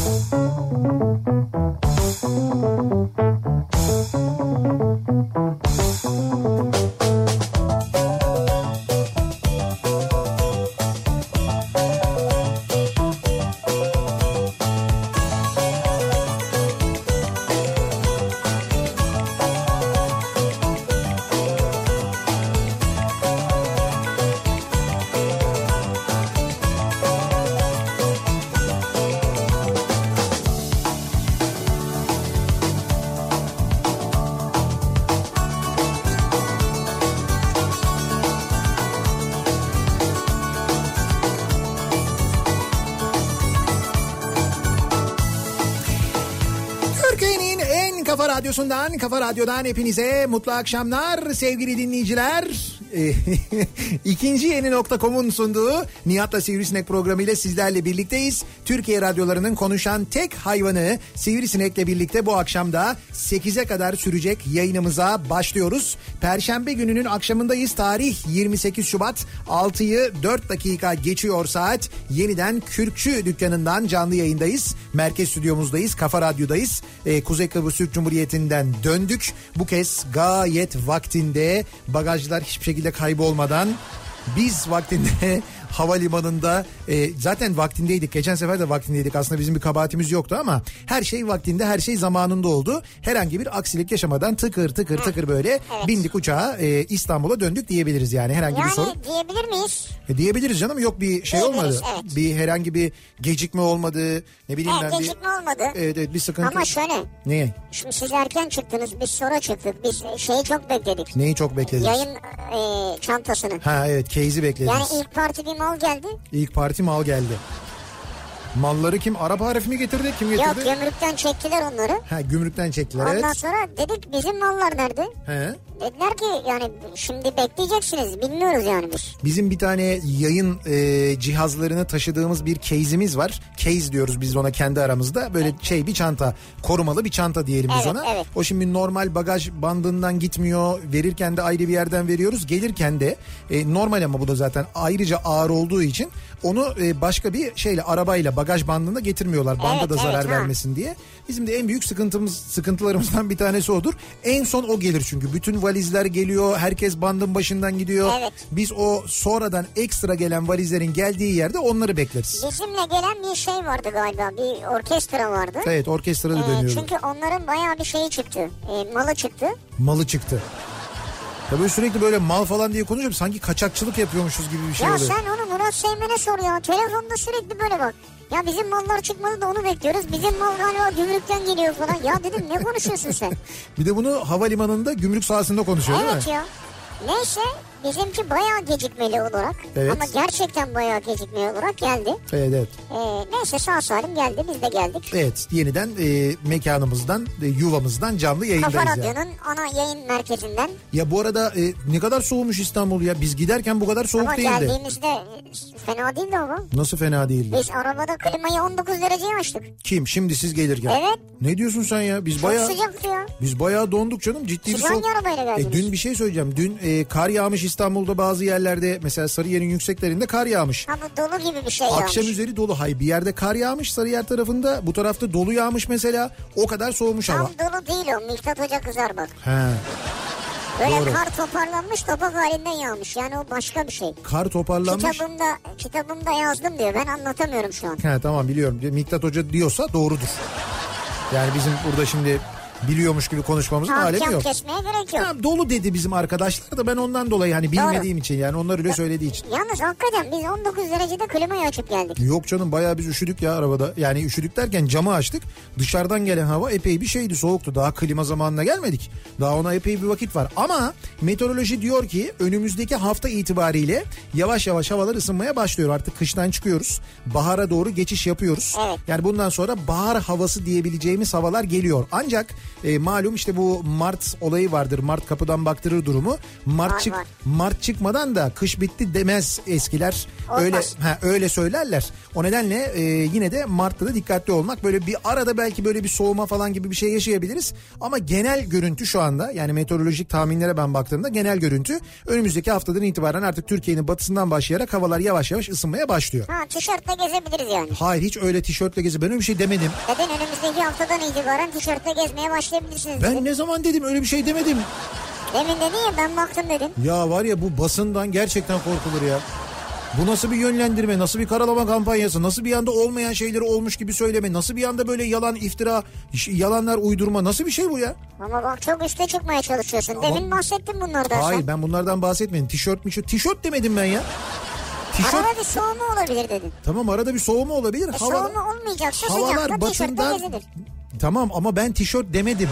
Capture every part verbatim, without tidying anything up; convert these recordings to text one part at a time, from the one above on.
Radyosundan, Kafa Radyo'dan hepinize mutlu akşamlar sevgili dinleyiciler. İkinci Yeni nokta com'un sunduğu Nihat'la Sivrisinek programıyla sizlerle birlikteyiz. Türkiye radyolarının konuşan tek hayvanı Sivrisinek'le birlikte bu akşam da sekize kadar sürecek yayınımıza başlıyoruz. Perşembe gününün akşamındayız. Tarih yirmi sekiz Şubat, altıyı dört dakika geçiyor saat. Yeniden Kürkçü dükkanından canlı yayındayız. Merkez stüdyomuzdayız, Kafa Radyo'dayız. Ee, Kuzey Kıbrıs Türk Cumhuriyeti'nden döndük. Bu kez gayet vaktinde, bagajlar hiçbir şekilde kaybolmadan, biz vaktinde havalimanında e, zaten vaktindeydik. Geçen sefer de vaktindeydik. Aslında bizim bir kabahatimiz yoktu ama her şey vaktinde, her şey zamanında oldu. Herhangi bir aksilik yaşamadan tıkır tıkır tıkır böyle evet. bindik uçağa, e, İstanbul'a döndük diyebiliriz yani. Herhangi yani bir sorun. Yani diyebilir miyiz? E, diyebiliriz canım. Yok bir şey olmadı. Evet. Bir herhangi bir gecikme olmadı. Ne bileyim evet, ben. Gecikme bir, olmadı. Evet, evet bir sıkıntı. Ama şöyle. Niye? Şimdi siz erken çıktınız, biz sonra çıktık. Biz şeyi çok bekledik. Neyi çok beklediniz? Yayın e, çantasını. Ha evet, case'i beklediniz. Yani ilk parti bir mal geldi. İlk parti mal geldi. Malları kim? Arap Arif mi getirdi? Kim getirdi? Yok, gümrükten çektiler onları. Ha, gümrükten çektiler. Ondan evet. sonra dedik bizim mallar nerede? He. Dediler ki yani şimdi bekleyeceksiniz, bilmiyoruz yani biz. Bizim bir tane yayın e, cihazlarını taşıdığımız bir case'imiz var. Case diyoruz biz ona kendi aramızda. Böyle evet. şey bir çanta, korumalı bir çanta diyelim biz evet, ona. Evet. O şimdi normal bagaj bandından gitmiyor. Verirken de ayrı bir yerden veriyoruz. Gelirken de e, normal ama bu da zaten ayrıca ağır olduğu için onu e, başka bir şeyle, arabayla bagaj bandında getirmiyorlar. Banda evet, da zarar evet, vermesin diye. Bizim de en büyük sıkıntımız, sıkıntılarımızdan bir tanesi odur. En son o gelir çünkü. Bütün valizler geliyor. Herkes bandın başından gidiyor. Evet. Biz o sonradan ekstra gelen valizlerin geldiği yerde onları bekleriz. Bizimle gelen bir şey vardı galiba. Bir orkestra vardı. Evet, orkestra da ee, dönüyordu. Çünkü onların bayağı bir şeyi çıktı. E, malı çıktı. Malı çıktı. Tabii sürekli böyle mal falan diye konuşuyorum. Sanki kaçakçılık yapıyormuşuz gibi bir şey ya oluyor. Ya sen onu Murat Seymen'e sor ya. Telefonda sürekli böyle bak. Ya bizim mallar çıkmadı da onu bekliyoruz. Bizim mal galiba gümrükten geliyor falan. Ya dedim ne konuşuyorsun sen? Bir de bunu havalimanında gümrük sahasında konuşuyor evet değil mi? Evet ya. Neyse bizimki bayağı gecikmeli olarak evet. ama gerçekten bayağı gecikmeli olarak geldi. Evet evet. Ee, neyse sağ salim geldi, biz de geldik. Evet, yeniden e, mekanımızdan, e, yuvamızdan canlı yayındayız. Kafa Radyo'nun yani. ana yayın merkezinden. Ya bu arada e, ne kadar soğumuş İstanbul ya. Biz giderken bu kadar soğuk ama değildi. Ama geldiğimizde fena değildi ama. Nasıl fena değildi? Biz arabada klimayı on dokuz dereceye açtık. Kim? Şimdi siz gelirken? Evet. Ne diyorsun sen ya? Biz çok bayağı... sıcaktı ya. Biz bayağı donduk canım. Ciddi Siz bir soğuk. arabayla geldiniz? E, dün bir şey söyleyeceğim. Dün e, kar yağmış İstanbul'da bazı yerlerde. Mesela Sarıyer'in yükseklerinde kar yağmış. Ha bu dolu gibi bir şey yağmış. Akşam üzeri dolu. Hayır, bir yerde kar yağmış Sarıyer tarafında. Bu tarafta dolu yağmış mesela. O kadar soğumuş Tam hava. Tam dolu değil o. Miktat Hoca kızar bak. He. Böyle doğru. Kar toparlanmış, topak halinden yağmış. Yani o başka bir şey. Kar toparlanmış. Kitabımda, kitabımda yazdım diyor. Ben anlatamıyorum şu an. He, tamam biliyorum. Miktat Hoca diyorsa doğrudur. Yani bizim burada şimdi biliyormuş gibi konuşmamızın Hakem alemi yok. kesmeye gerek yok. Ha, dolu dedi bizim arkadaşlar da ben ondan dolayı hani bilmediğim Doğru. için yani onlar öyle söylediği için. Yalnız hakikaten biz on dokuz derecede klimayı açıp geldik. Yok canım, bayağı biz üşüdük ya arabada. Yani üşüdük derken camı açtık. Dışarıdan gelen hava epey bir şeydi, soğuktu. Daha klima zamanına gelmedik. Daha ona epey bir vakit var. Ama meteoroloji diyor ki önümüzdeki hafta itibariyle yavaş yavaş havalar ısınmaya başlıyor. Artık kıştan çıkıyoruz. Bahara doğru geçiş yapıyoruz. Evet. Yani bundan sonra bahar havası diyebileceğimiz havalar geliyor. Ancak E, malum işte bu Mart olayı vardır. Mart kapıdan baktırır durumu. Mart Var, çık var. Mart çıkmadan da kış bitti demez eskiler. Olmaz. Öyle ha, öyle söylerler. O nedenle e, yine de Mart'ta da dikkatli olmak. Böyle bir arada belki böyle bir soğuma falan gibi bir şey yaşayabiliriz. Ama genel görüntü şu anda, yani meteorolojik tahminlere ben baktığımda genel görüntü önümüzdeki haftadan itibaren artık Türkiye'nin batısından başlayarak havalar yavaş yavaş ısınmaya başlıyor. Ha, tişörtle gezebiliriz yani. Hayır, hiç öyle tişörtle gezi, ben öyle bir şey demedim. Neden önümüzdeki haftadan itibaren tişörtle gezmeye başlayabilirsiniz Ben dedim. ne zaman dedim, öyle bir şey demedim. Demin dedin ya, ben baktım dedim. Ya var ya, bu basından gerçekten korkulur ya. Bu nasıl bir yönlendirme, nasıl bir karalama kampanyası, nasıl bir anda olmayan şeyleri olmuş gibi söyleme, nasıl bir anda böyle yalan, iftira, yalanlar uydurma, nasıl bir şey bu ya? Ama bak, çok üste çıkmaya çalışıyorsun. Ama- Demin bahsettim bunlardan. Hayır, sen. ben bunlardan bahsetmedim. Tişört mi? Tişört demedim ben ya. Tişört, Arada bir soğuma olabilir dedin. tamam, arada bir soğuma olabilir. E, Hava, soğuma olmayacaksa havalar sıcakta tişörtle batından... gezilir. Tamam ama ben tişört demedim.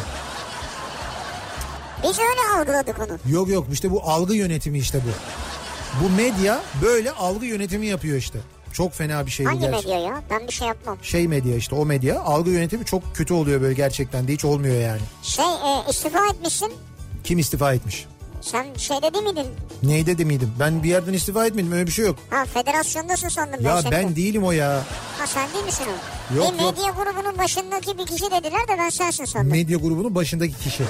Biz öyle algıladık onu. Yok yok, işte bu algı yönetimi işte bu. Bu medya böyle algı yönetimi yapıyor işte. Çok fena bir şey bu Hangi gerçekten. medya ya? Ben bir şey yapmam. Şey medya işte, o medya. Algı yönetimi çok kötü oluyor böyle gerçekten de, hiç olmuyor yani. Şey e, istifa etmişsin. Kim istifa etmiş? Sen şeyde değil miydin? Neyde de miydim? Ben bir yerden istifa etmedim, öyle bir şey yok. Ha, federasyondasın sandım Ya ben. ben şimdi. değilim o ya. Ha, sen değil misin o? Yok, bir yok. medya grubunun başındaki bir kişi dediler de ben sensin sandım. Medya grubunun başındaki kişi.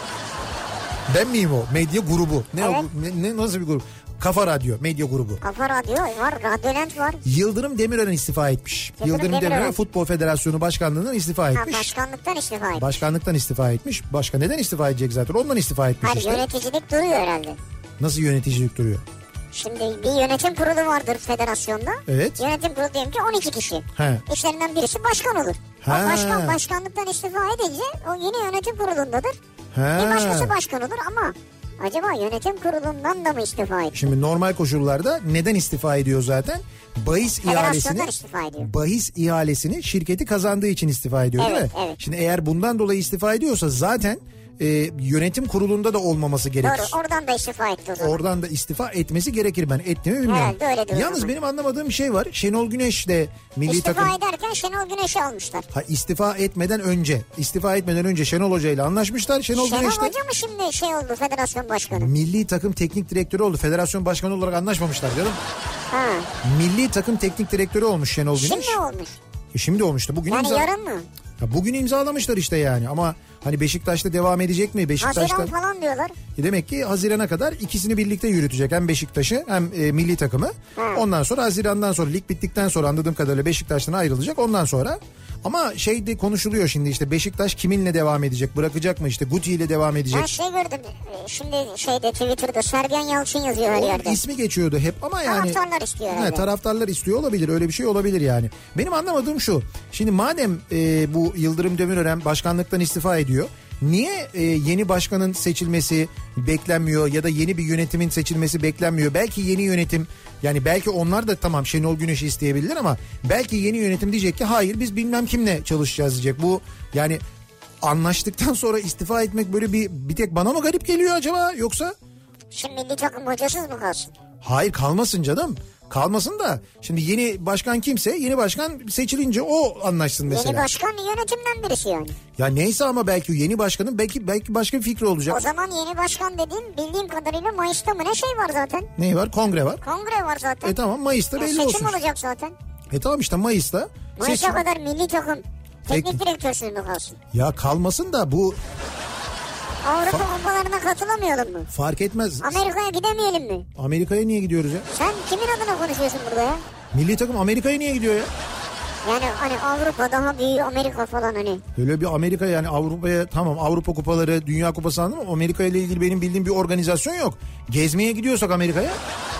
Ben miyim o? Medya grubu. Ne, Evet. o, ne, ne nasıl bir grup? Kafa Radyo, medya grubu. Kafa Radyo var, Radyolent var. Yıldırım Demirören istifa etmiş. Yıldırım Yıldırım Demirören, Demirören Futbol Federasyonu Başkanlığından istifa Ha, etmiş. başkanlıktan istifa etmiş. Başkanlıktan istifa etmiş. Başka neden istifa edecek zaten? Ondan istifa etmiş Hayır, işte. yöneticilik duruyor herhalde. Nasıl yöneticilik duruyor? Şimdi bir yönetim kurulu vardır federasyonda. Evet. Yönetim kurulu diyelim ki on iki kişi. He. İçlerinden birisi başkan olur. Ha. O başkan başkanlıktan istifa edince o yine yönetim kurulundadır. He. Bir başkası başkan olur ama acaba yönetim kurulundan da mı istifa etti? Şimdi normal koşullarda neden istifa ediyor zaten? Bahis ihalesini, Federasyondan istifa ediyor. bahis ihalesini şirketi kazandığı için istifa ediyor, değil Evet, mi? evet. Şimdi eğer bundan dolayı istifa ediyorsa zaten e, yönetim kurulunda da olmaması gerekir. Doğru, oradan da istifa etti o zaman. Oradan da istifa etmesi gerekir, ben ettiğimi bilmiyorum. Herhalde öyledir o Yalnız zaman. benim anlamadığım bir şey var. Şenol Güneş de milli İstifa takım... ederken Şenol Güneş'i almışlar. Ha, istifa etmeden önce, istifa etmeden önce Şenol Hoca ile anlaşmışlar. Şenol, Şenol Güneş de Hoca mı şimdi şey oldu, federasyon başkanı? milli takım teknik direktörü oldu. Federasyon başkanı olarak anlaşmamışlar canım. Ha. Milli takım teknik direktörü olmuş Şenol Güneş. Şimdi olmuş. E şimdi olmuştu. Bugün Yani imza... yarın mı? Ya bugün imzalamışlar işte yani, ama hani Beşiktaş'ta devam edecek mi? Beşiktaş'ta Haziran falan diyorlar. E demek ki Haziran'a kadar ikisini birlikte yürütecek. Hem Beşiktaş'ı hem e, milli takımı. Ha. Ondan sonra Haziran'dan sonra, lig bittikten sonra anladığım kadarıyla Beşiktaş'tan ayrılacak. Ondan sonra ama şey de konuşuluyor şimdi, işte Beşiktaş kiminle devam edecek? Bırakacak mı işte? Guti ile devam edecek. Ben şey gördüm e, şimdi şeyde, Twitter'da Sergen Yalçın yazıyor her Onun yerde. ismi geçiyordu hep ama yani. Taraftarlar istiyor He, herhalde. taraftarlar istiyor olabilir, öyle bir şey olabilir yani. Benim anlamadığım şu, şimdi madem e, bu Yıldırım Demirören başkanlıktan istifa ediyor, niye e, yeni başkanın seçilmesi beklenmiyor ya da yeni bir yönetimin seçilmesi beklenmiyor? Belki yeni yönetim, yani belki onlar da tamam Şenol Güneş'i isteyebilirler ama belki yeni yönetim diyecek ki hayır biz bilmem kimle çalışacağız diyecek. Bu yani anlaştıktan sonra istifa etmek böyle bir bir tek bana mı garip geliyor acaba, yoksa? Şimdi milli takım hocasız mı kalsın? Hayır, kalmasın canım. Kalmasın da şimdi yeni başkan kimse, yeni başkan seçilince o anlaşsın mesela. Yeni başkan yönetimden birisi yani. Ya neyse ama belki yeni başkanın belki belki başka bir fikri olacak. O zaman yeni başkan dediğin bildiğim kadarıyla Mayıs'ta mı ne şey var zaten? Ne var? Kongre var. Kongre var zaten. E tamam, Mayıs'ta Ya belli seçim olsun. olacak zaten. E tamam işte Mayıs'ta Mayıs'a seçim. kadar milli takım teknik Peki. direktörsüz mü kalsın? Ya kalmasın da bu Avrupa kupalarına katılamayalım mı? fark etmez. Amerika'ya gidemeyelim mi? Amerika'ya niye gidiyoruz ya? Sen kimin adına konuşuyorsun burada ya? Milli takım Amerika'ya niye gidiyor ya? Yani hani Avrupa daha büyük, Amerika falan hani. Öyle bir Amerika, yani Avrupa'ya tamam, Avrupa kupaları, Dünya Kupası anladın mı? Amerika ile ilgili benim bildiğim bir organizasyon yok. Gezmeye gidiyorsak Amerika'ya,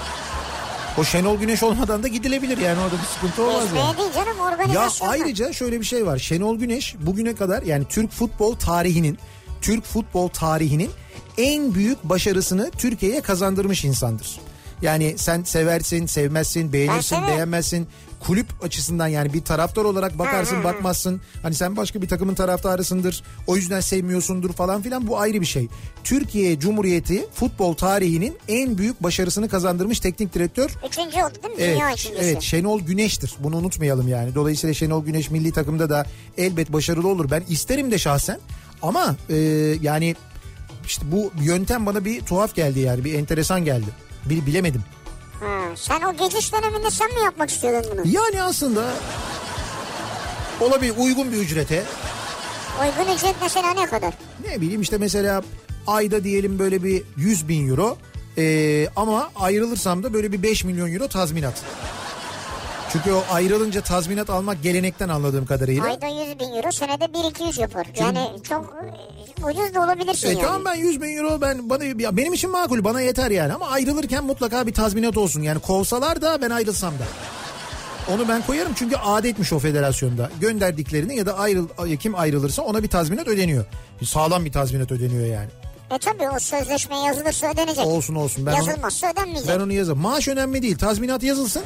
o Şenol Güneş olmadan da gidilebilir yani, orada bir sıkıntı olmaz Gezmeye yani. değil canım, Ya organizasyon. ayrıca şöyle bir şey var. Şenol Güneş bugüne kadar, yani Türk futbol tarihinin Türk futbol tarihinin en büyük başarısını Türkiye'ye kazandırmış insandır. Yani sen seversin, sevmezsin, beğenirsin, severim. beğenmezsin. Kulüp açısından yani bir taraftar olarak bakarsın, Hı hı hı. bakmazsın. Hani sen başka bir takımın taraftarısındır. O yüzden sevmiyorsundur falan filan, bu ayrı bir şey. Türkiye Cumhuriyeti futbol tarihinin en büyük başarısını kazandırmış teknik direktör. Üçüncü oldu değil mi? Evet, Dünya ikincisi. evet, Şenol Güneş'tir. Bunu unutmayalım yani. Dolayısıyla Şenol Güneş milli takımda da elbet başarılı olur. Ben isterim de şahsen. Ama e, yani işte bu yöntem bana bir tuhaf geldi yani, bir enteresan geldi. Bir bilemedim. Ha, sen o geçiş döneminde sen mi yapmak istiyordun bunu? Yani aslında olabilir, uygun bir ücrete. Uygun ücret mesela ne kadar? Ne bileyim işte mesela ayda diyelim böyle bir yüz bin euro ee, ama ayrılırsam da böyle bir beş milyon euro tazminat. Çünkü o ayrılınca tazminat almak gelenekten anladığım kadarıyla. Ayda yüz bin euro, senede bir iki yüz yapar. Yani Çünkü... çok ucuz da olabilirsin e, yani. Tamam, ben yüz bin euro ben bana ya benim için makul, bana yeter yani, ama ayrılırken mutlaka bir tazminat olsun. Yani kovsalar da ben ayrılsam da. Onu ben koyarım çünkü adetmiş o federasyonda. Gönderdiklerini ya da ayrıl, kim ayrılırsa ona bir tazminat ödeniyor. Sağlam bir tazminat ödeniyor yani. E tabii o sözleşme yazılırsa ödenecek. Olsun olsun. Ben Yazılmazsa onu, ödenmeyecek. Ben onu yazarım. Maaş önemli değil, tazminat yazılsın.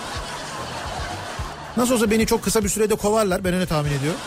Nasıl olsa beni çok kısa bir sürede kovarlar, ben öyle tahmin ediyorum.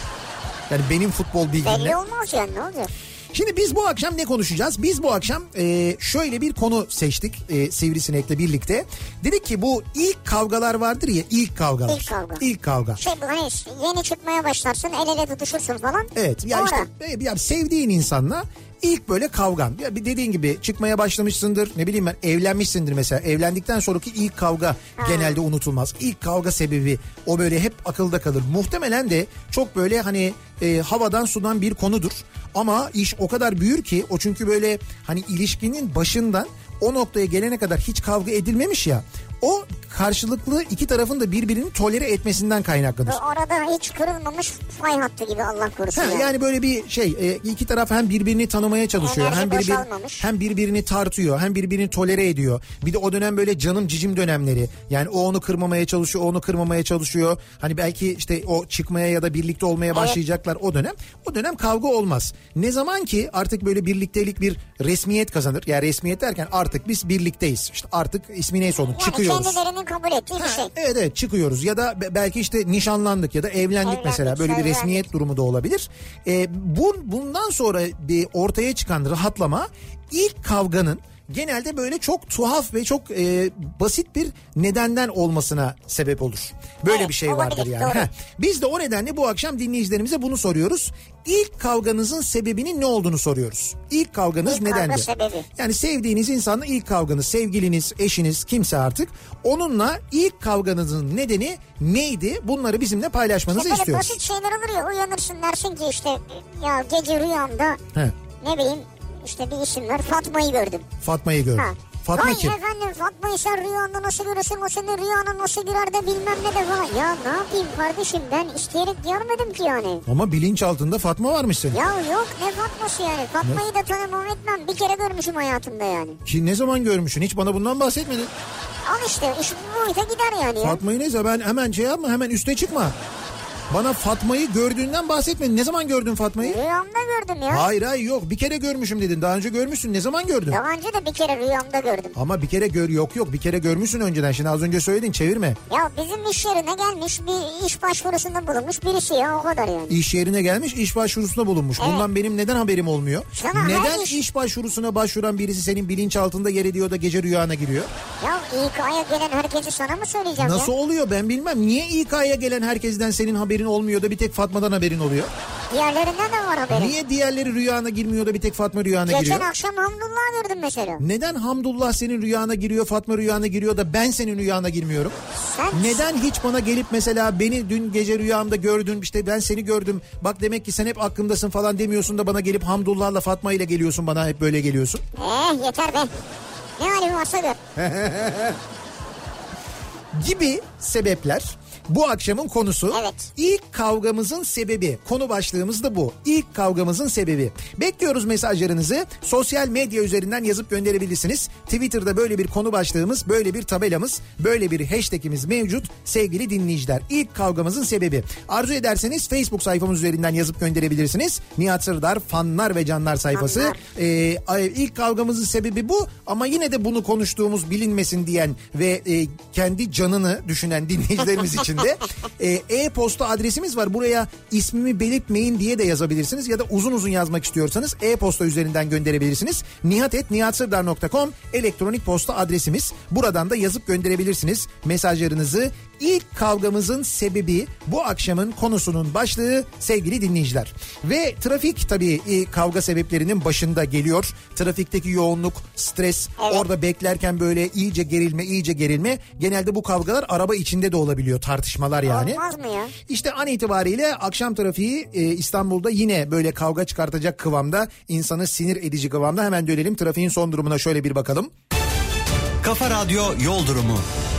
Yani benim futbol bilgimle. Belli olmaz yani, ne olacak? Şimdi biz bu akşam ne konuşacağız? Biz bu akşam e, şöyle bir konu seçtik e, Sivrisinek'le birlikte. Dedik ki bu ilk kavgalar vardır ya, ilk kavgalar. İlk kavga. İlk kavga. Şey bu hani yeni çıkmaya başlarsın, el ele tutuşursun falan. Evet ya işte ya sevdiğin insanla ilk böyle kavgan. Ya bir dediğin gibi çıkmaya başlamışsındır, ne bileyim ben, evlenmişsindir mesela. Evlendikten sonraki ilk kavga ha. genelde unutulmaz. İlk kavga sebebi o böyle hep akılda kalır. Muhtemelen de çok böyle hani e, havadan sudan bir konudur. Ama iş o kadar büyür ki o, çünkü böyle hani ilişkinin başından o noktaya gelene kadar hiç kavga edilmemiş ya. O karşılıklı iki tarafın da birbirini tolere etmesinden kaynaklanır. Orada hiç kırılmamış fay hattı gibi, Allah korusun. Ha, yani. yani böyle bir şey, iki taraf hem birbirini tanımaya çalışıyor. Enerji hem, birbir, hem birbirini tartıyor, hem birbirini tolere ediyor. Bir de o dönem böyle canım cicim dönemleri. Yani o onu kırmamaya çalışıyor, o onu kırmamaya çalışıyor. Hani belki işte o çıkmaya ya da birlikte olmaya başlayacaklar evet. o dönem. O dönem kavga olmaz. Ne zaman ki artık böyle birliktelik bir resmiyet kazanır. Yani resmiyet derken artık biz birlikteyiz. İşte artık ismi neyse onun yani çıkıyor. Kendilerinin kabul ettiği ha, bir şey. Evet evet çıkıyoruz ya da belki işte nişanlandık ya da evlendik, evlendik mesela, böyle bir resmiyet evlendik. Durumu da olabilir. Ee, bu, bundan sonra bir ortaya çıkan rahatlama ilk kavganın genelde böyle çok tuhaf ve çok e, basit bir nedenden olmasına sebep olur. Böyle evet, bir şey vardır yani. Heh. Biz de o nedenle bu akşam dinleyicilerimize bunu soruyoruz. İlk kavganızın sebebinin ne olduğunu soruyoruz. İlk kavganız ilk nedendi? Kavga sebebi. Yani sevdiğiniz insanla ilk kavganız, sevgiliniz, eşiniz, kimse artık, onunla ilk kavganızın nedeni neydi? Bunları bizimle paylaşmanızı işte istiyoruz. Basit şeyler olur ya, uyanırsın dersin ki işte ya gece rüyamda He. ne bileyim işte bir isim var, Fatma'yı gördüm. Fatma'yı gördüm. Ha. Fatma Hayır kim? efendim, Fatma'yı sen rüyanda nasıl görürsün, o senin rüyana nasıl girer de bilmem ne de falan. Ya ne yapayım kardeşim, ben isteyerek görmedim ki yani. Ama bilinç altında Fatma varmış senin. Ya yok, ne Fatma'sı yani, Fatma'yı ne? da tanımam etmem, bir kere görmüşüm hayatımda yani. Ki ne zaman görmüşsün, hiç bana bundan bahsetmedin. Al işte, iş bu boyuta gider yani. Fatma'yı neyse, ben hemen şey yapma, hemen üste çıkma. Bana Fatma'yı gördüğünden bahsetmedin. Ne zaman gördün Fatma'yı? Rüyamda gördüm ya. Hayır hayır yok, bir kere görmüşüm dedin. Daha önce görmüşsün. Ne zaman gördün? Daha önce de bir kere rüyamda gördüm. Ama bir kere gör yok yok bir kere görmüşsün önceden. Şimdi az önce söyledin, çevirme. Ya bizim iş yerine gelmiş bir iş başvurusunda bulunmuş birisi ya, o kadar yani. İş yerine gelmiş, iş başvurusunda bulunmuş. Evet. Bundan benim neden haberim olmuyor? Sana neden iş... iş başvurusuna başvuran birisi senin bilinçaltında yer ediyor da gece rüyana giriyor? Ya İK'ya gelen herkesi sana mı söyleyeceğim? Nasıl ya? oluyor ben bilmem. Niye İK'ya gelen herkesten senin haberin olmuyor da bir tek Fatma'dan haberin oluyor? Diğerlerinden de var haberin. Niye diğerleri rüyana girmiyor da bir tek Fatma rüyana Geçen giriyor? Geçen akşam Hamdullah gördüm mesela. Neden Hamdullah senin rüyana giriyor, Fatma rüyana giriyor da ben senin rüyana girmiyorum? Sen... Neden hiç bana gelip mesela beni dün gece rüyamda gördün, işte ben seni gördüm, bak demek ki sen hep aklımdasın falan demiyorsun da bana gelip Hamdullah'la Fatma ile geliyorsun, bana hep böyle geliyorsun? Eh yeter be. Ne halim varsa gör. Gibi sebepler. Bu akşamın konusu. Evet. İlk kavgamızın sebebi. Konu başlığımız da bu. İlk kavgamızın sebebi. Bekliyoruz mesajlarınızı. Sosyal medya üzerinden yazıp gönderebilirsiniz. Twitter'da böyle bir konu başlığımız, böyle bir tabelamız, böyle bir hashtagimiz mevcut. Sevgili dinleyiciler, ilk kavgamızın sebebi. Arzu ederseniz Facebook sayfamız üzerinden yazıp gönderebilirsiniz. Nihat Sırdar fanlar ve canlar sayfası. Ee, ilk kavgamızın sebebi bu, ama yine de bunu konuştuğumuz bilinmesin diyen ve e, kendi canını düşünen dinleyicilerimiz için de e-posta adresimiz var. Buraya ismimi belirtmeyin diye de yazabilirsiniz ya da uzun uzun yazmak istiyorsanız e-posta üzerinden gönderebilirsiniz. nihat et nihat sırdar nokta com elektronik posta adresimiz. Buradan da yazıp gönderebilirsiniz mesajlarınızı. İlk kavgamızın sebebi bu akşamın konusunun başlığı sevgili dinleyiciler. Ve trafik tabii e, kavga sebeplerinin başında geliyor. Trafikteki yoğunluk, stres, evet. Orada beklerken böyle iyice gerilme, iyice gerilme. Genelde bu kavgalar araba içinde de olabiliyor, tartışmalar yani. Olmaz mı ya? İşte an itibariyle akşam trafiği e, İstanbul'da yine böyle kavga çıkartacak kıvamda, insanı sinir edici kıvamda. Hemen dönelim trafiğin son durumuna, şöyle bir bakalım. Kafa Radyo Yol Durumu.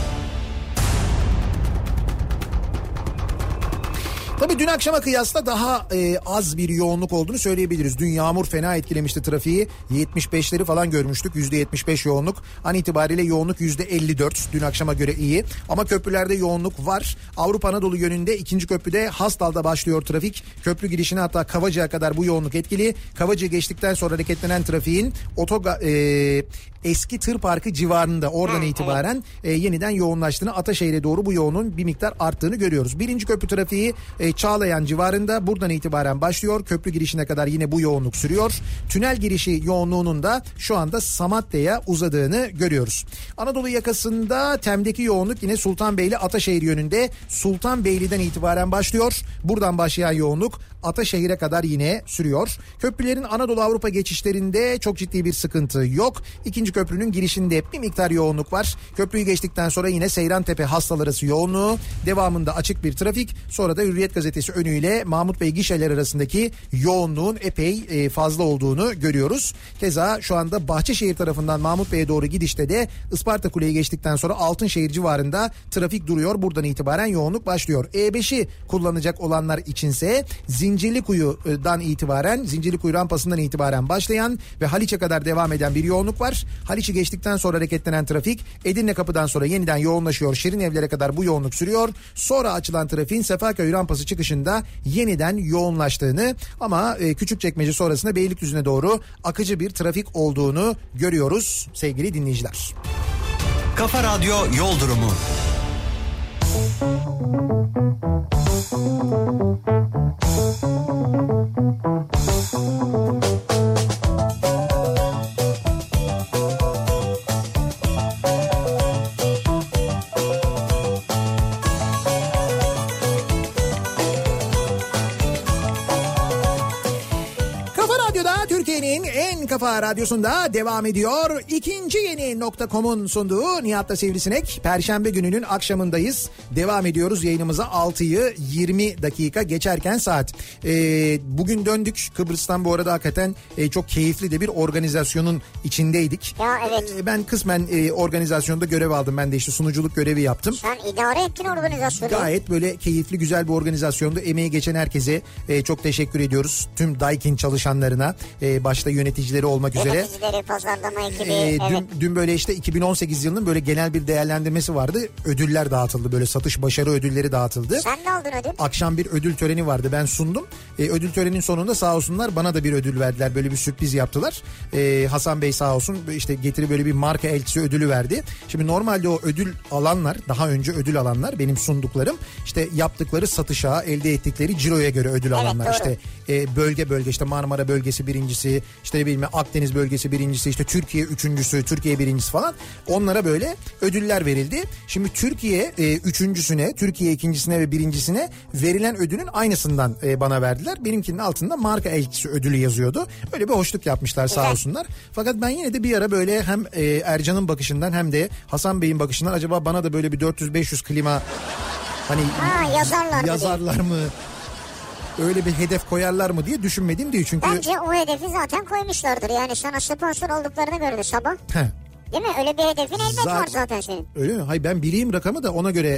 Tabii dün akşama kıyasla daha e, az bir yoğunluk olduğunu söyleyebiliriz. Dün yağmur fena etkilemişti trafiği. yetmiş beşleri falan görmüştük. yüzde yetmiş beş yoğunluk. An itibariyle yoğunluk yüzde elli dört. Dün akşama göre iyi. Ama köprülerde yoğunluk var. Avrupa Anadolu yönünde ikinci köprüde Hastal'da başlıyor trafik. Köprü girişine hatta Kavacık'a kadar bu yoğunluk etkili. Kavacık'ı geçtikten sonra hareketlenen trafiğin otoga... E, eski tır parkı civarında oradan Hı, itibaren evet. e, yeniden yoğunlaştığını, Ataşehir'e doğru bu yoğunluğun bir miktar arttığını görüyoruz. Birinci köprü trafiği e, Çağlayan civarında, buradan itibaren başlıyor. Köprü girişine kadar yine bu yoğunluk sürüyor. Tünel girişi yoğunluğunun da şu anda Samatya'ya uzadığını görüyoruz. Anadolu yakasında Tem'deki yoğunluk yine Sultanbeyli Ataşehir yönünde. Sultanbeyli'den itibaren başlıyor. Buradan başlayan yoğunluk Ataşehir'e kadar yine sürüyor. Köprülerin Anadolu Avrupa geçişlerinde çok ciddi bir sıkıntı yok. İkinci köprünün girişinde bir miktar yoğunluk var. Köprüyü geçtikten sonra yine Seyrantepe Hastal arası yoğunluğu, devamında açık bir trafik. Sonra da Hürriyet gazetesi önüyle Mahmut Bey gişeler arasındaki yoğunluğun epey fazla olduğunu görüyoruz. Keza şu anda Bahçeşehir tarafından Mahmut Bey'e doğru gidişte de Isparta Kule'yi geçtikten sonra Altınşehir civarında trafik duruyor. Buradan itibaren yoğunluk başlıyor. E beşi kullanacak olanlar içinse Zincirlikuyu'dan itibaren, Zincirlikuyu rampasından itibaren başlayan ve Haliç'e kadar devam eden bir yoğunluk var. Haliç'i geçtikten sonra hareketlenen trafik Edirne Kapı'dan sonra yeniden yoğunlaşıyor. Şirinevlere kadar bu yoğunluk sürüyor. Sonra açılan trafiğin Sefaköy rampası çıkışında yeniden yoğunlaştığını, ama e, Küçükçekmece sonrasında Beylikdüzü'ne doğru akıcı bir trafik olduğunu görüyoruz sevgili dinleyiciler. Kafa Radyo Yol Durumu. Kafa Radyosu'nda devam ediyor. İkinci yeni nokta com'un sunduğu Nihat'la Sivrisinek. Perşembe gününün akşamındayız. Devam ediyoruz yayınımıza, altıyı yirmi dakika geçerken saat. Ee, bugün döndük Kıbrıs'tan, bu arada hakikaten e, çok keyifli de bir organizasyonun içindeydik. Ya evet. Ee, ben kısmen e, organizasyonda görev aldım. Ben de işte sunuculuk görevi yaptım. Sen idare ettin organizasyonu. Gayet böyle keyifli, güzel bir organizasyonda. Emeği geçen herkese e, çok teşekkür ediyoruz. Tüm Daikin çalışanlarına, e, başta yöneticileri olmak üzere. Yöneticileri, pazarlama ekibi. Ee, evet. dün, dün böyle işte iki bin on sekiz yılının böyle genel bir değerlendirmesi vardı. Ödüller dağıtıldı, böyle satış başarı ödülleri dağıtıldı. Sen ne aldın ödül? Akşam bir ödül töreni vardı, ben sundum. Ee, ödül töreninin sonunda sağ olsunlar bana da bir ödül verdiler. Böyle bir sürpriz yaptılar. Ee, Hasan Bey sağ olsun işte getirip böyle bir marka elçisi ödülü verdi. Şimdi normalde o ödül alanlar, daha önce ödül alanlar, benim sunduklarım işte yaptıkları satışa, elde ettikleri ciroya göre ödül evet, alanlar. Doğru. İşte e, bölge bölge, işte Marmara bölgesi birincisi, işte ne bileyim Akdeniz bölgesi birincisi, işte Türkiye üçüncüsü, Türkiye birincisi falan, onlara böyle ödüller verildi. Şimdi Türkiye e, üçüncüsüne, Türkiye ikincisine ve birincisine verilen ödülün aynısından e, bana verdiler. Benimkinin altında marka elçisi ödülü yazıyordu. Öyle bir hoşluk yapmışlar sağ olsunlar. Fakat ben yine de bir ara böyle hem e, Ercan'ın bakışından hem de Hasan Bey'in bakışından acaba bana da böyle bir dört yüz beş yüz klima hani ha, yazarlar, yazarlar mı? Öyle bir hedef koyarlar mı diye düşünmedim değil çünkü. Bence o hedefi zaten koymuşlardır. Yani sana sponsor olduklarını gördü sabah. He. Değil mi? Öyle bir hedefin elbet zaten, var zaten senin. Öyle mi? Hayır, ben bileyim rakamı da ona göre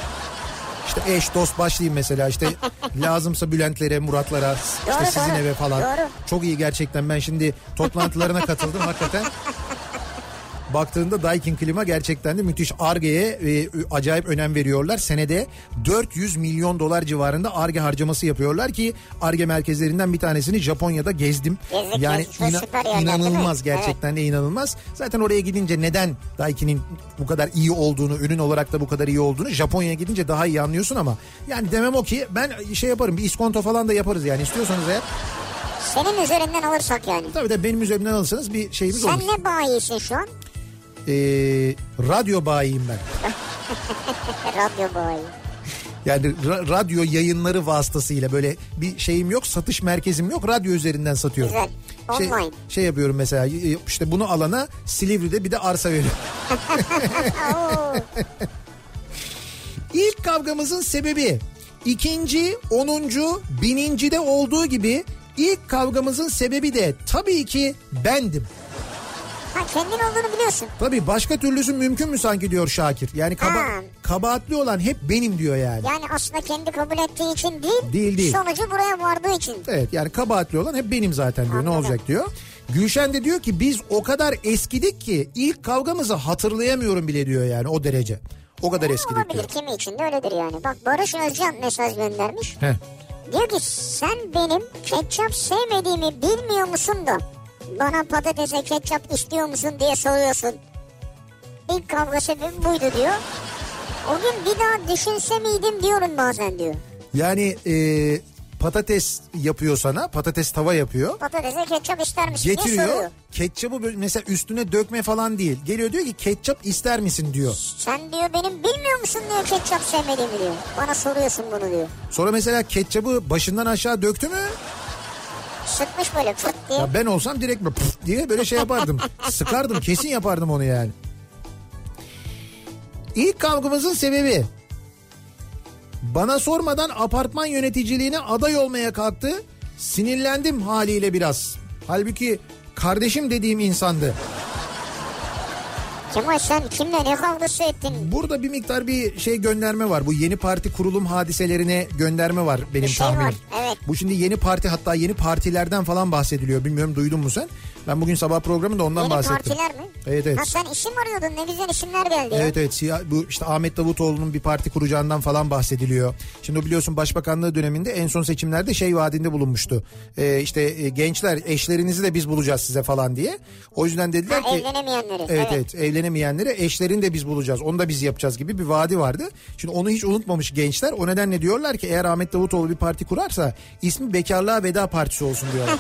işte eş dost başlayayım mesela, işte lazımsa Bülent'lere, Murat'lara, işte doğru, sizin doğru, eve falan. Doğru. Çok iyi gerçekten, ben şimdi toplantılarına katıldım hakikaten. Baktığında Daikin Klima gerçekten de müthiş. Ar-Ge'ye e, acayip önem veriyorlar. Senede dört yüz milyon dolar civarında Ar-Ge harcaması yapıyorlar ki Ar-Ge merkezlerinden bir tanesini Japonya'da gezdim. Gezdik, yani gezdik. ina- inanılmaz gerçekten evet. de inanılmaz. Zaten oraya gidince neden Daikin'in bu kadar iyi olduğunu, ürün olarak da bu kadar iyi olduğunu Japonya'ya gidince daha iyi anlıyorsun, ama yani demem o ki ben şey yaparım, bir iskonto falan da yaparız yani, istiyorsanız eğer. Senin üzerinden alırsak yani. Tabii de benim üzerimden alırsanız bir şeyimiz Sen olur. Sen ne bayisin şu an? Ee, radyo bayiyim ben. Radyo boy. Yani ra- radyo yayınları vasıtasıyla böyle bir şeyim yok, satış merkezim yok, radyo üzerinden satıyorum. Güzel. Şey, Online. şey yapıyorum mesela, işte bunu alana Silivri'de bir de arsa veriyorum. İlk kavgamızın sebebi ikinci, onuncu, bininci de olduğu gibi ilk kavgamızın sebebi de tabii ki bendim. Ha, kendin olduğunu biliyorsun. Tabii, başka türlüsü mümkün mü sanki diyor Şakir. Yani kaba, Ha. kabahatli olan hep benim diyor yani. Yani aslında kendi kabul ettiği için değil. Değil, değil. Sonucu buraya vardığı için. Evet, yani kabahatli olan hep benim zaten diyor. Anladım. Ne olacak diyor. Gülşen de diyor ki biz o kadar eskidik ki ilk kavgamızı hatırlayamıyorum bile diyor yani, o derece. O kadar Ha, eskidik olabilir, diyor. kimi için de öyledir yani. Bak, Barış Özcan mesaj göndermiş. Heh. Diyor ki sen benim ketçap sevmediğimi bilmiyor musun da bana patatese ketçap istiyor musun diye soruyorsun. İlk kavga sebebi buydu diyor. O gün bir daha düşünse miydim diyorum bazen diyor. Yani e, patates yapıyor sana, patates tava yapıyor. Patatese ketçap ister misin diye Getiriyor. soruyor. Ketçabı böyle mesela üstüne dökme falan değil. Geliyor diyor ki ketçap ister misin diyor. Sen diyor benim bilmiyor musun diyor ketçap sevmediğimi diyor. Bana soruyorsun bunu diyor. Sonra mesela ketçabı başından aşağı döktü mü? Sıkmış böyle fırt diye. Ya ben olsam direkt böyle pıf diye böyle şey yapardım. Sıkardım, kesin yapardım onu yani. İlk kavgamızın sebebi bana sormadan apartman yöneticiliğine aday olmaya kalktı. Sinirlendim haliyle biraz. Halbuki kardeşim dediğim insandı. Kemal sen kimle ne kavgası ettin? Burada bir miktar bir şey gönderme var. Bu yeni parti kurulum hadiselerine gönderme var benim Bir şey tahminim. var, evet. Bu şimdi yeni parti, hatta yeni partilerden falan bahsediliyor. Bilmiyorum, duydun mu sen? Ben bugün sabah programında ondan Yeni bahsettim. partiler mi? Evet, evet. Ha, sen isim arıyordun, ne güzel isimler geldi. Evet evet, siyah, bu işte Ahmet Davutoğlu'nun bir parti kuracağından falan bahsediliyor. Şimdi o biliyorsun başbakanlığı döneminde en son seçimlerde şey vaadinde bulunmuştu. Ee, işte e, gençler eşlerinizi de biz bulacağız size falan diye. O yüzden dediler Ha, ki. evlenemeyenleri. Evet, Evet. evet evlenemeyenleri eşlerini de biz bulacağız. Onu da biz yapacağız gibi bir vaadi vardı. Şimdi onu hiç unutmamış gençler. O nedenle diyorlar ki eğer Ahmet Davutoğlu bir parti kurarsa ismi Bekarlığa Veda Partisi olsun diyorlar.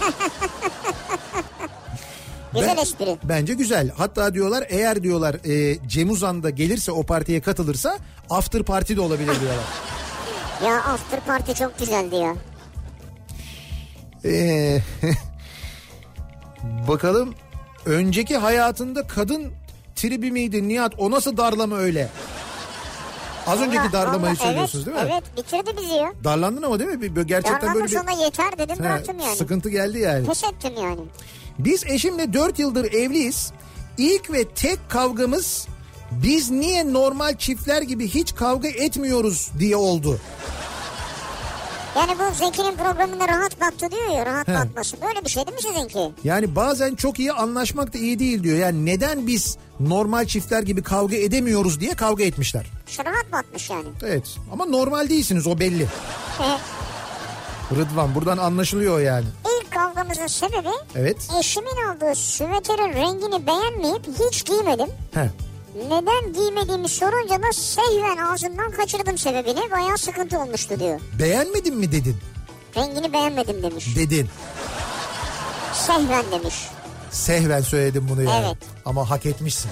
Güzel Ben- espri. Bence güzel. Hatta diyorlar eğer diyorlar e, Cem Uzan da gelirse o partiye katılırsa after party de olabilir diyorlar. Ya after party çok güzeldi ya. Ee, bakalım önceki hayatında kadın tribi miydi Nihat, o nasıl darlama öyle? Az önceki Vallahi- darlamayı vallahi söylüyorsunuz evet, değil mi? Evet, bitirdi bizi ya. Darlandın ama değil mi? Bir- böyle Gerçekten Darlandım, böyle bir sonra yeter dedim, He, bıraktım yani. sıkıntı geldi yani. Pes ettim yani. Biz eşimle dört yıldır evliyiz. İlk ve tek kavgamız biz niye normal çiftler gibi hiç kavga etmiyoruz diye oldu. Yani bu Zeki'nin programında rahat baktı diyor ya, rahat He. bakması. Böyle bir şey değil mi sizinki? Yani bazen çok iyi anlaşmak da iyi değil diyor. Yani neden biz normal çiftler gibi kavga edemiyoruz diye kavga etmişler. Şu rahat bakmış yani. Evet ama normal değilsiniz, o belli. Rıdvan, buradan anlaşılıyor yani. İlk kavgamızın sebebi Evet. eşimin aldığı süveterin rengini beğenmeyip hiç giymedim. He. Neden giymediğimi sorunca da sehven ağzımdan kaçırdım sebebini. Bayağı sıkıntı olmuştu diyor. Beğenmedin mi dedin? Rengini beğenmedim demiş. Dedin. Sehven demiş. Sehven söyledim bunu yani. Evet. Ama hak etmişsin.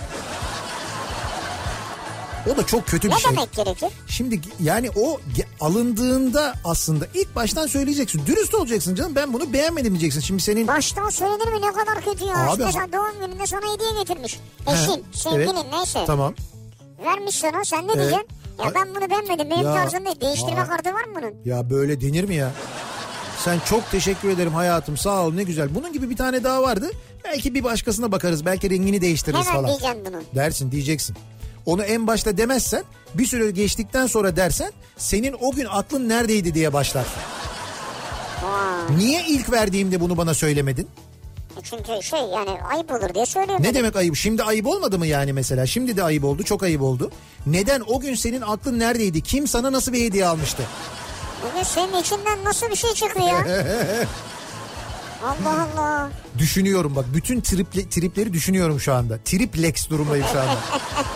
O da çok kötü bir Ne şey. demek gerekir? Şimdi yani o ge- alındığında aslında ilk baştan söyleyeceksin. Dürüst olacaksın canım, ben bunu beğenmedim diyeceksin. Şimdi senin... Baştan söylenir mi, ne kadar kötü ya. Abi, işte sen doğum gününde sana hediye getirmiş. Eşin, He, sevgilin evet, neyse. Tamam. Vermiş sana, sen ne diyeceksin? Ya Ay- ben bunu beğenmedim, benim Ya, tarzım değil. Değiştirme aa. kartı var mı bunun? Ya böyle denir mi ya? Sen çok teşekkür ederim hayatım, sağ ol, ne güzel. Bunun gibi bir tane daha vardı. Belki bir başkasına bakarız, belki rengini değiştiririz Hemen falan. diyeceksin bunu. Dersin, diyeceksin. Onu en başta demezsen, bir süre geçtikten sonra dersen, senin o gün aklın neredeydi diye başlar. Vay. Niye ilk verdiğimde bunu bana söylemedin? Çünkü şey yani ayıp olur diye söylüyorum. Ne demek ayıp? Şimdi ayıp olmadı mı yani mesela? Şimdi de ayıp oldu, çok ayıp oldu. Neden? O gün senin aklın neredeydi? Kim sana nasıl bir hediye almıştı? Bugün senin içinden nasıl bir şey çıkıyor ya? Allah Allah. Düşünüyorum bak, bütün triple, tripleri düşünüyorum şu anda. Triplex durumdayım şu anda.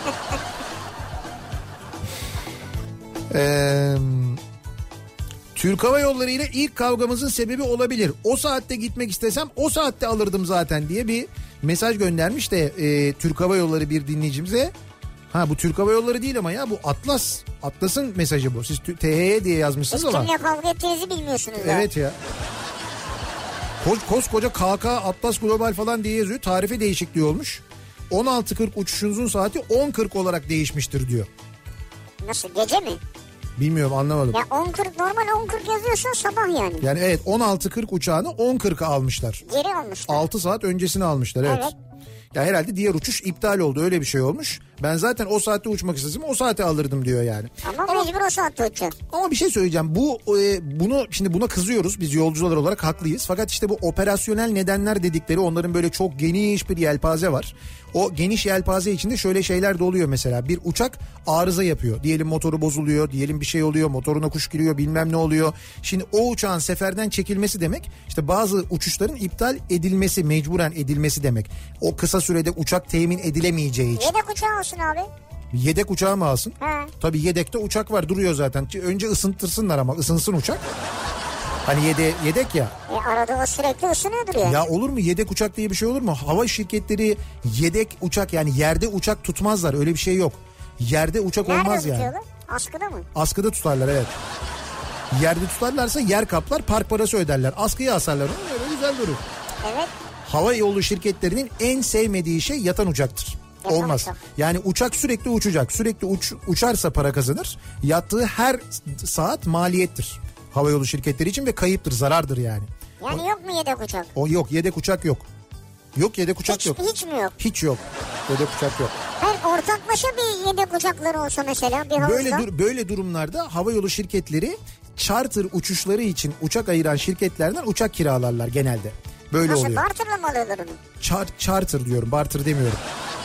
Ee, Türk Hava Yolları ile ilk kavgamızın sebebi olabilir. O saatte gitmek istesem o saatte alırdım zaten diye bir mesaj göndermiş de e, Türk Hava Yolları bir dinleyicimize. Ha bu Türk Hava Yolları değil ama ya bu Atlas. Atlas'ın mesajı bu. Siz T H Y diye yazmışsınız Siz ama. kimle kavga ettiğinizi bilmiyorsunuz ya. Evet ya. Kos, koskoca K K Atlas Global falan diye yazıyor. Tarife değişikliği olmuş. on altı kırk uçuşunuzun saati on kırk olarak değişmiştir diyor. Nasıl, gece mi? Bilmiyorum, anlamadım. Ya on kırk normal, on kırk yazıyorsa sabah yani. Yani evet, on altı kırk uçağını on kırka almışlar. Geri almışlar. altı saat öncesini almışlar, evet. Evet. Ya herhalde diğer uçuş iptal oldu, öyle bir şey olmuş. Ben zaten o saatte uçmak istesem o saate alırdım diyor yani. Ama, ama mecbur o saatte uçacaksın. Ama bir şey söyleyeceğim. Bu e, bunu şimdi buna kızıyoruz. Biz yolcular olarak haklıyız. Fakat işte bu operasyonel nedenler dedikleri, onların böyle çok geniş bir yelpaze var. O geniş yelpaze içinde şöyle şeyler de oluyor mesela. Bir uçak arıza yapıyor. Diyelim motoru bozuluyor, diyelim bir şey oluyor, motoruna kuş giriyor, bilmem ne oluyor. Şimdi o uçağın seferden çekilmesi demek, işte bazı uçuşların iptal edilmesi, mecburen edilmesi demek. O kısa sürede uçak temin edilemeyeceği için. Yedek uçağı olsun abi. Yedek uçağı mı alsın? He. Tabii yedekte uçak var, duruyor zaten. Önce ısıntırsınlar ama, ısınsın uçak. Hani yede, yedek ya. E arada o sürekli ısınıyordur ya. Ya olur mu, yedek uçak diye bir şey olur mu? Hava şirketleri yedek uçak, yani yerde uçak tutmazlar, öyle bir şey yok. Yerde uçak Nerede olmaz yani. tutuyorlar? Askıda mı? Askıda tutarlar, evet. Yerde tutarlarsa yer kaplar, park parası öderler. Askıya asarlar onu, öyle güzel durur. Evet. Hava yolu şirketlerinin en sevmediği şey yatan uçaktır. Yatan Olmaz. uçak. Yani uçak sürekli uçacak. Sürekli uç, uçarsa para kazanır. Yattığı her saat maliyettir. Havayolu şirketleri için ve kayıptır, zarardır yani. Yani o, yok mu yedek uçak? O yok, yedek uçak yok. Yok, yedek uçak Hiç, yok. hiç mi yok? Hiç yok. Yedek uçak yok. Hayır, ortaklaşa bir yedek uçakları olsa mesela bir havuzda. Böyle dur, böyle durumlarda havayolu şirketleri charter uçuşları için uçak ayıran şirketlerden uçak kiralarlar genelde. Böyle Nasıl, oluyor. barterla mı alıyorlar onu? Char, charter diyorum, barter demiyorum.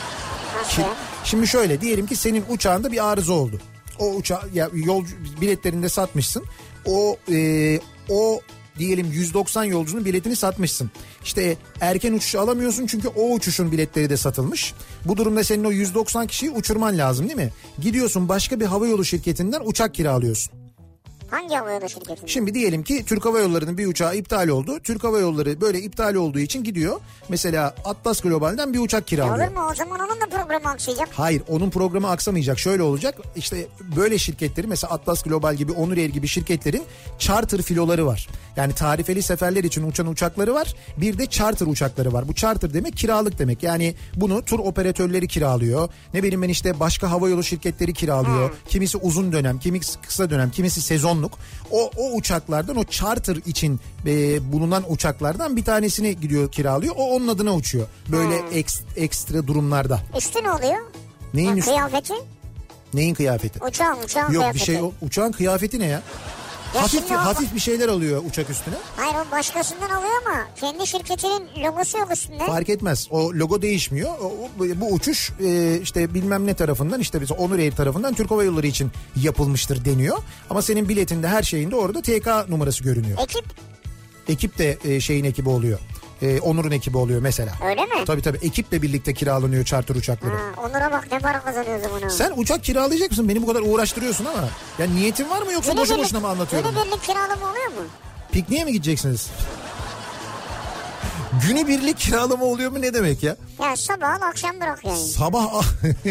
Nasıl ya? Şimdi şöyle diyelim ki senin uçağında bir arıza oldu. O uçağı, ya yolcu biletlerini de satmışsın. O e, o diyelim yüz doksan yolcunun biletini satmışsın. İşte erken uçuşu alamıyorsun çünkü o uçuşun biletleri de satılmış. Bu durumda senin o yüz doksan kişiyi uçurman lazım, değil mi? Gidiyorsun başka bir havayolu şirketinden uçak kiralıyorsun. Hangi havayolu şirketi? Şimdi diyelim ki Türk Hava Yolları'nın bir uçağı iptal oldu. Türk Hava Yolları böyle iptal olduğu için gidiyor. Mesela Atlas Global'den bir uçak kiralıyor. Olur mu? O zaman onun da programı aksayacak. Hayır, onun programı aksamayacak. Şöyle olacak, işte böyle şirketleri, mesela Atlas Global gibi, Onur Air gibi şirketlerin charter filoları var. Yani tarifeli seferler için uçan uçakları var. Bir de charter uçakları var. Bu charter demek kiralık demek. Yani bunu tur operatörleri kiralıyor. Ne bileyim ben, işte başka havayolu şirketleri kiralıyor. Hmm. Kimisi uzun dönem, kimisi kısa dönem, kimisi sezonluk. O, o uçaklardan, o charter için e, bulunan uçaklardan bir tanesini gidiyor kiralıyor. O onun adına uçuyor. Böyle hmm. ek, ekstra durumlarda. Üstü ne oluyor? Neyin ha, üstü? Kıyafeti? Neyin kıyafeti? Uçağın, uçağın Yok, kıyafeti. bir şey, o, uçağın kıyafeti ne ya? Ya hafif o... hafif bir şeyler alıyor uçak üstüne. Hayır, o başkasından alıyor ama kendi şirketinin logosu yok üstünde. Fark etmez. O logo değişmiyor. O, o, bu uçuş e, işte bilmem ne tarafından, işte mesela Onur Air tarafından Türk Hava Yolları için yapılmıştır deniyor. Ama senin biletinde, her şeyinde orada T K numarası görünüyor. Ekip? Ekip de e, şeyin ekibi oluyor. E, Onur'un ekibi oluyor mesela. Öyle mi? Tabii tabii, ekiple birlikte kiralanıyor charter uçakları. Ha, Onur'a bak, ne para kazanıyor o zaman. Sen uçak kiralayacak mısın? Beni bu kadar uğraştırıyorsun ama. Ya niyetin var mı, yoksa Günü boşu birlik, boşuna mı anlatıyorum? Günübirlik kiralama oluyor mu? Pikniğe mi gideceksiniz? Günübirlik kiralama oluyor mu, ne demek ya? Ya sabah al, akşam bırak yani. Sabah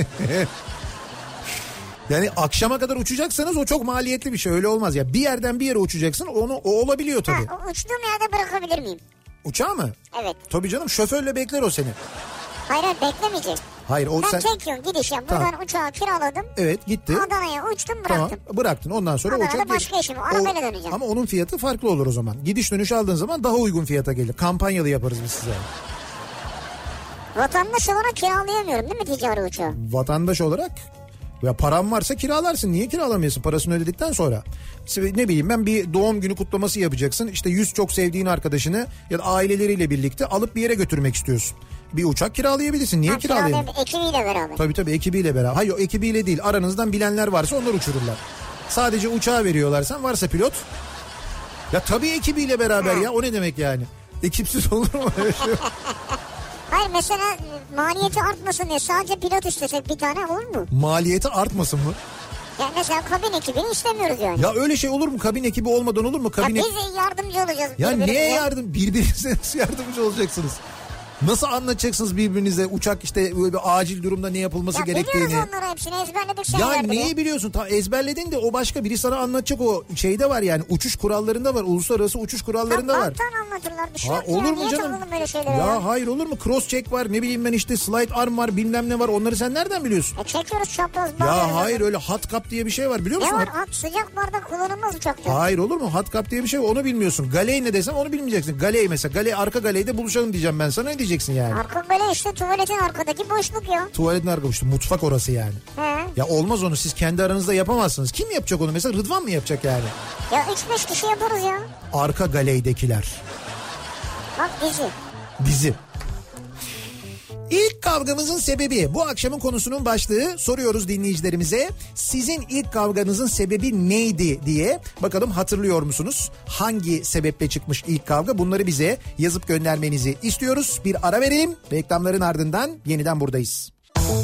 yani akşama kadar uçacaksanız o çok maliyetli bir şey, öyle olmaz ya. Bir yerden bir yere uçacaksın, onu o olabiliyor tabii. Ha, uçtuğum yerde bırakabilir miyim? Uçağı mı? Evet. Tabii canım, şoförle bekler o seni. Hayır hayır, beklemeyecek. Hayır o ben sen... tek yön gidiş ya. Buradan Tamam. uçağı kiraladım. Evet, gitti. Adana'ya uçtum, bıraktım. Tamam, bıraktın, ondan sonra Adana'da uçak... başka işim var, arabayla o... döneceğim. Ama onun fiyatı farklı olur o zaman. Gidiş dönüş aldığın zaman daha uygun fiyata gelir. Kampanyalı yaparız biz size. Vatandaş olarak kiralayamıyorum değil mi ticari uçağı? Vatandaş olarak... Ya paran varsa kiralarsın. Niye kiralamıyorsun parasını ödedikten sonra? Ne bileyim ben, bir doğum günü kutlaması yapacaksın. İşte yüz çok sevdiğin arkadaşını ya da aileleriyle birlikte alıp bir yere götürmek istiyorsun. Bir uçak kiralayabilirsin. Niye ha, kiralayayım? Ekibiyle beraber. Tabii tabii, ekibiyle beraber. Hayır, o ekibiyle değil. Aranızdan bilenler varsa onlar uçururlar. Sadece uçağı veriyorlar, sen varsa pilot. Ya tabii ekibiyle beraber ha. Ya o ne demek yani? Ekipsiz olur mu öyle şey? Hayır, mesela maliyeti artmasın diye sadece pilot istesek bir tane olur mu? Maliyeti artmasın mı? Yani mesela kabin ekibini istemiyoruz yani. Ya öyle şey olur mu? Kabin ekibi olmadan olur mu? Kabin ya biz yardımcı olacağız. Ya niye yardım? Birbirinize nasıl yardımcı olacaksınız? Nasıl anlatacaksınız birbirinize uçak işte böyle bir acil durumda ne yapılması ya gerektiğini? biliyoruz onları hepsini ezberledik Ya senelerde. neyi biliyorsun? Ta ezberledin de o başka biri sana anlatacak, o şeyde var yani, uçuş kurallarında var. Uluslararası uçuş kurallarında Tam var. alttan anlatırlar bir şey Ha, yok olur ya. mu Niye canım? takıldın böyle şeylere Ya, ya? hayır olur mu? Cross check var, ne bileyim ben işte slide arm var, bilmem ne var. Onları sen nereden biliyorsun? E çekiyoruz çapraz bağlıyoruz. Ya hayır, öyle hot cup diye bir şey var, biliyor musun? Ne var? At sıcak bardak kullanılmaz uçakta. Hayır olur mu? Hot cup diye bir şey var, onu bilmiyorsun. Galey ne desem onu bilmeyeceksin. Galey mesela. Galey, arka galeyde buluşalım diyeceğim ben sana, ne diyeceksin yani? Arka böyle işte tuvaletin arkadaki boşluk ya. Tuvaletin arka boşluğu, mutfak orası yani. He. Ya olmaz, onu siz kendi aranızda yapamazsınız. Kim yapacak onu mesela? Rıdvan mı yapacak yani? Ya üç beş kişi yaparız ya. Arka galeydekiler. Bak dizi. Dizi. İlk kavgamızın sebebi, bu akşamın konusunun başlığı. Soruyoruz dinleyicilerimize, sizin ilk kavganızın sebebi neydi diye. Bakalım hatırlıyor musunuz? Hangi sebeple çıkmış ilk kavga? Bunları bize yazıp göndermenizi istiyoruz. Bir ara verelim. Reklamların ardından yeniden buradayız.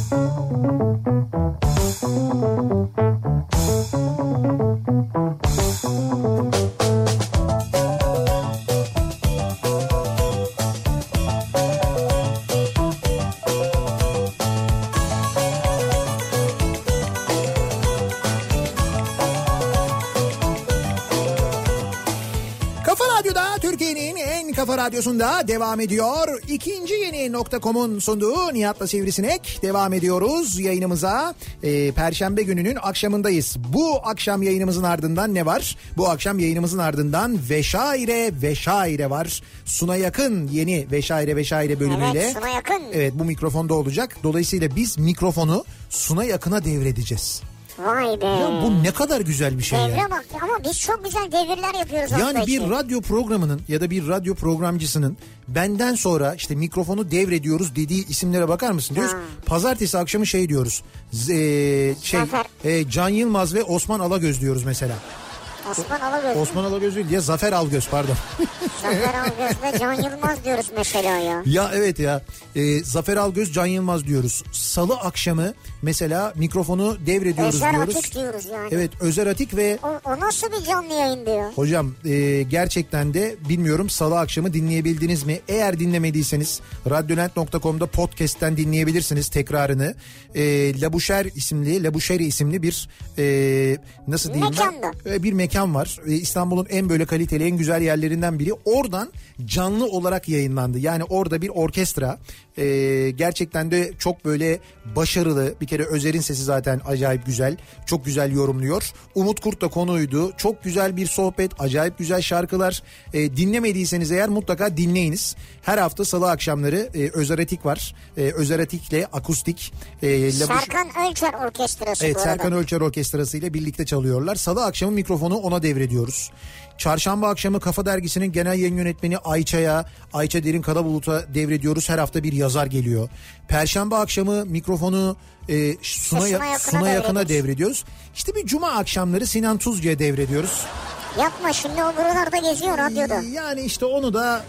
Kafa Radyosu'nda devam ediyor. İkinci yeni nokta com'un sunduğu Nihat'la Sivrisinek devam ediyoruz yayınımıza. Ee, Perşembe gününün akşamındayız. Bu akşam yayınımızın ardından ne var? Bu akşam yayınımızın ardından Veşaire Veşaire var. Suna Yakın yeni Veşaire Veşaire bölümüyle. Evet, Suna Yakın. Evet, bu mikrofonda olacak. Dolayısıyla biz mikrofonu Suna Yakın'a devredeceğiz. Vay be. Ya bu ne kadar güzel bir şey Devre ya. bak ama biz çok güzel devirler yapıyoruz. Yani bir için. radyo programının ya da bir radyo programcısının benden sonra işte mikrofonu devrediyoruz dediği isimlere bakar mısın? Diyoruz. Ha. Pazartesi akşamı şey diyoruz. Z- şey e, Can Yılmaz ve Osman Alagöz diyoruz mesela. Osman Alagöz. Osman Alagöz değil ya, Zafer Algöz pardon. Zafer Algöz ve Can Yılmaz diyoruz mesela ya. Ya evet ya. E, Zafer Algöz, Can Yılmaz diyoruz. Salı akşamı mesela mikrofonu devrediyoruz Özer diyoruz. Atik diyoruz yani. Evet, Özer Atik ve... O, o nasıl bir canlı yayın diyor. Hocam e, gerçekten de bilmiyorum, salı akşamı dinleyebildiniz mi? Eğer dinlemediyseniz radyolent nokta com'da podcast'ten dinleyebilirsiniz tekrarını. E, Labuşer isimli, Labuşeri isimli bir e, nasıl diyeyim Mekanda. ben? E, bir mekan var. E, İstanbul'un en böyle kaliteli, en güzel yerlerinden biri. Oradan canlı olarak yayınlandı. Yani orada bir orkestra e, gerçekten de çok böyle başarılı. Bir kere Özer'in sesi zaten acayip güzel. Çok güzel yorumluyor. Umut Kurt da konuydu. Çok güzel bir sohbet, acayip güzel şarkılar. E, dinlemediyseniz eğer mutlaka dinleyiniz. Her hafta salı akşamları e, Özer Atik var. E, Özer Atik'le akustik. E, Serkan Labuş... Ölçer Orkestrası evet, bu arada. Serkan Ölçer Orkestrası ile birlikte çalıyorlar. Salı akşamı mikrofonu ona devrediyoruz. Çarşamba akşamı Kafa Dergisi'nin genel yayın yönetmeni Ayça'ya, Ayça Derin Kadabulut'a devrediyoruz. Her hafta bir yazar geliyor. Perşembe akşamı mikrofonu e, Suna, Suna Yakın'a, Suna Yakın'a devrediyoruz. İşte bir cuma akşamları Sinan Tuzcu'ya devrediyoruz. Yapma, şimdi o buralarda geziyor radyoda. Yani işte onu da...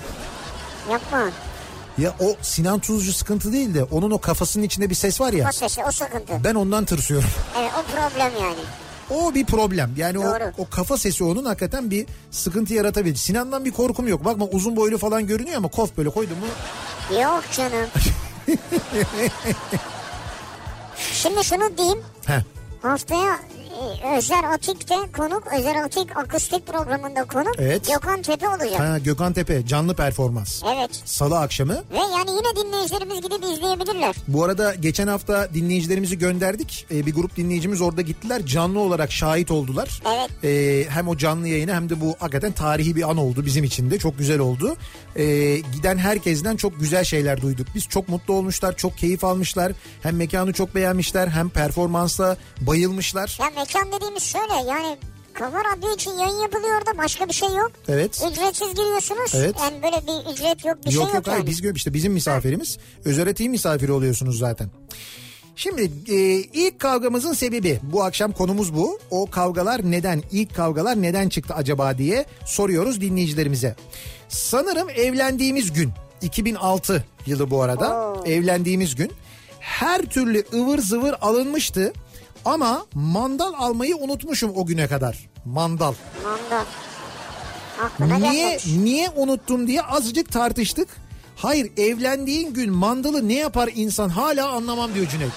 Yapma. Ya o Sinan Tuzcu sıkıntı değil de onun o kafasının içinde bir ses var ya. O sesi, o sıkıntı. Ben ondan tırsıyorum. Evet, o problem yani. O bir problem. Yani o, Doğru. o kafa sesi onun hakikaten bir sıkıntı yaratabilir. Sinan'dan bir korkum yok. Bakma uzun boylu falan görünüyor ama kof böyle koydum mu? Yok canım. Şimdi şunu diyeyim. Heh. Haftaya Özer Atik'te konuk, Özer Atik akustik programında konuk evet. Gökhan Tepe olacak. Ha, Gökhan Tepe canlı performans. Evet. Salı akşamı. Ve yani yine dinleyicilerimiz gidip izleyebilirler. Bu arada geçen hafta dinleyicilerimizi gönderdik. Ee, bir grup dinleyicimiz orada gittiler. Canlı olarak şahit oldular. Evet. Ee, hem o canlı yayını hem de bu hakikaten tarihi bir an oldu bizim için de. Çok güzel oldu. Ee, giden herkesten çok güzel şeyler duyduk. Biz çok mutlu olmuşlar, çok keyif almışlar. Hem mekanı çok beğenmişler, hem performansa bayılmışlar. Ya mekan dediğimiz şöyle yani... Kafa Radyo için yayın yapılıyor da başka bir şey yok. Evet. Ücretsiz giriyorsunuz. Evet. Yani böyle bir ücret yok, bir yok, şey yok. Yok yok yani. biz işte bizim misafirimiz. Özer Atik'in misafiri oluyorsunuz zaten. Şimdi e, ilk kavgamızın sebebi, bu akşam konumuz bu. O kavgalar neden, ilk kavgalar neden çıktı acaba diye soruyoruz dinleyicilerimize. Sanırım evlendiğimiz gün, iki bin altı yılı bu arada. Oo. Evlendiğimiz gün her türlü ıvır zıvır alınmıştı. Ama mandal almayı unutmuşum o güne kadar. Mandal. Mandal. Aklına niye gelmemiş. niye unuttum diye azıcık tartıştık. Hayır, evlendiğin gün mandalı ne yapar insan hala anlamam diyor Cüneyt.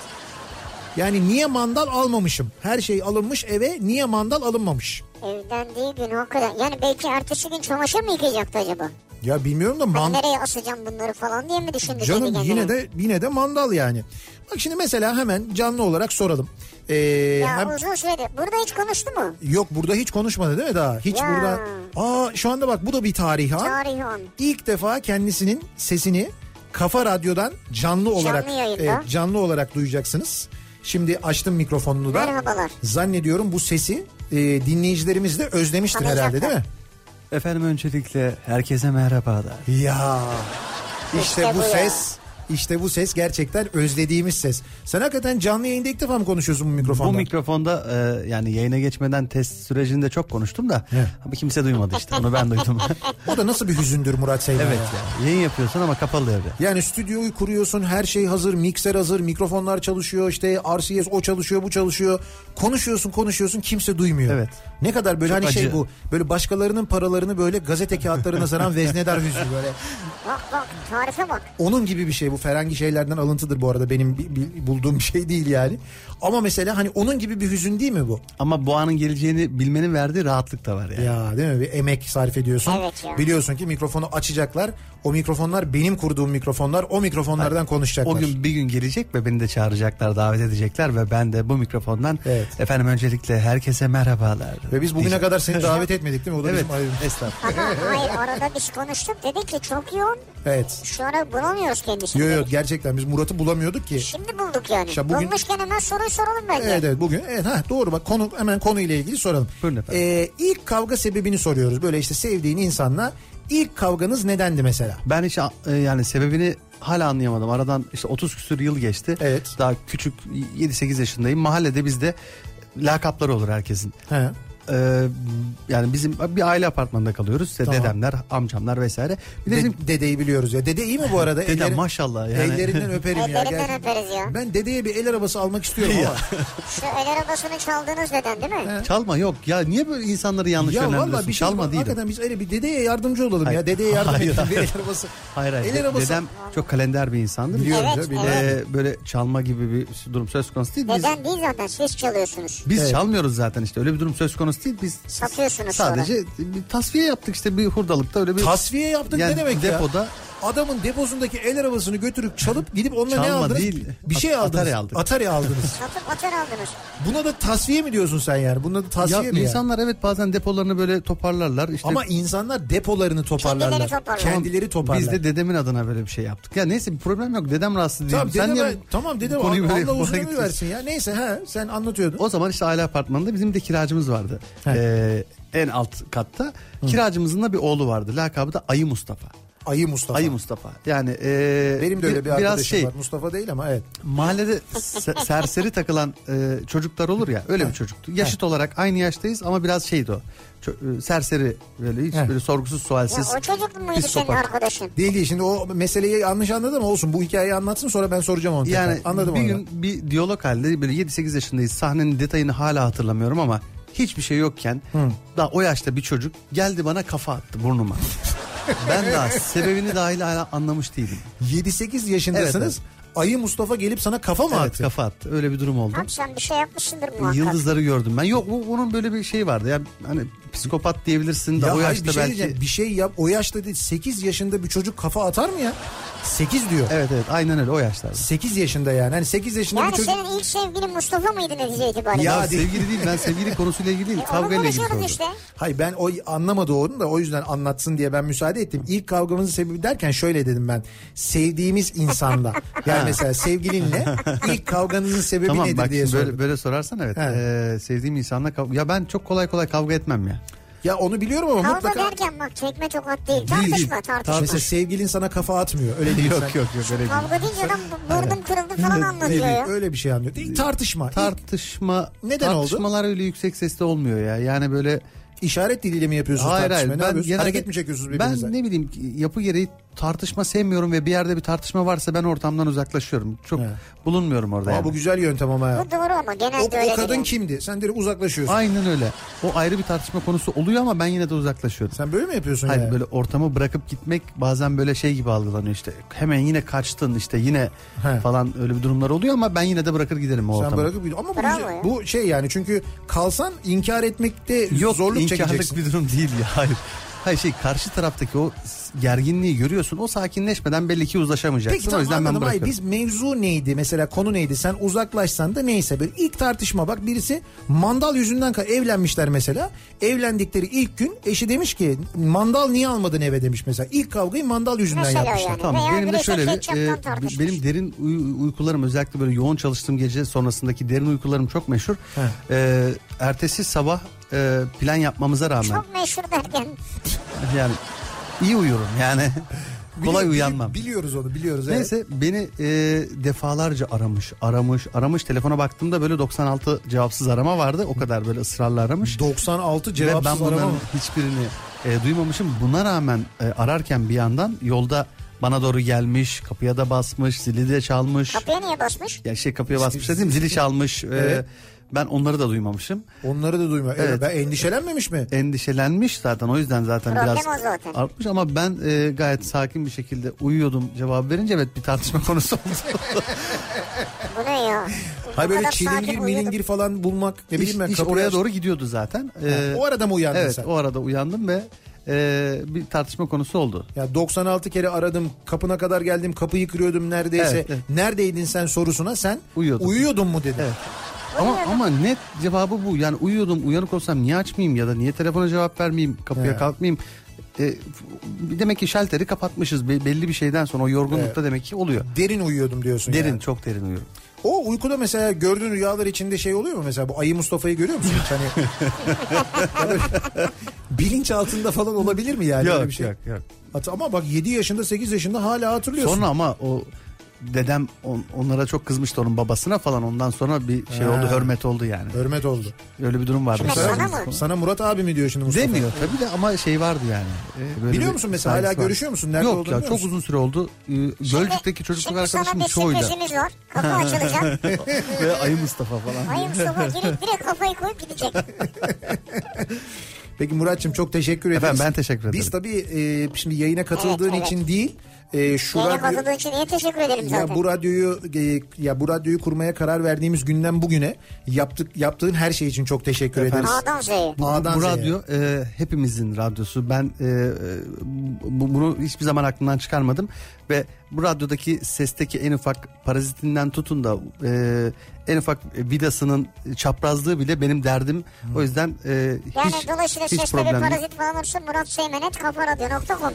Yani niye mandal almamışım? Her şey alınmış eve, niye mandal alınmamış? Evlendiği gün hakikaten. Yani belki ertesi gün çamaşır mı yıkayacaktı acaba? Ya bilmiyorum da Hani man... nereye asacağım bunları falan diye mi düşündü? Canım yine de yine de mandal yani. Bak şimdi mesela hemen canlı olarak soralım. Ee, ya hem... uzun süredir. Burada hiç konuştu mu? Yok, burada hiç konuşmadı değil mi daha? Hiç ya. burada. Aa, şu anda bak bu da bir tarih an. Tarih an. İlk defa kendisinin sesini Kafa Radyo'dan canlı olarak canlı, e, canlı olarak duyacaksınız. Şimdi açtım mikrofonunu da. Merhabalar. Zannediyorum bu sesi e, dinleyicilerimiz de özlemiştir herhalde, değil mi? Efendim öncelikle herkese merhabalar. Ya işte, İşte bu, bu ses işte bu ses gerçekten özlediğimiz ses. Sen hakikaten canlı yayında ilk defa mı konuşuyorsun bu mikrofonda? Bu mikrofonda e, yani yayına geçmeden test sürecinde çok konuştum da He. ama kimse duymadı işte, onu ben duydum. O da nasıl bir hüzündür Murat Seymen Evet ya. ya, yayın yapıyorsun ama kapalı evde. Yani stüdyoyu kuruyorsun, her şey hazır, mikser hazır, mikrofonlar çalışıyor, işte R C S o çalışıyor, bu çalışıyor. Konuşuyorsun konuşuyorsun, kimse duymuyor. Evet. Ne kadar böyle Çok hani şey acı. bu, böyle başkalarının paralarını böyle gazete kağıtlarına saran veznedar hüznü böyle. Bak bak tarife bak. Onun gibi bir şey bu, Ferengi şeylerden alıntıdır bu arada, benim bi- bi- bulduğum bir şey değil yani. Ama mesela hani onun gibi bir hüzün değil mi bu? Ama bu anın geleceğini bilmenin verdiği rahatlık da var yani. Ya değil mi? Bir emek sarf ediyorsun. Evet ya. Biliyorsun ki mikrofonu açacaklar. O mikrofonlar benim kurduğum mikrofonlar. O mikrofonlardan konuşacaklar. O gün bir gün gelecek ve beni de çağıracaklar, davet edecekler ve ben de bu mikrofondan Evet. efendim öncelikle herkese merhabalar. Ve biz bugüne kadar seni davet etmedik değil mi? O da Evet, bizim ayıbımız. estağfurullah. Ama hayır, arada biz konuştuk, dedik ki çok yoğun. Evet. Şu ara bulamıyoruz kendisini. Yok yok, dedik. gerçekten biz Murat'ı bulamıyorduk ki. Şimdi bulduk yani. İşte bugün- Bulmuşken hemen soruyu soralım bence. Evet evet bugün evet ha doğru, bak konu, hemen konuyla ilgili soralım. Buyurun efendim. Ee, ilk kavga sebebini soruyoruz. Böyle işte sevdiğin insanla ilk kavganız nedendi mesela? Ben hiç e, yani sebebini hala anlayamadım. Aradan işte otuz küsur yıl geçti. Evet. Daha küçük yedi sekiz yaşındayım. Mahallede bizde lakapları olur herkesin. He. Ee, yani bizim bir aile apartmanında kalıyoruz. İşte Tamam. dedemler, amcamlar vesaire. Bir de De- bizim dedeyi biliyoruz ya. Dede iyi mi bu arada? dedem Elleri- maşallah yani. Ellerinden öperim ya. Ellerinden Gerçekten. öperiz ya. Ben dedeye bir el arabası almak istiyorum ama. Şu el arabasını çaldığınız neden değil mi? Çalma yok. Ya niye böyle insanları yanlış Ya yönlendiriyorsun? valla bir şey Çalma bak, değil. hakikaten biz öyle bir dedeye yardımcı olalım Hayır. ya. Dedeye yardım Hayır, edelim bir el hayır. arabası. Hayır hayır. El arabası. Dedem çok kalender bir insandır. Biliyorum Evet, ya, biliyorum. Ee, böyle çalma gibi bir durum söz konusu değil. Biz, Neden değil zaten, siz çalıyorsunuz. biz Evet. çalmıyoruz zaten işte. Öyle bir durum söz konusu değil. Biz Satıyorsunuz sadece sonra. bir tasfiye yaptık işte bir hurdalıkta öyle bir Tasfiye yaptık yani ne demek depoda ya? Adamın deposundaki el arabasını götürüp çalıp gidip onunla ne Çalma aldınız? değil. Bir şey At- aldınız. Atari aldık. Atari aldınız. Satıp atar aldınız. Buna da tasfiye mi diyorsun sen yani? Buna da tasfiye ya mi insanlar evet bazen depolarını böyle toparlarlar. İşte Ama insanlar depolarını toparlarlar. Kendileri toparlar. Kendileri toparlar. biz de dedemin adına böyle bir şey yaptık. Ya neyse bir problem yok. Dedem rahatsız değil. Tamam dedem, niye tamam dedem bu konuyu böyle Allah uzun buraya ömür getiriyorsun? versin ya. Neyse ha sen anlatıyordun. O zaman işte aile apartmanında bizim de kiracımız vardı. He. Ee, en alt katta. Kiracımızın da bir oğlu vardı. Lakabı da Ayı Mustafa. Ayı Mustafa. Ayı Mustafa. Yani e, Benim de öyle bir biraz arkadaşım şey, var. Mustafa değil ama evet. mahallede se- serseri takılan e, çocuklar olur ya, öyle bir çocuktu. Yaşıt olarak aynı yaştayız ama biraz şeydi o. Ço- e, serseri böyle hiç He. böyle sorgusuz Ya sualsiz. o çocuk muydu senin psikopat. arkadaşın? Değil değil, şimdi o meseleyi yanlış anladı ama olsun, bu hikayeyi anlatsın sonra ben soracağım onu tekrar. Yani Anladım bir onu. gün bir diyalog halinde böyle yedi sekiz yaşındayız. Sahnenin detayını hala hatırlamıyorum ama hiçbir şey yokken daha o yaşta bir çocuk geldi bana kafa attı burnuma. Ben daha sebebini dahil hala anlamış değilim. yedi sekiz yaşındasınız. Evet, Ayı Mustafa gelip sana kafa mı Evet attı? kafa attı. Öyle bir durum oldu. Abi sen bir şey yapmışsındır muhakkak. Yıldızları gördüm ben. Yok bu onun böyle bir şey vardı. Yani hani psikopat diyebilirsin de Ya o hayır, yaşta bir şey belki. diyeceğim. Bir şey yap. O yaşta değil, sekiz yaşında bir çocuk kafa atar mı ya? sekiz diyor. Evet evet aynen öyle o yaşlarda. sekiz yaşında yani. Hani sekiz yaşında Yani bir çocuk. senin ilk sevgilin Mustafa mıydı netice itibariyle? Ya Ya değil. sevgili değil, ben sevgili konusuyla ilgili değil, E, onu kavgayla ilgili konuşuyoruz sordum. işte. Hayır, ben o anlamadı onu da o yüzden anlatsın diye ben müsaade ettim. İlk kavgamızın sebebi derken şöyle dedim ben. Sevdiğimiz insanla. Yani mesela sevgilinle ilk kavganızın sebebi Tamam nedir bak diye şimdi sordum. böyle, böyle sorarsan evet. He. Ee, sevdiğim insanla kav- ya ben çok kolay kolay kavga etmem ya. Ya onu biliyorum ama Kavga mutlaka. derken bak çekme tokat değil. Değil, Tartışma değil. tartışma. Mesela sevgilin sana kafa atmıyor. Öyle değil. Yok sen- yok yok öyle değil. Kavga deyince adam burnum kırıldı falan Değil, anlatıyor değil, ya. öyle bir şey anlıyor. Değil, tartışma. İlk Tartışma Neden oldu? tartışmalar öyle yüksek sesle olmuyor ya. Yani böyle işaret diliyle mi yapıyorsunuz hayır tartışmayı? hayır Ne ben yapıyorsunuz? genelde- Hareket mi çekiyorsunuz birbirinize? Ben ne bileyim yapı gereği tartışma sevmiyorum ve bir yerde bir tartışma varsa ben ortamdan uzaklaşıyorum. Çok He. bulunmuyorum orada. Aa, yani. bu güzel yöntem ama ya. Bu doğru ama genelde O, öyle o kadın değil. kimdi? Sen direkt uzaklaşıyorsun. Aynen öyle. O ayrı bir tartışma konusu oluyor ama ben yine de uzaklaşıyorum. Sen böyle mi yapıyorsun Hayır, ya? böyle ortamı bırakıp gitmek bazen böyle şey gibi algılanıyor işte. Hemen yine kaçtın işte yine He. falan öyle bir durumlar oluyor ama ben yine de bırakır giderim o Sen ortamı. bırakıp gidiyorsun. Ama bu, Bravo güzel- ya. bu şey yani çünkü kalsan inkar etmekte Yok, zorluk inkarlık çekeceksin. bir durum değil ya. Hayır. Hayır şey karşı taraftaki o gerginliği görüyorsun. O sakinleşmeden belli ki uzlaşamayacaksın. Peki o tamam, yüzden ben anladım. Hayır, bırakıyorum. biz mevzu neydi mesela, konu neydi, sen uzaklaşsan da neyse, böyle ilk tartışma, bak birisi mandal yüzünden ka- evlenmişler mesela, evlendikleri ilk gün eşi demiş ki mandal niye almadın eve demiş mesela, ilk kavgayı mandal yüzünden Mesela yapmışlar. yani. Tamam, Veya benim de birisi şöyle bir ketçaptan e, tartışmış. benim derin uy- uykularım, özellikle böyle yoğun çalıştığım gece sonrasındaki derin uykularım çok meşhur. He. E, ertesi sabah e, plan yapmamıza rağmen Çok meşhur derken. yani iyi uyurum yani. Kolay Bili- uyanmam. bili- Biliyoruz onu, biliyoruz. Evet. Neyse beni e, defalarca aramış, aramış, aramış. Telefona baktığımda böyle doksan altı cevapsız arama vardı. O kadar böyle ısrarla aramış. doksan altı Ve cevapsız ben bunların arama mı? hiçbirini e, duymamışım. Buna rağmen e, ararken bir yandan yolda bana doğru gelmiş, kapıya da basmış, zili de çalmış. Kapıya niye basmış? Ya şey kapıya basmış dedim, zili çalmış. E, Evet. ben onları da duymamışım. Onları da duyma. Evet. Evet. Ben endişelenmemiş mi? Endişelenmiş zaten, o yüzden zaten Problem biraz o zaten. artmış ama ben e, gayet sakin bir şekilde uyuyordum cevap verince, evet bir tartışma konusu oldu. Bu ne ya? Hayır, Bu böyle kadar sakin çilingir uyudum. milingir falan bulmak, ne İş, bileyim ben. iş kapıyı oraya aç- doğru gidiyordu zaten. E, O arada mı uyandın evet sen? o arada uyandım ve e, bir tartışma konusu oldu. Ya doksan altı kere aradım, kapına kadar geldim, kapıyı kırıyordum neredeyse. Evet, evet. Neredeydin sen sorusuna sen Uyuyordum. uyuyordun mu dedi. Evet. Ama ama net cevabı bu. Yani uyuyordum, uyanık olsam niye açmayayım ya da niye telefona cevap vermeyeyim, kapıya He. kalkmayayım. E, demek ki şalteri kapatmışız. Be- belli bir şeyden sonra o yorgunlukta Evet. demek ki oluyor. Derin uyuyordum diyorsun Derin, yani. çok derin uyuyorum. O uykuda mesela gördüğün rüyalar içinde şey oluyor mu mesela, bu Ayı Mustafa'yı görüyor musun hiç? Hani Ya böyle bilinç altında falan olabilir mi yani öyle bir şey? yok, yok. At- Ama bak yedi yaşında sekiz yaşında hala hatırlıyorsun. Sonra ama o dedem on- onlara çok kızmıştı, onun babasına falan, ondan sonra bir şey Ha. oldu, hürmet oldu yani. Hürmet oldu. Öyle bir durum vardı. Kime, Sana, sana mı? sana Murat abi mi diyor şimdi Mustafa? Demiyor tabii de ama şey vardı yani. E, böyle Biliyor bir musun mesela, hala saygısı vardı. görüşüyor musun? Nerede Yok olduğunu ya, biliyor çok musun? uzun süre oldu. Ee, Gölcük'teki çocukluk Şimdi arkadaşım sana bir çoğuyla. sürprizimiz var. Kapı açılacak. Ve Ayı Mustafa falan. Ay Mustafa direkt, direkt kafayı koyup gidecek. Peki Muratçım, çok teşekkür ederiz. Efendim, ben teşekkür ederim. Biz tabii e, şimdi yayına katıldığın Evet, evet. için değil, e, şu Yayına radyo, katıldığın için niye teşekkür ederim zaten. ya bu radyoyu e, ya bu radyoyu kurmaya karar verdiğimiz günden bugüne yaptık yaptığın her şey için çok teşekkür Efendim? ederiz. A'dan Z'ye. Bu, A'dan bu Z'ye. radyo e, hepimizin radyosu. Ben e, e, bu- bunu hiçbir zaman aklımdan çıkarmadım. Ve bu radyodaki sesteki en ufak parazitinden tutun da e, en ufak vidasının çaprazlığı bile benim derdim. O yüzden e, Yani hiç, dolayısıyla hiç sesle bir problem yok. parazit falan olursa Murat Seymenet kafaradyo nokta com.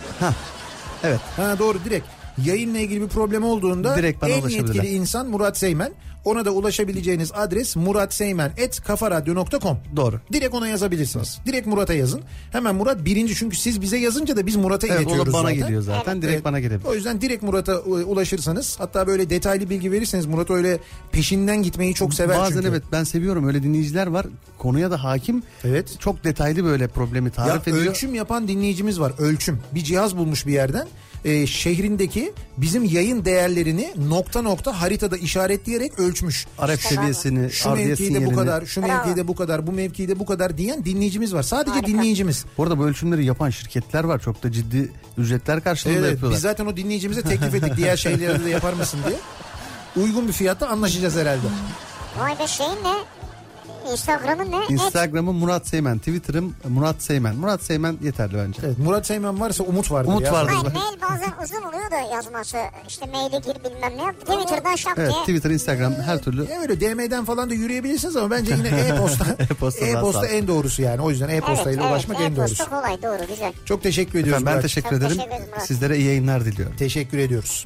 Evet. Ha, doğru, direkt yayınla ilgili bir problem olduğunda Direkt bana en ulaşabilirler. yetkili insan Murat Seymen. Ona da ulaşabileceğiniz adres muratseymen at kafaradyo nokta com. Doğru. Direkt ona yazabilirsiniz. Direkt Murat'a yazın. Hemen Murat birinci, çünkü siz bize yazınca da biz Murat'a Evet, o iletiyoruz da bana zaten. geliyor zaten. Evet. Direkt Evet. bana gelebilir. O yüzden direkt Murat'a e, ulaşırsanız, hatta böyle detaylı bilgi verirseniz, Murat öyle peşinden gitmeyi çok sever Bazen çünkü. evet ben seviyorum, öyle dinleyiciler var. Konuya da hakim. Evet. Çok detaylı böyle problemi Ya tarif ediyor. ölçüm yapan dinleyicimiz var. Ölçüm. Bir cihaz bulmuş bir yerden. Ee, şehrindeki bizim yayın değerlerini nokta nokta haritada işaretleyerek ölçmüş. Arap seviyesini, Şu ardiyet mevkide bu sinyalini. kadar, şu Bravo. mevkide bu kadar, bu mevkide bu kadar diyen dinleyicimiz var. Sadece Harika. dinleyicimiz. Bu arada bu ölçümleri yapan şirketler var. Çok da ciddi ücretler karşılığında Evet, yapıyorlar. biz zaten o dinleyicimize teklif ettik diğer şeyleri de yapar mısın diye. Uygun bir fiyatta anlaşacağız herhalde. Vay be, şeyin ne? Instagram'ın ne? Et. Instagram'ım Murat Seymen, Twitter'ım Murat Seymen. Murat Seymen yeterli bence. Evet, Murat Seymen varsa umut vardır. Umut ya. vardır. Hayır, mail bazen uzun oluyor da yazması. İşte maile gir bilmem ne yap. Twitter'dan şap Evet, diye. Twitter, Instagram her türlü. Ya öyle D M'den falan da yürüyebilirsiniz ama bence yine e-posta. E-posta daha e-posta sağlıklı. en doğrusu yani. O yüzden e-postayla evet, ulaşmak evet, en doğrusu. E-posta kolay, doğru, güzel. Çok teşekkür ediyoruz. Efendim, ben Murat. teşekkür Çok ederim. teşekkür ederim Murat. Sizlere iyi yayınlar diliyorum. Teşekkür ediyoruz.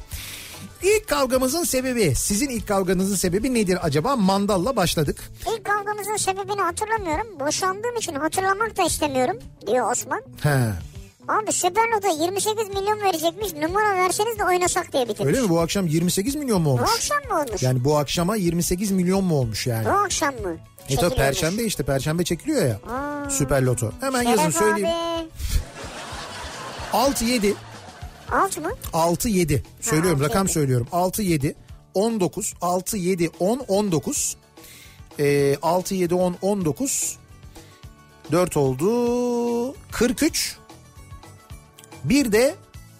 İlk kavgamızın sebebi, sizin ilk kavganızın sebebi nedir acaba? Mandalla başladık. İlk kavgamızın sebebini hatırlamıyorum. Boşandığım için hatırlamak da istemiyorum diyor Osman. He. Abi Süperlo'da yirmi sekiz milyon verecekmiş, numara verseniz de oynasak diye bitirmiş. Öyle mi? Bu akşam yirmi sekiz milyon mu Bu olmuş? akşam mı olmuş? Yani bu akşama yirmi sekiz milyon mu olmuş yani? Bu akşam mı? E tabi Çekiliyormuş. perşembe işte, perşembe çekiliyor ya. Aa. Süper Loto. Hemen Şeref yazın söyleyeyim. abi. altı yedi Alt mı? altı yedi. Söylüyorum Ha, rakam yedi. söylüyorum. altı yedi on dokuz altı yedi on on dokuz ee, altı yedi on on dokuz dört oldu. kırk üç bir de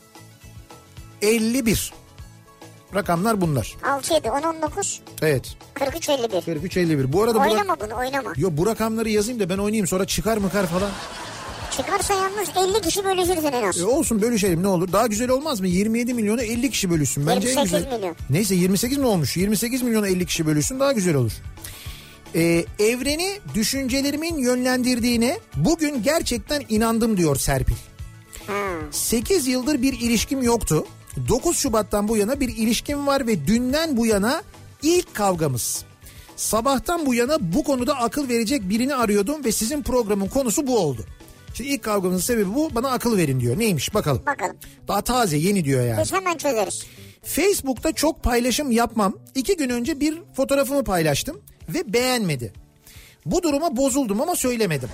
elli bir. Rakamlar bunlar. altı yedi on on dokuz Evet. kırk üç elli bir. kırk üç elli bir. Bu arada bu, Oynama bunu oynama. yo, bu rakamları yazayım da ben oynayayım, sonra çıkar mıkar falan. Çıkarsa yalnız elli kişi bölüşürsün en az. E olsun, bölüşelim ne olur. Daha güzel olmaz mı? yirmi yedi milyonu elli kişi bölüşsün. Bence yirmi sekiz en güzel. milyon. Neyse yirmi sekiz mi olmuş? yirmi sekiz milyonu elli kişi bölüşsün, daha güzel olur. Ee, evreni düşüncelerimin yönlendirdiğine bugün gerçekten inandım diyor Serpil. Ha. sekiz yıldır bir ilişkim yoktu. dokuz Şubat'tan bu yana bir ilişkim var ve dünden bu yana ilk kavgamız. Sabahtan bu yana bu konuda akıl verecek birini arıyordum ve sizin programın konusu bu oldu. Şimdi ilk kavgamızın sebebi bu. Bana akıl verin diyor. Neymiş bakalım. Bakalım. Daha taze, yeni diyor yani. Biz hemen çözeriz. Facebook'ta çok paylaşım yapmam. İki gün önce bir fotoğrafımı paylaştım ve beğenmedi. Bu duruma bozuldum ama söylemedim.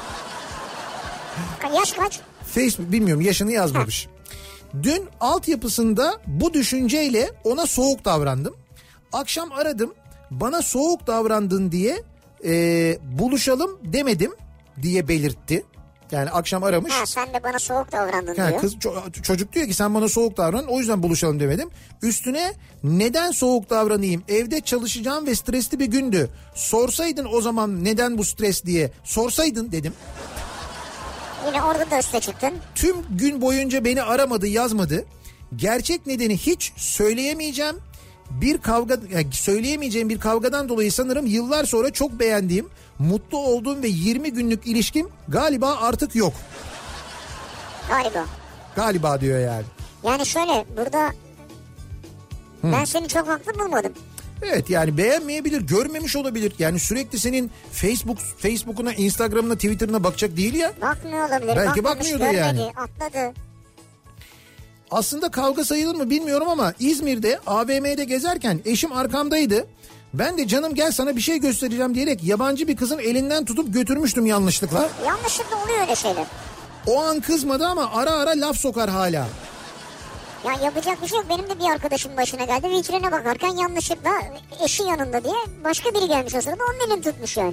Yaş kaç? Facebook bilmiyorum, yaşını yazmamış. Dün altyapısında bu düşünceyle ona soğuk davrandım. Akşam aradım. Bana soğuk davrandın diye e, buluşalım demedim diye belirtti. Yani akşam aramış. Ha, sen de bana soğuk davrandın Ha, diyor. kız ço- çocuk diyor ki sen bana soğuk davran, o yüzden buluşalım demedim. Üstüne neden soğuk davranayım? Evde çalışacağım ve stresli bir gündü. Sorsaydın o zaman neden bu stres diye. Sorsaydın dedim. Yine orada da üste çıktın. Tüm gün boyunca beni aramadı, yazmadı. Gerçek nedeni hiç söyleyemeyeceğim. Bir kavga, yani söyleyemeyeceğim bir kavgadan dolayı sanırım yıllar sonra çok beğendiğim, mutlu olduğum ve yirmi günlük ilişkim galiba artık yok. Galiba. Galiba diyor yani. Yani şöyle burada ben seni çok haklı bulmadım. Evet, yani beğenmeyebilir, görmemiş olabilir. Yani sürekli senin Facebook Facebook'una, Instagram'ına, Twitter'ına bakacak değil ya. Bakmıyor olabilir. Belki bakmamış, bakmıyordu görmedi, yani. atladı. Aslında kavga sayılır mı bilmiyorum ama İzmir'de A V M'de gezerken eşim arkamdaydı. Ben de canım gel sana bir şey göstereceğim diyerek yabancı bir kızın elinden tutup götürmüştüm yanlışlıkla. Yanlışlıkla oluyor öyle şeyler. O an kızmadı ama ara ara laf sokar hala. Ya yapacak bir şey yok. Benim de bir arkadaşım başına geldi. Vitrine bakarken yanlışlıkla eşi yanında diye başka biri gelmiş o sırada. Onun elini tutmuş yani.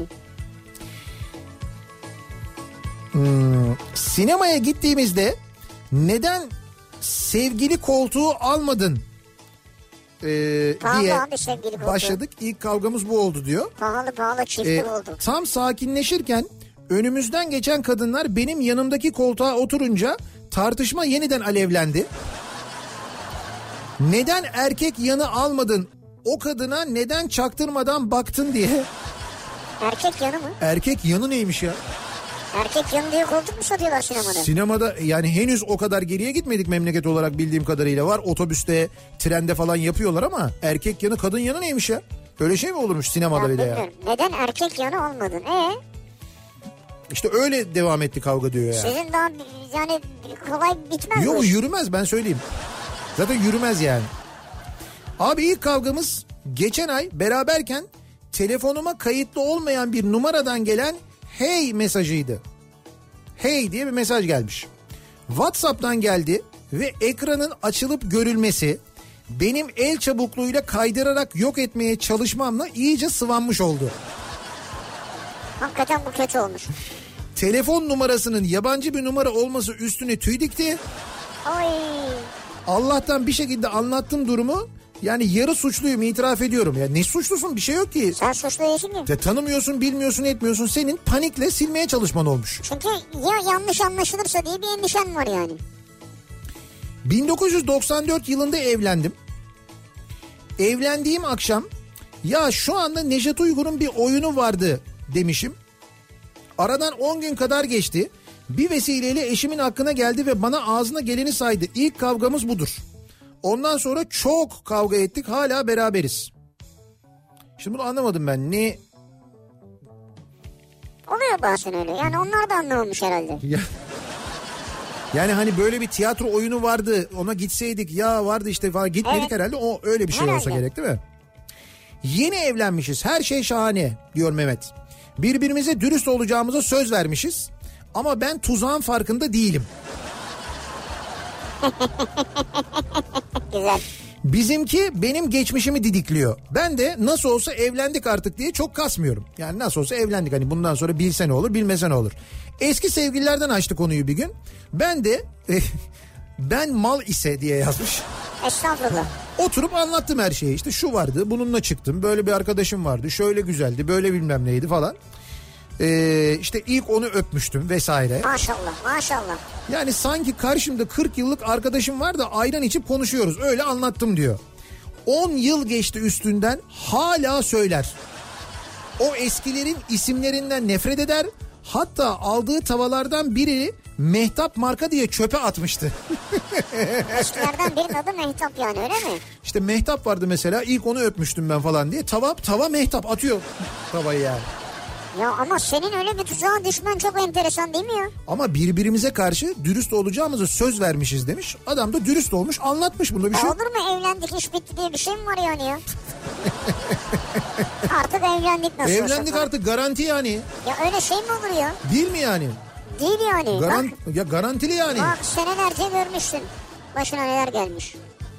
Hmm, sinemaya gittiğimizde neden sevgili koltuğu almadın ee, Pahalı diye abi sevgili koltuğu. başladık. İlk kavgamız bu oldu diyor. Pahalı pahalı çifti Ee, oldu. tam sakinleşirken önümüzden geçen kadınlar benim yanımdaki koltuğa oturunca tartışma yeniden alevlendi. Neden erkek yanı almadın? O kadına neden çaktırmadan baktın diye. Erkek yanı mı? Erkek yanı neymiş ya? Erkek yanı diye koltuk mu satıyorlar sinemada? Sinemada yani henüz o kadar geriye gitmedik memleket olarak, bildiğim kadarıyla var. Otobüste, trende falan yapıyorlar ama erkek yanı, kadın yanı neymiş ya? Öyle şey mi olurmuş sinemada Ya bile ya? bilmiyorum. Neden erkek yanı olmadın? Ee, İşte öyle devam etti kavga diyor ya. sizin daha yani kolay bitmez Yok bu iş. yürümez, ben söyleyeyim. Zaten yürümez yani. Abi ilk kavgamız geçen ay beraberken telefonuma kayıtlı olmayan bir numaradan gelen hey mesajıydı. Hey diye bir mesaj gelmiş. WhatsApp'tan geldi ve ekranın açılıp görülmesi benim el çabukluğuyla kaydırarak yok etmeye çalışmamla iyice sıvanmış oldu. Hakikaten bu kötü olmuş. Telefon numarasının yabancı bir numara olması üstüne tüy dikti. Oy. Allah'tan bir şekilde anlattım durumu. Yani yarı suçluyum, itiraf ediyorum. Ya ne suçlusun, bir şey yok ki. Sen suçlu değilsin ki. Ya tanımıyorsun, bilmiyorsun, etmiyorsun. Senin panikle silmeye çalışman olmuş. Çünkü ya yanlış anlaşılırsa diye bir endişen var yani. bin dokuz yüz doksan dört yılında evlendim. Evlendiğim akşam ya şu anda Nejat Uygur'un bir oyunu vardı demişim. Aradan on gün kadar geçti. Bir vesileyle eşimin hakkına geldi ve bana ağzına geleni saydı. İlk kavgamız budur. Ondan sonra çok kavga ettik, hala beraberiz. Şimdi bunu anlamadım ben. Ne? Oluyor bazen öyle. Yani onlar da anlamamış herhalde. Ya, yani hani böyle bir tiyatro oyunu vardı, ona gitseydik ya vardı işte falan, gitmedik Evet. herhalde, o öyle bir şey Herhalde. olsa gerek değil mi? Yeni evlenmişiz, her şey şahane diyor Mehmet. Birbirimize dürüst olacağımıza söz vermişiz ama ben tuzağın farkında değilim. Güzel. Bizimki benim geçmişimi didikliyor. Ben de nasıl olsa evlendik artık diye çok kasmıyorum. Yani nasıl olsa evlendik, hani bundan sonra bilse ne olur bilmese ne olur. Eski sevgililerden açtı konuyu bir gün. Ben de ben mal ise diye yazmış. Estağfurullah. Oturup anlattım her şeyi. İşte şu vardı, bununla çıktım, böyle bir arkadaşım vardı, şöyle güzeldi, böyle bilmem neydi falan. Ee, işte ilk onu öpmüştüm vesaire. Maşallah maşallah. Yani sanki karşımda kırk yıllık arkadaşım var da ayran içip konuşuyoruz. Öyle anlattım diyor. on yıl geçti üstünden, hala söyler. O eskilerin isimlerinden nefret eder. Hatta aldığı tavalardan biri Mehtap marka diye çöpe atmıştı. Eskilerden birinin adı Mehtap yani, öyle mi? İşte Mehtap vardı mesela, ilk onu öpmüştüm ben falan diye. Tava, tava Mehtap atıyor tavayı yani. Ya ama senin öyle bir tuzağa düşmen çok enteresan değil mi ya? Ama birbirimize karşı dürüst olacağımızı söz vermişiz demiş. Adam da dürüst olmuş, anlatmış, bunda bir şey yok. Olur mu evlendik iş bitti diye bir şey mi var yani ya? Artık evlendik nasıl olsa. Evlendik artık, garanti yani. Ya öyle şey mi olur ya? Değil mi yani? Değil yani. Garan, bak, ya garantili yani. Bak senelerce görmüşsün. Başına neler gelmiş.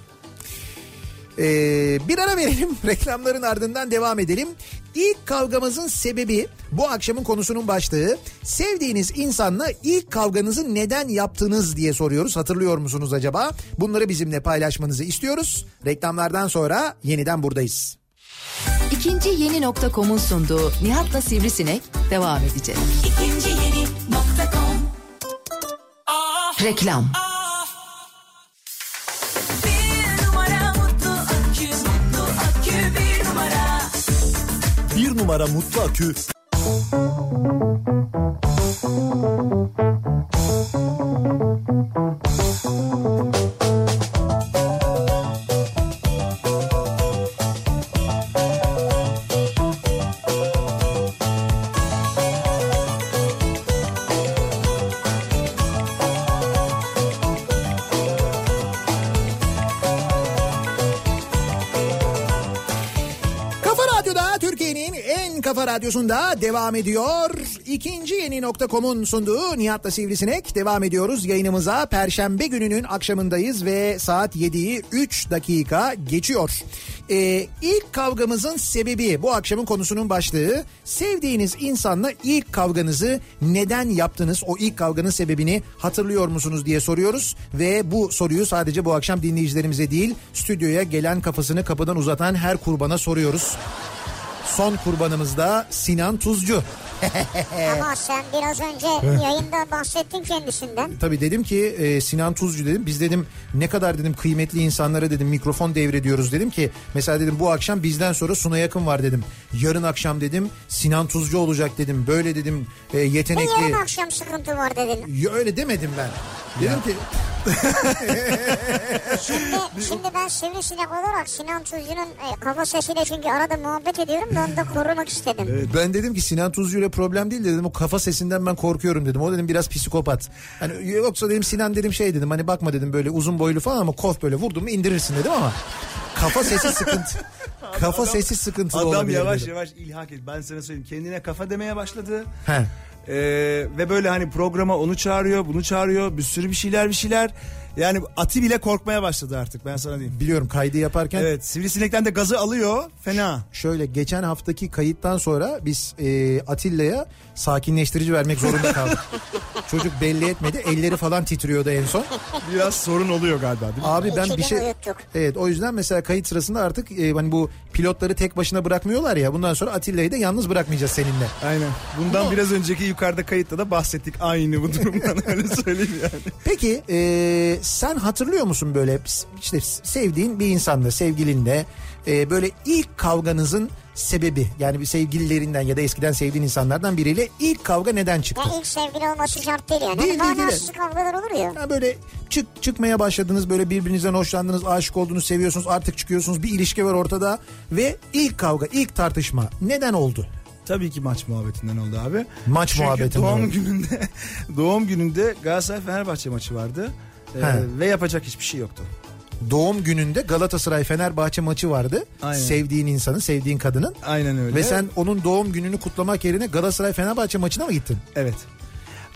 Ee, bir ara verelim, reklamların ardından devam edelim. İlk kavgamızın sebebi, bu akşamın konusunun başlığı. Sevdiğiniz insanla ilk kavganızı neden yaptınız diye soruyoruz. Hatırlıyor musunuz acaba? Bunları bizimle paylaşmanızı istiyoruz. Reklamlardan sonra yeniden buradayız. İkinci yeni nokta com'un sunduğu Nihat'la Sivrisinek devam edecek. İkinci yeni nokta com. Reklam. Bir numara mutlu akü. Kafa Radyosu'nda devam ediyor. İkinci yeni nokta com'un sunduğu Nihat'la Sivrisinek devam ediyoruz yayınımıza. Perşembe gününün akşamındayız ve saat yediyi üç dakika geçiyor. Ee, ilk kavgamızın sebebi, bu akşamın konusunun başlığı. Sevdiğiniz insanla ilk kavganızı neden yaptınız? O ilk kavganın sebebini hatırlıyor musunuz diye soruyoruz. Ve bu soruyu sadece bu akşam dinleyicilerimize değil, stüdyoya gelen, kafasını kapıdan uzatan her kurbana soruyoruz. Son kurbanımız da Sinan Tuzcu. Ama sen biraz önce yayında bahsettin kendisinden. Tabii dedim ki e, Sinan Tuzcu dedim. Biz dedim ne kadar dedim kıymetli insanlara dedim mikrofon devrediyoruz dedim ki. Mesela dedim bu akşam bizden sonra Suna Yakın var dedim. Yarın akşam dedim Sinan Tuzcu olacak dedim. Böyle dedim e, yetenekli. Ve yarın akşam sıkıntı var dedin. Ya, öyle demedim ben. Dedim ki... şimdi, şimdi ben Sivrisinek olarak Sinan Tuzcu'nun e, kafa sesiyle çünkü arada muhabbet ediyorum da onu da korumak istedim. Evet, ben dedim ki Sinan Tuzcu ile problem değil dedim, o kafa sesinden ben korkuyorum dedim. O dedim biraz psikopat. Hani yoksa dedim Sinan dedim şey dedim, hani bakma dedim böyle uzun boylu falan ama kof böyle vurdun mu indirirsin dedim ama kafa sesi sıkıntı. Kafa adam, sesi sıkıntılı olabilir. Adam yavaş dedim. yavaş ilhak et. Ben sana söyleyeyim, kendine kafa demeye başladı. He. Ee, ve böyle hani programa onu çağırıyor, bunu çağırıyor, bir sürü bir şeyler bir şeyler. Yani Ati bile korkmaya başladı artık, ben sana diyeyim. Biliyorum, kaydı yaparken. Evet, Sivrisinek'ten de gazı alıyor, fena. Şöyle geçen haftaki kayıttan sonra biz e, Atilla'ya sakinleştirici vermek zorunda kaldık. Çocuk belli etmedi, elleri falan titriyordu en son. Biraz sorun oluyor galiba değil mi? Abi ben bir şey... Uyuttuk. Evet, o yüzden mesela kayıt sırasında artık e, hani bu pilotları tek başına bırakmıyorlar ya, bundan sonra Atilla'yı da yalnız bırakmayacağız seninle. Aynen. Bundan Ama... biraz önceki yukarıda kayıtta da bahsettik aynı bu durumdan, öyle söyleyeyim yani. Peki e, sen hatırlıyor musun böyle işte sevdiğin bir insanla, sevgilinle e, böyle ilk kavganızın sebebi, yani bir sevgililerinden ya da eskiden sevdiğin insanlardan biriyle ilk kavga neden çıktı? Ya ilk sevgili olması şart değil yani. Değil, hani değil, manasız kavgalar olur ya. ya. Böyle çık çıkmaya başladınız, böyle birbirinizden hoşlandınız, aşık oldunuz, seviyorsunuz, artık çıkıyorsunuz, bir ilişki var ortada ve ilk kavga, ilk tartışma neden oldu? Tabii ki maç muhabbetinden oldu abi. Maç Çünkü muhabbetinden doğum oldu. gününde doğum gününde Galatasaray Fenerbahçe maçı vardı. Ee, ve yapacak hiçbir şey yoktu. Doğum gününde Galatasaray Fenerbahçe maçı vardı. Aynen. Sevdiğin insanın, sevdiğin kadının. Aynen öyle. Ve sen onun doğum gününü kutlamak yerine Galatasaray Fenerbahçe maçına mı gittin? Evet.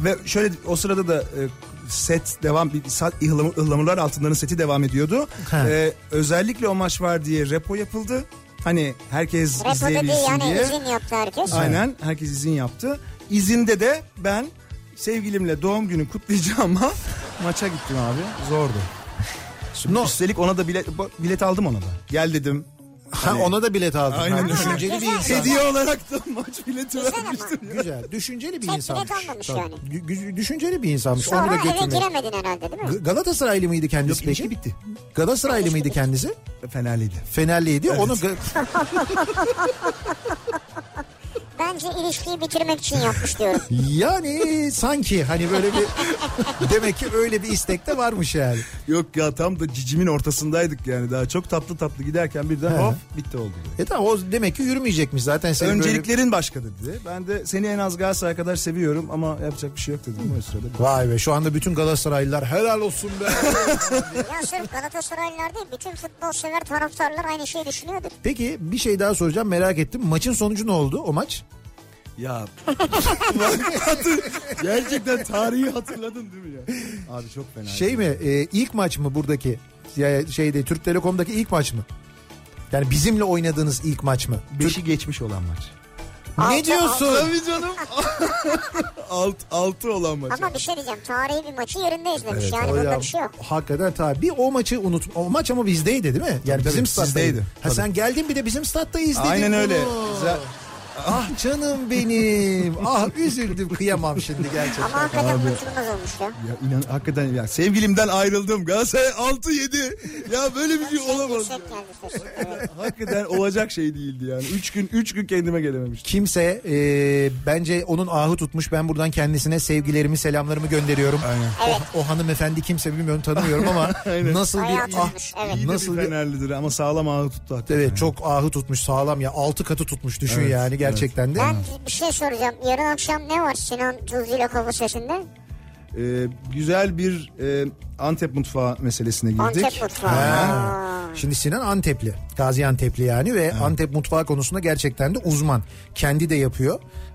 Ve şöyle o sırada da e, set devam, bir ıhlamur, ıhlamurlar altınların seti devam ediyordu. E, özellikle o maç var diye repo yapıldı. Hani herkes repo izleyebilsin yani diye. izin yaptı herkes. Aynen, herkes izin yaptı. İzinde de ben sevgilimle doğum günü kutlayacağıma maça gittim abi. Zordu. Şimdi No. Üstelik ona da bilet, bilet aldım ona da. Gel dedim. Ha, ona da bilet aldın. Aynen. Ha, düşünceli bir insan. Hediye olarak da maç bileti vermiştim. Güzel. Düşünceli bir Tek insanmış. bilet almamış Tabii. yani. Gü- gü- düşünceli bir insanmış. Onu da Sonra eve götürmeye. giremedin herhalde değil mi? G- Galatasaraylı mıydı kendisi Yok, peki? ilişki bitti. Galatasaraylı mıydı kendisi? Fenerliydi. Fenerliydi. Evet. Onu ga- Bence ilişkiyi bitirmek için yapmış diyorum. yani sanki hani böyle bir demek ki öyle bir istek de varmış yani. Yok ya, tam da cicimin ortasındaydık yani. Daha çok tatlı tatlı giderken birden He. hop bitti oldu. E tamam, o demek ki yürümeyecekmiş zaten senin böyle... Önceliklerin başka dedi. Ben de seni en az Galatasaray kadar seviyorum ama yapacak bir şey yok dedim o sırada. Vay be, şu anda bütün Galatasaraylılar helal olsun be. Ya sırf Galatasaraylılar değil, bütün futbol sever taraftarlar aynı şeyi düşünüyordur. Peki bir şey daha soracağım, merak ettim. Maçın sonucu ne oldu o maç? Ya gerçekten tarihi hatırladın değil mi ya? Abi çok fena. Şey mi, e, ilk maç mı buradaki? Ya şeyde Türk Telekom'daki ilk maç mı? Yani bizimle oynadığınız ilk maç mı? Beşi geçmiş olan maç. Ne Altı, diyorsun? Tabii canım. Alt, altı olan maç. Ama bir şey diyeceğim, tarihi bir maçı yerinde izlemiş Evet, yani o bunda ya, bir şey yok. hakikaten tabii. Bir o maçı unut. O maç ama bizdeydi değil mi? Yani Tabii, bizim tabii, stat'taydı. sizdeydi. Ha, Tabii. sen geldin bir de bizim statta izledin. Aynen öyle. bunu. Güzel. Ah canım benim. Ah üzüldüm, kıyamam şimdi gerçekten. Ama hakikaten unutulmaz olmuş ya. Ya inan hakikaten ya, sevgilimden ayrıldım. Galatasaray altı yedi. Ya böyle bir şey olamaz. Yüksek geldi sesin. Evet. Hakikaten olacak şey değildi yani. Üç gün üç gün kendime gelememiştim. Kimse e, bence onun ahı tutmuş. Ben buradan kendisine sevgilerimi, selamlarımı gönderiyorum. Aynen. Evet. O, o hanımefendi kimse bilmiyorum, tanımıyorum ama nasıl Bayağı bir ah, tutmuş, evet. İyi de nasıl bir bir Fenerlidir ama sağlam ağı tuttu hakikaten. evet, çok ahı tutmuş, sağlam ya, altı katı tutmuş düşün Evet, yani gerçekten de. Ben bir şey soracağım. Yarın akşam ne var Sinan Tuzlu ile Kafa Sesi'nde? Ee, güzel bir e, Antep mutfağı meselesine girdik. Antep mutfağı. Ha. Aa. Şimdi Sinan Antepli, Gaziantep'li yani ve Antep mutfağı konusunda gerçekten de uzman. Kendi de yapıyor.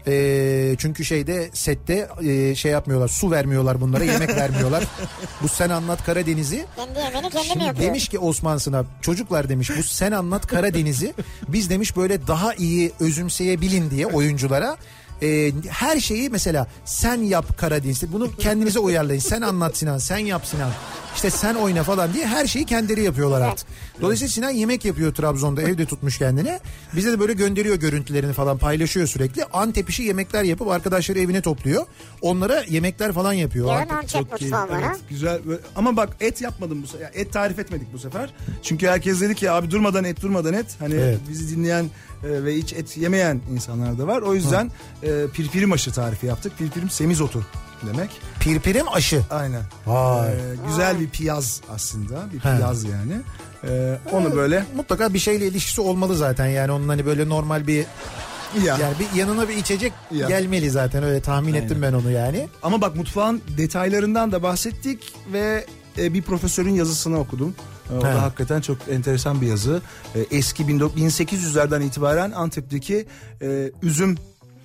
Ee, çünkü şeyde sette e, şey yapmıyorlar, su vermiyorlar bunlara, yemek vermiyorlar. Bu Sen Anlat Karadeniz'i. Kendi yemeğini kendi mi Şimdi yapıyor? demiş ki Osman Sınav, çocuklar demiş, bu Sen Anlat Karadeniz'i biz demiş böyle daha iyi özümseyebilin diye oyunculara e, her şeyi mesela sen yap Karadeniz'i, bunu kendinize uyarlayın. Sen anlat Sinan, sen yap Sinan, işte sen oyna falan diye her şeyi kendileri yapıyorlar artık. Dolayısıyla Sinan yemek yapıyor Trabzon'da, evde tutmuş kendine. Bize de böyle gönderiyor görüntülerini falan, paylaşıyor sürekli. Antep işi yemekler yapıp arkadaşları evine topluyor. Onlara yemekler falan yapıyor. Yarın Antep- Antep mutfağı var ha. Evet, güzel. Ama bak, et yapmadım bu sefer. Et tarif etmedik bu sefer. Çünkü herkes dedi ki abi durmadan et, durmadan et. Hani Evet. bizi dinleyen e, ve hiç et yemeyen insanlar da var. O yüzden e, pirpirim aşı tarifi yaptık. Pirpirim semizotu demek. Pirpirim aşı. Aynen. Vay. E, güzel bir piyaz aslında. Bir He. piyaz yani. E, onu böyle Mutlaka bir şeyle ilişkisi olmalı zaten, yani onun hani böyle normal bir, ya. yani bir yanına bir içecek Ya. gelmeli zaten, öyle tahmin Aynen. ettim ben onu yani. Ama bak, mutfağın detaylarından da bahsettik ve e, bir profesörün yazısını okudum. E, o He. da hakikaten çok enteresan bir yazı. E, eski bin sekiz yüzlerden itibaren Antep'teki e, üzüm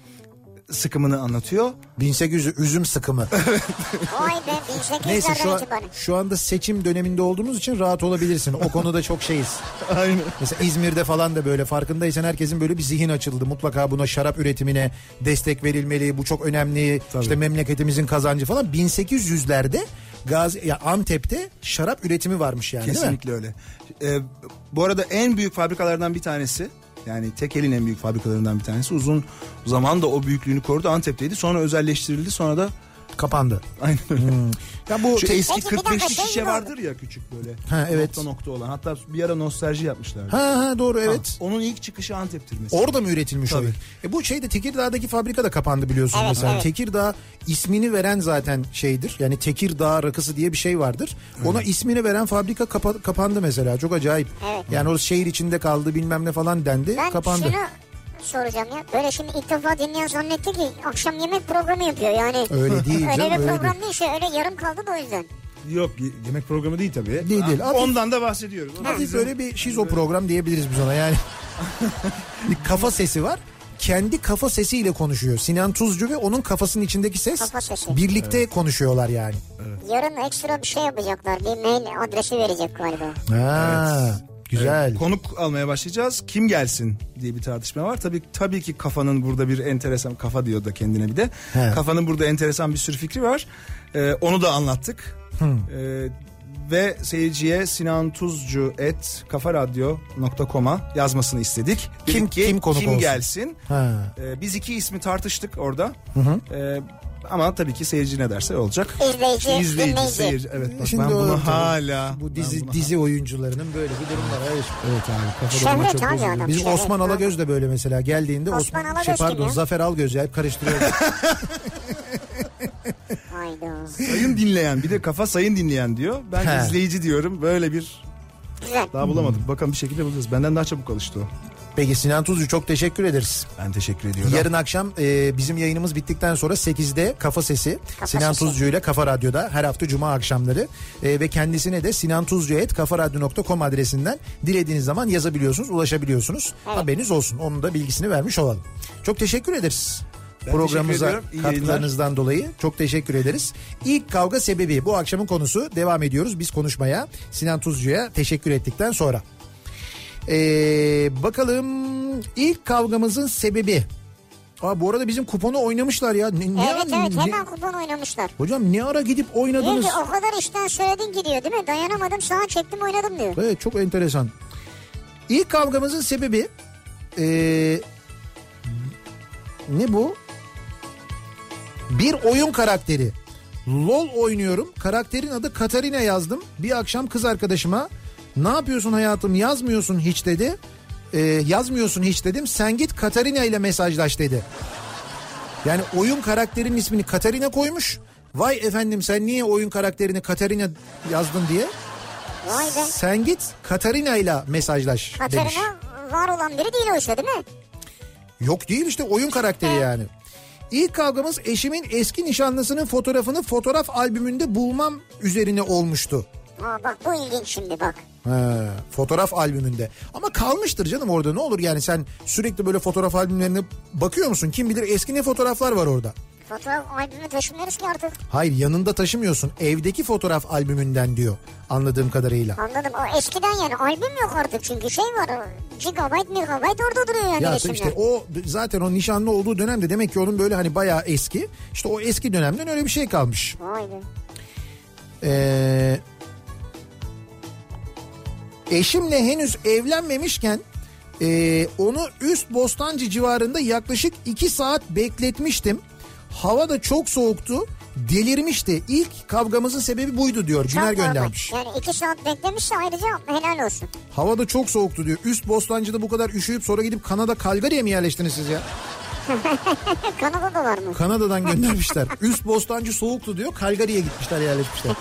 sıkımını anlatıyor. bin sekiz yüz üzüm sıkımı. Vay be bin sekiz Neyse şu, yüzlerden an, itibaren. şu anda seçim döneminde olduğumuz için rahat olabilirsin. O konuda çok şeyiz. Aynen. Mesela İzmir'de falan da böyle, farkındaysan herkesin böyle bir zihin açıldı. Mutlaka buna, şarap üretimine destek verilmeli. Bu çok önemli. Tabii. İşte memleketimizin kazancı falan. bin sekiz yüzlerde Gazi, ya Antep'te şarap üretimi varmış yani, değil mi? Kesinlikle öyle. E, bu arada en büyük fabrikalardan bir tanesi, yani tekelin en büyük fabrikalarından bir tanesi, uzun zaman da o büyüklüğünü korudu, Antep'teydi. Sonra özelleştirildi, sonra da Kapandı. aynen öyle. Hmm. Ya bu Şu te- eski Peki, bir dakika, kırk beşlik şey şişe mi vardır ya, küçük böyle. Ha, evet. Nokta nokta olan. Hatta bir ara nostalji yapmışlardı. ha ha doğru, evet. Ha, onun ilk çıkışı Antep'tir mesela. Orada mı üretilmiş o? Tabii. E bu şeyde Tekirdağ'daki fabrika da kapandı biliyorsun Evet, mesela. evet. Tekirdağ ismini veren zaten şeydir. Yani Tekirdağ rakısı diye bir şey vardır. Ona ismini veren fabrika kapa- kapandı mesela. Çok acayip. Evet. Yani o şehir içinde kaldı, bilmem ne falan dendi. Ben kapandı. şunu soracağım ya. Böyle şimdi ilk defa dinleyen zannetti ki akşam yemek programı yapıyor yani. Öyle değil Öyle canım, bir öyle program değil. değil, şey öyle yarım kaldı da o yüzden. Yok, ye- yemek programı değil tabii. Değil, değil. Ha, Hafif- ondan da bahsediyoruz. O da Hafif bizim- böyle bir şizo program diyebiliriz biz ona yani. Bir kafa sesi var. kendi kafa sesiyle konuşuyor. Sinan Tuzcu ve onun kafasının içindeki ses Kafa sesi. birlikte Evet. konuşuyorlar yani. Yarın ekstra bir şey yapacaklar. Bir mail adresi verecek galiba. Ha, Evet. güzel. Evet, konuk almaya başlayacağız. Kim gelsin diye bir tartışma var. Tabii tabii ki kafanın burada bir enteresan, kafa diyor da kendine bir de. He. Kafanın burada enteresan bir sürü fikri var. Ee, onu da anlattık. Ee, ve seyirciye sinantuzcu et kafaradyo nokta com'a yazmasını istedik. Kim- Dedik ki, kim konuk kim olsun? gelsin? Ha. Ee, biz iki ismi tartıştık orada. Ee, ama tabii ki seyirci ne derse olacak. İzleyici, İzleyici, dinleyici. seyirci. Evet bak Şimdi ben bunu o- hala... Bu ben dizi bunu dizi oyuncularının böyle bir durum var. Evet. Evet abi kafada Şöhret çok abi bozuldu. adam. Bizim Evet, Osman abi. Alagöz de böyle mesela geldiğinde Osman Osman, Alagöz şey kim pardon ya? Zafer Algöz ya hep karıştırıyor. Hayda. Sayın dinleyen bir de kafa sayın dinleyen diyor. Ben He. izleyici diyorum. Böyle bir Güzel. daha bulamadık. Bakalım bir şekilde bulacağız. Benden daha çabuk alıştı o. Peki Sinan Tuzcu çok teşekkür ederiz. Ben teşekkür ediyorum. Yarın akşam e, bizim yayınımız bittikten sonra sekizde Kafa Sesi Kafa Sinan Sesi. Tuzcu ile Kafa Radyo'da her hafta cuma akşamları e, ve kendisine de sinantuzcu et kafaradyo nokta com adresinden dilediğiniz zaman yazabiliyorsunuz, ulaşabiliyorsunuz. Evet. Haberiniz olsun. Onun da bilgisini vermiş olalım. Çok teşekkür ederiz. Ben Programımıza teşekkür ediyorum. İyi katkılarınızdan dolayı çok teşekkür ederiz. İlk kavga sebebi bu akşamın konusu. Devam ediyoruz biz konuşmaya. Sinan Tuzcu'ya teşekkür ettikten sonra. Ee, bakalım ilk kavgamızın sebebi. Aa, bu arada bizim kuponu oynamışlar ya. Ne, ne- Evet evet ne- hemen kupon oynamışlar. Hocam ne ara gidip Diyor oynadınız? ki o kadar işten söyledin ki diyor değil mi? Dayanamadım sağa çektim oynadım diyor. Evet çok enteresan. İlk kavgamızın sebebi ee, ne bu? Bir oyun karakteri. LOL oynuyorum. Karakterin adı Katarina yazdım. Bir akşam kız arkadaşıma ne yapıyorsun hayatım yazmıyorsun hiç dedi. Ee, yazmıyorsun hiç dedim. Sen git Katarina ile mesajlaş dedi. Yani oyun karakterinin ismini Katarina koymuş. Vay efendim sen niye oyun karakterini Katarina yazdın diye. Vay be. Sen git Katarina ile mesajlaş demiş. Katarina var olan biri değil oysa değil mi? Yok değil işte oyun karakteri yani. İlk kavgamız eşimin eski nişanlısının fotoğrafını fotoğraf albümünde bulmam üzerine olmuştu. Aa, bak bu ilginç şimdi bak. He, fotoğraf albümünde. Ama kalmıştır canım orada ne olur yani sen sürekli böyle fotoğraf albümlerine bakıyor musun? Kim bilir eski ne fotoğraflar var orada. Fotoğraf albümü taşımıyoruz ki artık. Hayır yanında taşımıyorsun evdeki fotoğraf albümünden diyor anladığım kadarıyla. Anladım. O eskiden yani albüm yok artık çünkü şey var. o Gigabyte megabyte orada duruyor yani Ya resimler. işte o zaten o nişanlı olduğu dönemde demek ki onun böyle hani bayağı eski. İşte o eski dönemden öyle bir şey kalmış. Vay be. Ee, eşimle henüz evlenmemişken e, onu Üst Bostancı civarında yaklaşık iki saat bekletmiştim. Hava da çok soğuktu. Delirmişti. İlk kavgamızın sebebi buydu diyor. Çok Güner normal. göndermiş. Yani iki saat beklemişse ayrıca helal olsun. Hava da çok soğuktu diyor. Üst Bostancı'da bu kadar üşüyüp sonra gidip Kanada Calgary'e mi yerleştiniz siz ya? Kanada'da var mı? Kanada'dan göndermişler. Üst Bostancı soğuktu diyor. Calgary'e gitmişler yerleşmişler.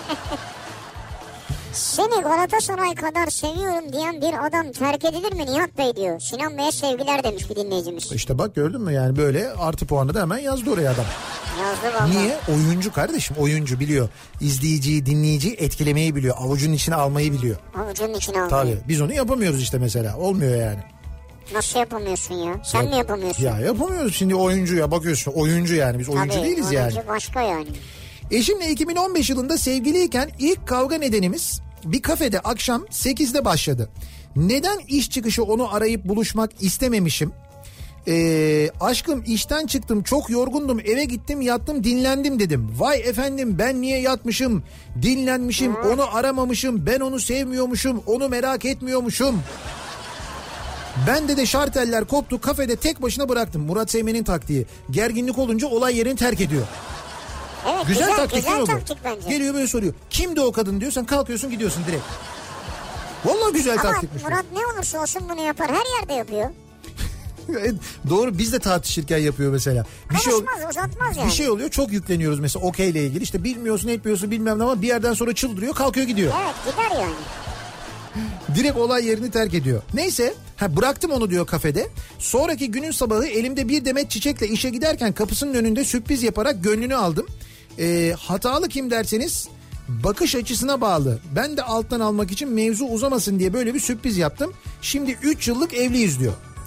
Seni Galatasaray kadar seviyorum diyen bir adam terk edilir mi Nihat Bey diyor. Sinan Bey'e sevgiler demiş bir dinleyicimiz. İşte bak gördün mü yani böyle artı puanı da hemen yazdı oraya adam. Yazdı valla. Niye? Oyuncu kardeşim oyuncu biliyor. İzleyiciyi dinleyiciyi etkilemeyi biliyor. Avucunun içine almayı biliyor. Avucunun içine aldı. Tabii biz onu yapamıyoruz işte mesela. Olmuyor yani. Nasıl yapamıyorsun ya? Sen mi yapamıyorsun? Ya yapamıyoruz şimdi oyuncuya bakıyorsun. Oyuncu yani biz oyuncu Tabii, değiliz oyuncu yani. başka yani. Eşimle iki bin on beş yılında sevgiliyken ilk kavga nedenimiz bir kafede akşam sekizde başladı. Neden iş çıkışı onu arayıp buluşmak istememişim? Ee, aşkım işten çıktım çok yorgundum eve gittim yattım dinlendim dedim. Vay efendim ben niye yatmışım dinlenmişim onu aramamışım ben onu sevmiyormuşum onu merak etmiyormuşum. Bende de şarteller koptu kafede tek başına bıraktım. Murat Seymen'in taktiği gerginlik olunca olay yerini terk ediyor. Evet Güzel, güzel, taktik güzel değil mi bu? taktik bence. Geliyor böyle soruyor. Kimdi o kadın diyor sen kalkıyorsun gidiyorsun direkt. Vallahi güzel Ama taktikmiş. Murat ne olursa olsun bunu yapar. Her yerde yapıyor. Evet, doğru biz de tartışırken yapıyor mesela. Bir şey, ol- Konuşmaz uzatmaz yani. bir şey oluyor çok yükleniyoruz mesela okeyle ilgili. İşte bilmiyorsun etmiyorsun bilmem ne ama bir yerden sonra çıldırıyor kalkıyor gidiyor. Evet gider yani. Direkt olay yerini terk ediyor. Neyse ha, bıraktım onu diyor kafede. Sonraki günün sabahı elimde bir demet çiçekle işe giderken kapısının önünde sürpriz yaparak gönlünü aldım. Ee, hatalı kim derseniz bakış açısına bağlı. Ben de alttan almak için mevzu uzamasın diye böyle bir sürpriz yaptım. Şimdi üç yıllık evliyiz diyor.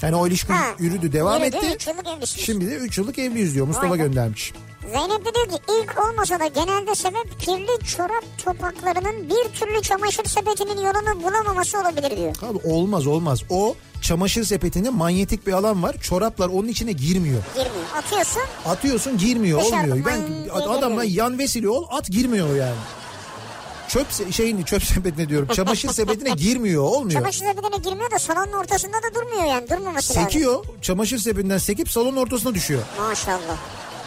Yani o ilişki Ha, yürüdü, devam yürüdü, etti. üç yıllık evlisiniz. Şimdi de üç yıllık evliyiz diyor. Mustafa Vay be. göndermiş. Zeynep de diyor ki ilk olmasa da genelde sebep kirli çorap topaklarının bir türlü çamaşır sepetinin yolunu bulamaması olabilir diyor. Abi olmaz olmaz. O çamaşır sepetinde manyetik bir alan var. Çoraplar onun içine girmiyor. Girmiyor. Atıyorsun. Atıyorsun girmiyor, Dışarıda olmuyor. Ben man diye adamla geliyor. yan vesile ol, at girmiyor yani. Çöp se- şeyin çöp sepetine diyorum. Çamaşır sepetine girmiyor, olmuyor. Çamaşır sepetine girmiyor da salonun ortasında da durmuyor yani. Durmaması lazım. Sekiyor. Çamaşır sepetinden sekip salonun ortasına düşüyor. Maşallah.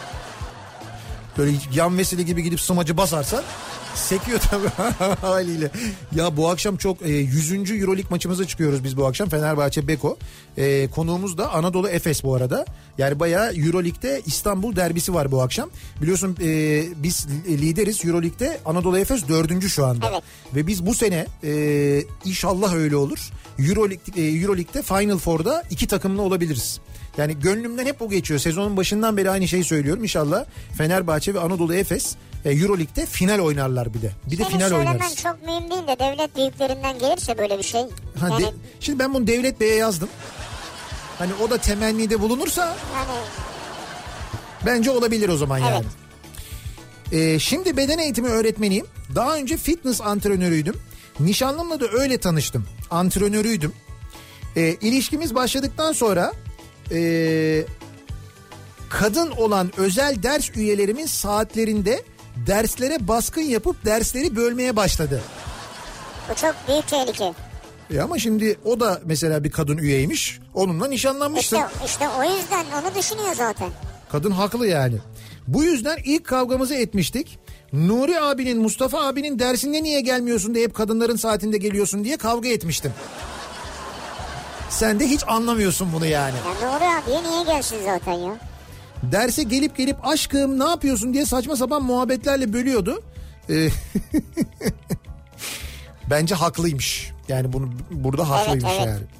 Böyle yan vesile gibi gidip smacı basarsan sekiyor tabii haliyle. Ya bu akşam çok e, yüzüncü Euroleague maçımıza çıkıyoruz biz bu akşam. Fenerbahçe Beko. E, konuğumuz da Anadolu Efes bu arada. Yani bayağı Euroleague'de İstanbul derbisi var bu akşam. Biliyorsun e, biz lideriz Euroleague'de. Anadolu Efes dördüncü şu anda. Evet. Ve biz bu sene e, inşallah öyle olur. Euroleague, e, Euroleague'de Final Four'da iki takımlı olabiliriz. Yani gönlümden hep o geçiyor. Sezonun başından beri aynı şeyi söylüyorum. İnşallah Fenerbahçe ve Anadolu Efes e, Euroleague'de final oynarlar bir de. Bir de Senin final söylemen oynarız. çok mühim değil de devlet büyüklerinden gelirse böyle bir şey. Ha, Yani, de- şimdi ben bunu Devlet Bey'e yazdım. Hani o da temennide bulunursa yani bence olabilir o zaman yani. Evet. Ee, şimdi beden eğitimi öğretmeniyim. Daha önce fitness antrenörüydüm. Nişanlımla da öyle tanıştım. Antrenörüydüm. Ee, ilişkimiz başladıktan sonra ee, kadın olan özel ders üyelerimin saatlerinde derslere baskın yapıp dersleri bölmeye başladı. bu çok büyük tehlike. E ama şimdi o da mesela bir kadın üyeymiş. Onunla nişanlanmıştı. İşte, işte o yüzden onu düşünüyor zaten. Kadın haklı yani. Bu yüzden ilk kavgamızı etmiştik. Nuri abinin, Mustafa abinin dersinde niye gelmiyorsun diye hep kadınların saatinde geliyorsun diye kavga etmiştim. Sen de hiç anlamıyorsun bunu yani. Ya Nuri abiye niye gelsin zaten ya? Derse gelip gelip aşkım ne yapıyorsun diye saçma sapan muhabbetlerle bölüyordu. Ee, Bence haklıymış. Yani bunu burada haklıymış Evet, evet. yani.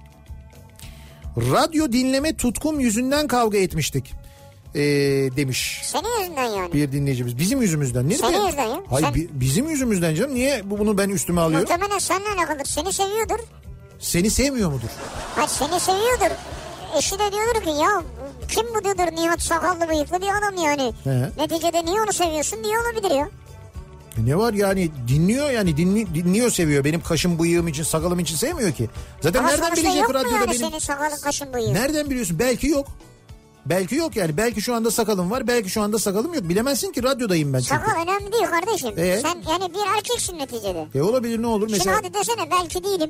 Radyo dinleme tutkum yüzünden kavga etmiştik. Ee, demiş Senin yüzünden yani. bir dinleyicimiz. Bizim yüzümüzden. Ne Senin demek? yüzünden ya. Hayır Sen- bi- bizim yüzümüzden canım. Niye bu- bunu ben üstüme alıyorum? Muhtemelen seninle alakalıdır. Seni seviyordur. Seni sevmiyor mudur? Hayır seni seviyordur. Eşi de diyordur ki ya kim bu diyordur Nihat sakallı bıyıklı bir adam yani. He. Neticede niye onu seviyorsun diye olabilir ya. E ne var yani dinliyor yani dinli, dinliyor seviyor. Benim kaşım bıyığım için sakalım için sevmiyor ki. Zaten Ama nereden sonuçta bilecek yok mu radyoda yani benim? senin sakalın kaşın bıyığın? Nereden biliyorsun? Belki yok. Belki yok yani. Belki şu anda sakalım var. Belki şu anda sakalım yok. Bilemezsin ki radyodayım ben çünkü. Sakal önemli değil kardeşim. Ee? Sen yani bir erkeksin neticede. E olabilir ne olur Şimdi mesela. hadi desene belki değilim.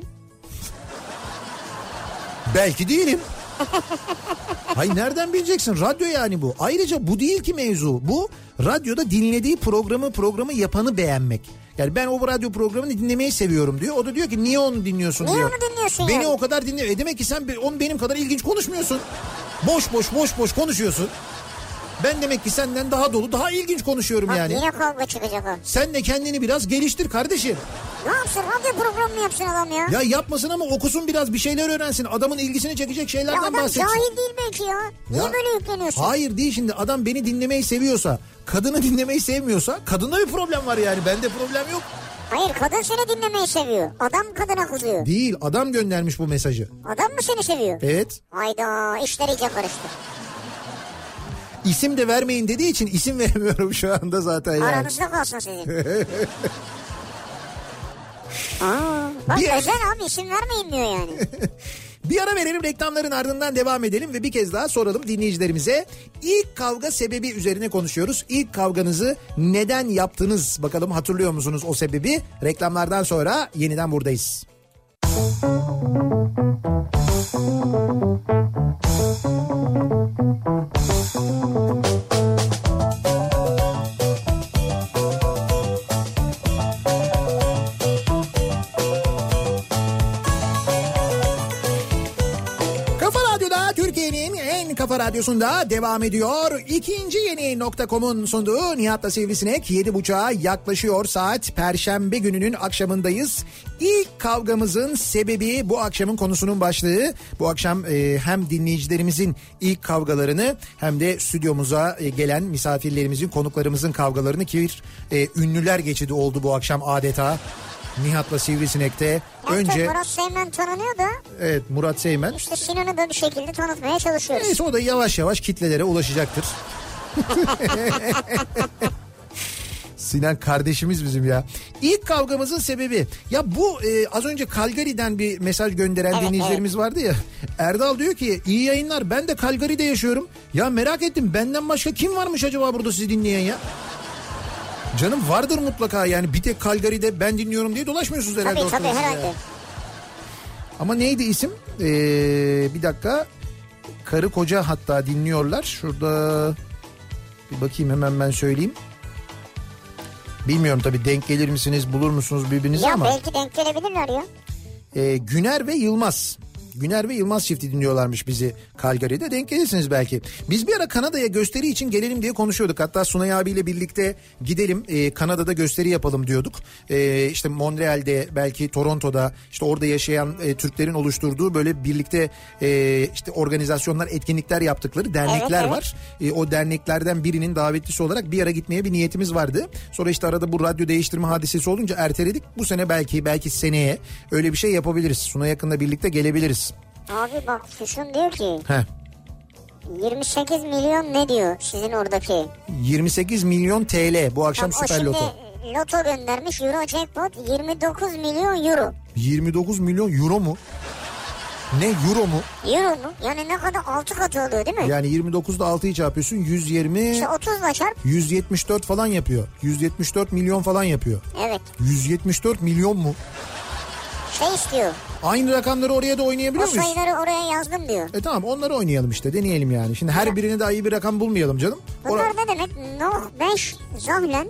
Belki değilim. Hayır nereden bileceksin? Radyo yani bu. Ayrıca bu değil ki mevzu. Bu radyoda dinlediği programı programı yapanı beğenmek. Yani ben o radyo programını dinlemeyi seviyorum diyor. O da diyor ki niye onu dinliyorsun Niye diyor. onu dinliyorsun Beni yani? o kadar dinliyor. E demek ki sen be- onu benim kadar ilginç konuşmuyorsun. Boş boş boş boş konuşuyorsun. Ben demek ki senden daha dolu daha ilginç konuşuyorum Bak yani. yine kavga çıkacak o. Sen de kendini biraz geliştir kardeşim. Ne yapsın radyo programı mı yapsın adam ya? Ya yapmasın ama okusun biraz bir şeyler öğrensin. Adamın ilgisini çekecek Ya şeylerden adam bahsetsin. cahil değil belki ya. Niye Ya, böyle yükleniyorsun? Hayır değil şimdi adam beni dinlemeyi seviyorsa, kadını dinlemeyi sevmiyorsa kadında bir problem var yani. Bende problem yok. Hayır kadın seni dinlemeyi seviyor. Adam kadına kızıyor. Değil adam göndermiş bu mesajı. Adam mı seni seviyor? Evet. Hayda işler iyice karıştı. İsim de vermeyin dediği için isim veremiyorum şu anda zaten yani. Aranızda kalsın sizin. Aa, bak Bir- özel abi isim vermeyin diyor yani. Bir ara verelim reklamların ardından devam edelim ve bir kez daha soralım dinleyicilerimize. İlk kavga sebebi üzerine konuşuyoruz. İlk kavganızı neden yaptınız? Bakalım hatırlıyor musunuz o sebebi? Reklamlardan sonra yeniden buradayız. Kafa Radyo'da Türkiye'nin en kafa radyosunda devam ediyor. İkinci yeni nokta com'un sunduğu Nihat'la Sivrisinek yedi buçuğa yaklaşıyor saat. Perşembe gününün akşamındayız. İlk kavgamızın sebebi bu akşamın konusunun başlığı. Bu akşam e, hem dinleyicilerimizin ilk kavgalarını hem de stüdyomuza e, gelen misafirlerimizin, konuklarımızın kavgalarını ki bir e, ünlüler geçidi oldu bu akşam adeta. Nihat'la Sivrisinek'te. Önce Önce Murat Seymen tanınıyor da. Evet, Murat Seymen. İşte Sinan'ı da bir şekilde tanıtmaya çalışıyoruz. Neyse, o da yavaş yavaş kitlelere ulaşacaktır. Sinan kardeşimiz bizim ya. İlk kavgamızın sebebi. Ya bu e, az önce Calgary'den bir mesaj gönderen evet, dinleyicilerimiz evet. vardı ya. Erdal diyor ki iyi yayınlar, ben de Calgary'de yaşıyorum. Ya merak ettim, benden başka kim varmış acaba burada sizi dinleyen ya? Canım vardır mutlaka yani, bir tek Calgary'de ben dinliyorum diye dolaşmıyorsunuz herhalde. Tabii tabii herhalde. Ya. Ama neydi isim? Ee, bir dakika. Karı koca hatta dinliyorlar. Şurada bir bakayım, hemen ben söyleyeyim. Bilmiyorum tabii, denk gelir misiniz, bulur musunuz birbirinizi ya ama. Ya belki denk gelebilirler ya. Ee, Güner ve Yılmaz. Güner ve Yılmaz çifti dinliyorlarmış bizi Calgary'de, denk gelirsiniz belki. Biz bir ara Kanada'ya gösteri için gelelim diye konuşuyorduk. Hatta Sunay abiyle birlikte gidelim e, Kanada'da gösteri yapalım diyorduk. E, işte Montreal'de, belki Toronto'da, işte orada yaşayan e, Türklerin oluşturduğu böyle birlikte e, işte organizasyonlar, etkinlikler yaptıkları dernekler evet, var. E, o derneklerden birinin davetlisi olarak bir ara gitmeye bir niyetimiz vardı. Sonra işte arada bu radyo değiştirme hadisesi olunca erteledik. Bu sene belki belki seneye öyle bir şey yapabiliriz. Sunay yakında birlikte gelebiliriz. Abi bak Füsun diyor ki Heh. yirmi sekiz milyon ne diyor sizin oradaki? yirmi sekiz milyon T L bu akşam Tam Süper o Loto. şimdi loto göndermiş, Euro Jackpot yirmi dokuz milyon euro. yirmi dokuz milyon euro mu? Ne, euro mu? Euro mu? Yani ne kadar, altı katı oluyor değil mi? Yani yirmi dokuzda altıyı çarpıyorsun, yüz yirmi. İşte otuzla çarp. yüz yetmiş dört falan yapıyor. yüz yetmiş dört milyon falan yapıyor. Evet. yüz yetmiş dört milyon mu? Şey istiyor. Aynı rakamları oraya da oynayabiliyor O muyuz? sayıları oraya yazdım diyor. E tamam, onları oynayalım işte, deneyelim yani. Şimdi her birine de iyi bir rakam bulmayalım canım. Bunlar Ora... ne demek? Noh beş Zahlen.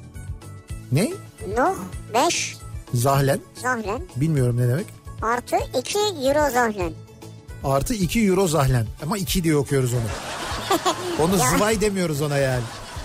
Ne? Noh beş Zahlen. Zahlen. Bilmiyorum ne demek. Artı iki Euro Zahlen. Artı iki euro Zahlen. Ama iki diye okuyoruz onu. Onu zıvay demiyoruz ona yani.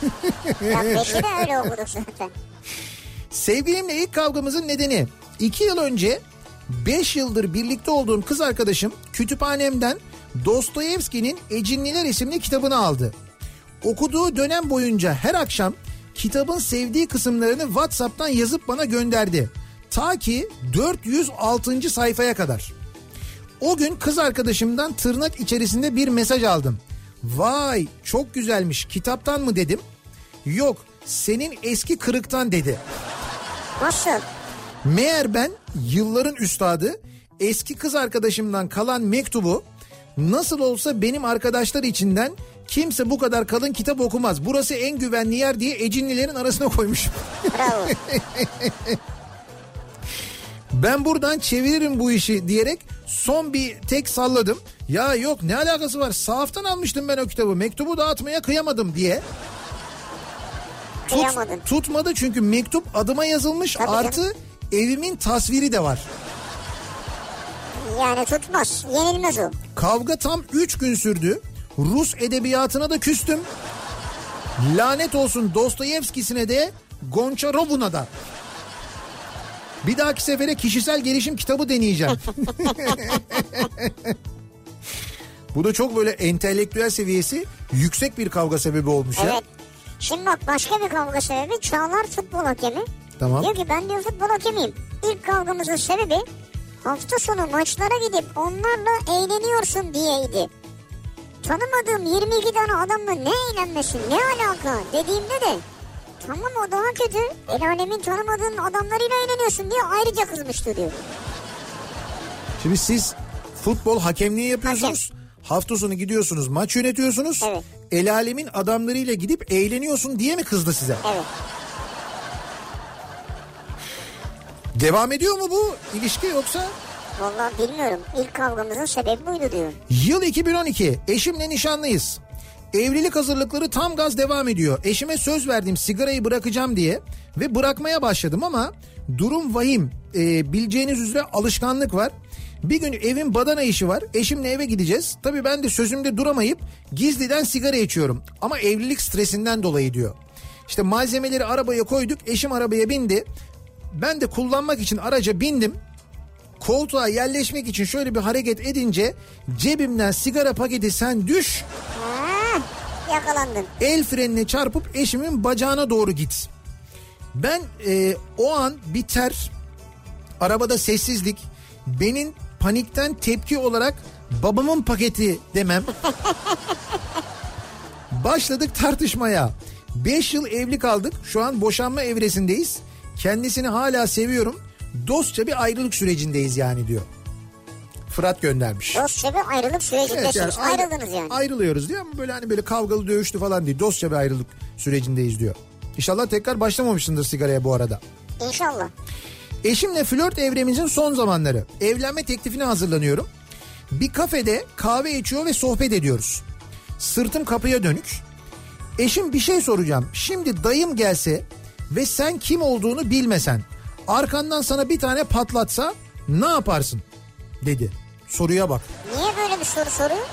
Ya beşi de öyle okuduk zaten. Sevgilimle ilk kavgamızın nedeni, iki yıl önce beş yıldır birlikte olduğum kız arkadaşım kütüphanemden Dostoyevski'nin Ecinliler isimli kitabını aldı. Okuduğu dönem boyunca her akşam kitabın sevdiği kısımlarını WhatsApp'tan yazıp bana gönderdi. Ta ki dört yüz altıncı sayfaya kadar. O gün kız arkadaşımdan tırnak içerisinde bir mesaj aldım. Vay çok güzelmiş, kitaptan mı dedim. Yok, senin eski kırıktan dedi. Nasıl? Meğer ben yılların üstadı eski kız arkadaşımdan kalan mektubu, nasıl olsa benim arkadaşlar içinden kimse bu kadar kalın kitap okumaz, burası en güvenli yer diye Ecinlilerin arasına koymuşum. Bravo. Ben buradan çeviririm bu işi diyerek son bir tek salladım. Ya yok, ne alakası var, sahaftan almıştım ben o kitabı, mektubu dağıtmaya kıyamadım diye. Tut, tutmadı çünkü mektup adıma yazılmış. Tabii artı canım, evimin tasviri de var. Yani tutmaz, yenilmez o. Kavga tam üç gün sürdü. Rus edebiyatına da küstüm. Lanet olsun Dostoyevski'sine de Gonçarov'una da. Bir dahaki sefere kişisel gelişim kitabı deneyeceğim. Bu da çok böyle entelektüel seviyesi yüksek bir kavga sebebi olmuş evet. ya. Şimdi bak, başka bir kavga sebebi Çağlar futbol hakemi. Tamam. Diyor ki ben diyor futbol hakemiyim. İlk kavgamızın sebebi hafta sonu maçlara gidip onlarla eğleniyorsun diyeydi. Tanımadığım yirmi iki tane adamla ne eğlenmesi, ne alaka dediğimde de tamam o daha kötü, el alemin tanımadığın adamlarıyla eğleniyorsun diye ayrıca kızmıştı diyor. Şimdi siz futbol hakemliği yapıyorsunuz. Hakem. Hafta sonu gidiyorsunuz, maç yönetiyorsunuz. Evet. El alemin adamlarıyla gidip eğleniyorsun diye mi kızdı size? Evet. Devam ediyor mu bu ilişki yoksa? Vallahi bilmiyorum. İlk kavgamızın sebebi buydu diyor. Yıl iki bin on iki. Eşimle nişanlıyız. Evlilik hazırlıkları tam gaz devam ediyor. Eşime söz verdim sigarayı bırakacağım diye ve bırakmaya başladım ama durum vahim. Ee, bileceğiniz üzere alışkanlık var. Bir gün evin badana işi var. Eşimle eve gideceğiz. Tabii ben de sözümde duramayıp gizliden sigara içiyorum. Ama evlilik stresinden dolayı diyor. İşte malzemeleri arabaya koyduk. Eşim arabaya bindi. Ben de kullanmak için araca bindim. Koltuğa yerleşmek için şöyle bir hareket edince cebimden sigara paketi sen düş. Ha, yakalandın. El frenine çarpıp eşimin bacağına doğru git. Ben e, o an bir ter, Arabada sessizlik. Benim panikten tepki olarak babamın paketi demem. Başladık tartışmaya. beş yıl evli kaldık. Şu an boşanma evresindeyiz. Kendisini hala seviyorum. Dostça bir ayrılık sürecindeyiz yani diyor. Fırat göndermiş. Dostça bir ayrılık sürecindesiniz. Evet, yani ayrı- Ayrıldınız yani. Ayrılıyoruz diyor ama böyle hani böyle kavgalı dövüşlü falan değil. Dostça bir ayrılık sürecindeyiz diyor. İnşallah tekrar başlamamışsındır sigaraya bu arada. İnşallah. Eşimle flört evremizin son zamanları. Evlenme teklifine hazırlanıyorum. Bir kafede kahve içiyor ve sohbet ediyoruz. Sırtım kapıya dönük. Eşim bir şey soracağım. Şimdi dayım gelse ve sen kim olduğunu bilmesen, arkandan sana bir tane patlatsa ne yaparsın dedi. Soruya bak. Niye böyle bir soru soruyor?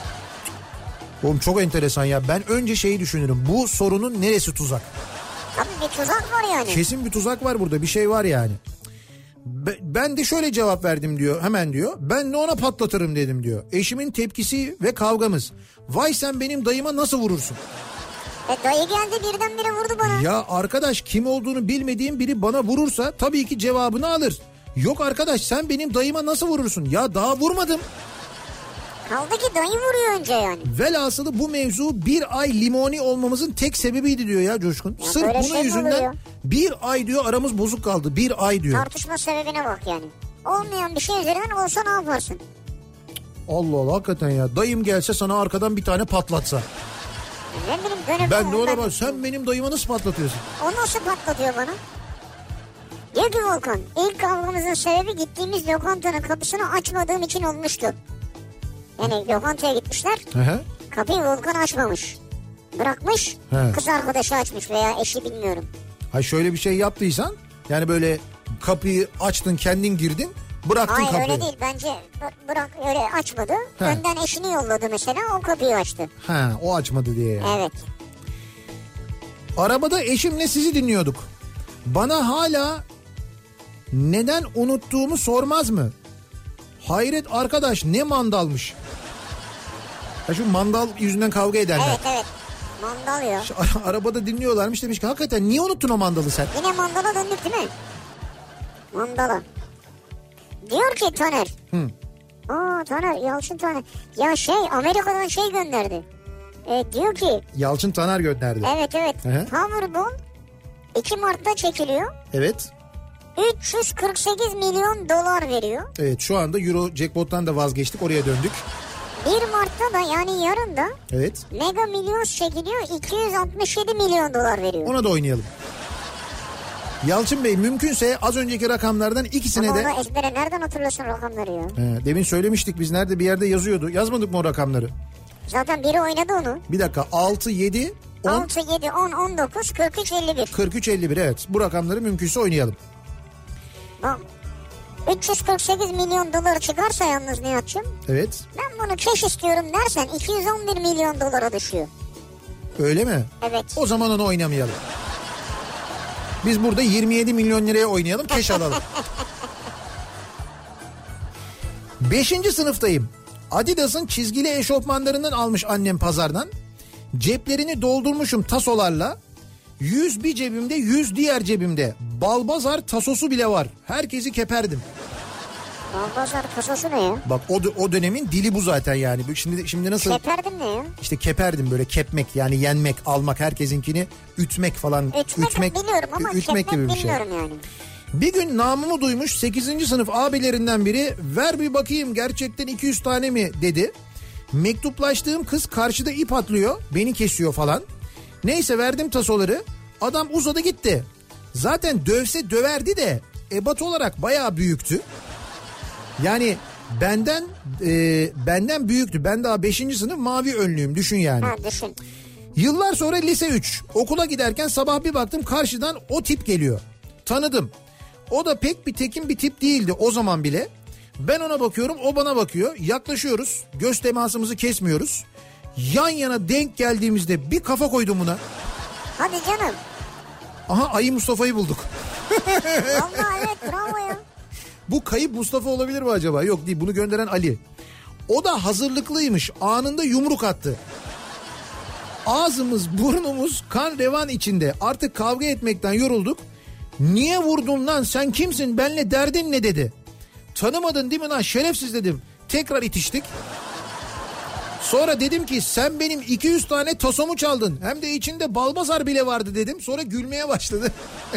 Oğlum çok enteresan ya. Ben önce şeyi düşünürüm. Bu sorunun neresi tuzak? Tabii bir tuzak var yani. Kesin bir tuzak var burada. Bir şey var yani. Be- Ben de şöyle cevap verdim diyor. Hemen diyor. Ben de ona patlatırım dedim diyor. Eşimin tepkisi ve kavgamız. Vay sen benim dayıma nasıl vurursun? E dayı geldi birdenbire vurdu bana. Ya arkadaş kim olduğunu bilmediğim biri bana vurursa tabii ki cevabını alır. Yok arkadaş sen benim dayıma nasıl vurursun? Ya daha vurmadım. Kaldı ki dayı vuruyor önce yani. Velhasılı bu mevzu bir ay limoni olmamızın tek sebebiydi diyor ya Coşkun. Ya Sırf böyle bunun şey mi yüzünden oluyor? bir ay diyor aramız bozuk kaldı. Bir ay diyor. Tartışma sebebine bak yani. Olmayan bir şey üzerinden olsa ne yaparsın? Allah Allah hakikaten ya. Dayım gelse sana arkadan bir tane patlatsa. Ne bileyim böyle Ben bir- de ona bak sen benim dayıma nasıl patlatıyorsun? O nasıl patlatıyor bana? Diyor ki Volkan, ilk kavgamızın sebebi gittiğimiz lokantanın kapısını açmadığım için olmuştu. Yani lokantaya gitmişler, Hı hı. kapıyı Volkan açmamış. Bırakmış, He. kız arkadaşı açmış veya eşi bilmiyorum. Ha şöyle bir şey yaptıysan yani böyle kapıyı açtın kendin girdin bıraktın Hayır kapıyı. öyle değil, bence bı- bırak öyle açmadı. He. Önden eşini yolladı mesela, o kapıyı açtı. Ha o açmadı diye yani. Evet. Arabada eşimle sizi dinliyorduk. Bana hala neden unuttuğumu sormaz mı? Hayret arkadaş ne mandalmış. Ya şu mandal yüzünden kavga ederler. Evet evet. Mandal ya. Şu ara- arabada dinliyorlarmış demiş ki hakikaten niye unuttun o mandalı sen? Yine mandala döndük değil mi? Mandala. Diyor ki Taner. Hı. Aa Taner, Yalçın Taner. Ya şey Amerika'dan şey gönderdi. E, diyor ki Yalçın Taner gönderdi. evet evet. Hı hı. Powerball iki Mart'ta çekiliyor. Evet. üç yüz kırk sekiz milyon dolar veriyor. Evet şu anda Euro Jackpot'tan da vazgeçtik oraya döndük. bir Mart'ta da yani yarın da Evet. Mega Millions çekiliyor, iki yüz altmış yedi milyon dolar veriyor. Ona da oynayalım. Yalçın Bey mümkünse az önceki rakamlardan ikisine Ama de... ona ezbere nereden hatırlıyorsun rakamları ya? He, demin söylemiştik biz nerede bir yerde yazıyordu. Yazmadık mı o rakamları? Zaten biri oynadı onu. Bir dakika altı, yedi, on, altı, yedi, on, on dokuz, kırk üç, elli bir. kırk üç, elli bir evet. Bu rakamları mümkünse oynayalım. Bak üç yüz kırk sekiz milyon dolar çıkarsa yalnız Nihat'cığım, Evet. ben bunu keş istiyorum dersen iki yüz on bir milyon dolara düşüyor. Öyle mi? Evet. O zaman onu oynamayalım. Biz burada yirmi yedi milyon liraya oynayalım, keş alalım. Beşinci sınıftayım. Adidas'ın çizgili eşofmanlarından almış annem pazardan. Ceplerini doldurmuşum tasolarla. Yüz bir cebimde, yüz diğer cebimde. Balbazar tasosu bile var. Herkesi keperdim. Balbazar kasası ne ya? Bak o o dönemin dili bu zaten yani. Şimdi şimdi nasıl Keperdim ne ya? işte keperdim böyle kepmek yani yenmek, almak herkesinkini ütmek falan. Ütmek, biliyorum ama ütmek kepmek gibi bir şey. bilmiyorum yani. Bir gün namımı duymuş sekizinci sınıf abilerinden biri ver bir bakayım gerçekten iki yüz tane mi dedi. Mektuplaştığım kız karşıda ip atlıyor beni kesiyor falan. Neyse verdim tasoları adam uzadı gitti. Zaten dövse döverdi de ebat olarak bayağı büyüktü. Yani benden e, benden büyüktü. Ben daha beşinci sınıf mavi önlüğüm düşün yani. Ha düşün. Yıllar sonra lise üç. Okula giderken sabah bir baktım karşıdan o tip geliyor. Tanıdım. O da pek bir tekin bir tip değildi o zaman bile. Ben ona bakıyorum o bana bakıyor. Yaklaşıyoruz. Göz temasımızı kesmiyoruz. Yan yana denk geldiğimizde bir kafa koydum buna. Hadi canım. Aha Ayı Mustafa'yı bulduk. Vallahi evet bravo ya. Bu kayıp Mustafa olabilir mi acaba? Yok değil bunu gönderen Ali. O da hazırlıklıymış anında yumruk attı. Ağzımız burnumuz kan revan içinde artık kavga etmekten yorulduk. Niye vurdun lan sen kimsin benle derdin ne dedi. tanımadın değil mi lan şerefsiz dedim. Tekrar itiştik. Sonra dedim ki sen benim iki yüz tane tasomu çaldın. Hem de içinde balbazar bile vardı dedim. Sonra gülmeye başladı.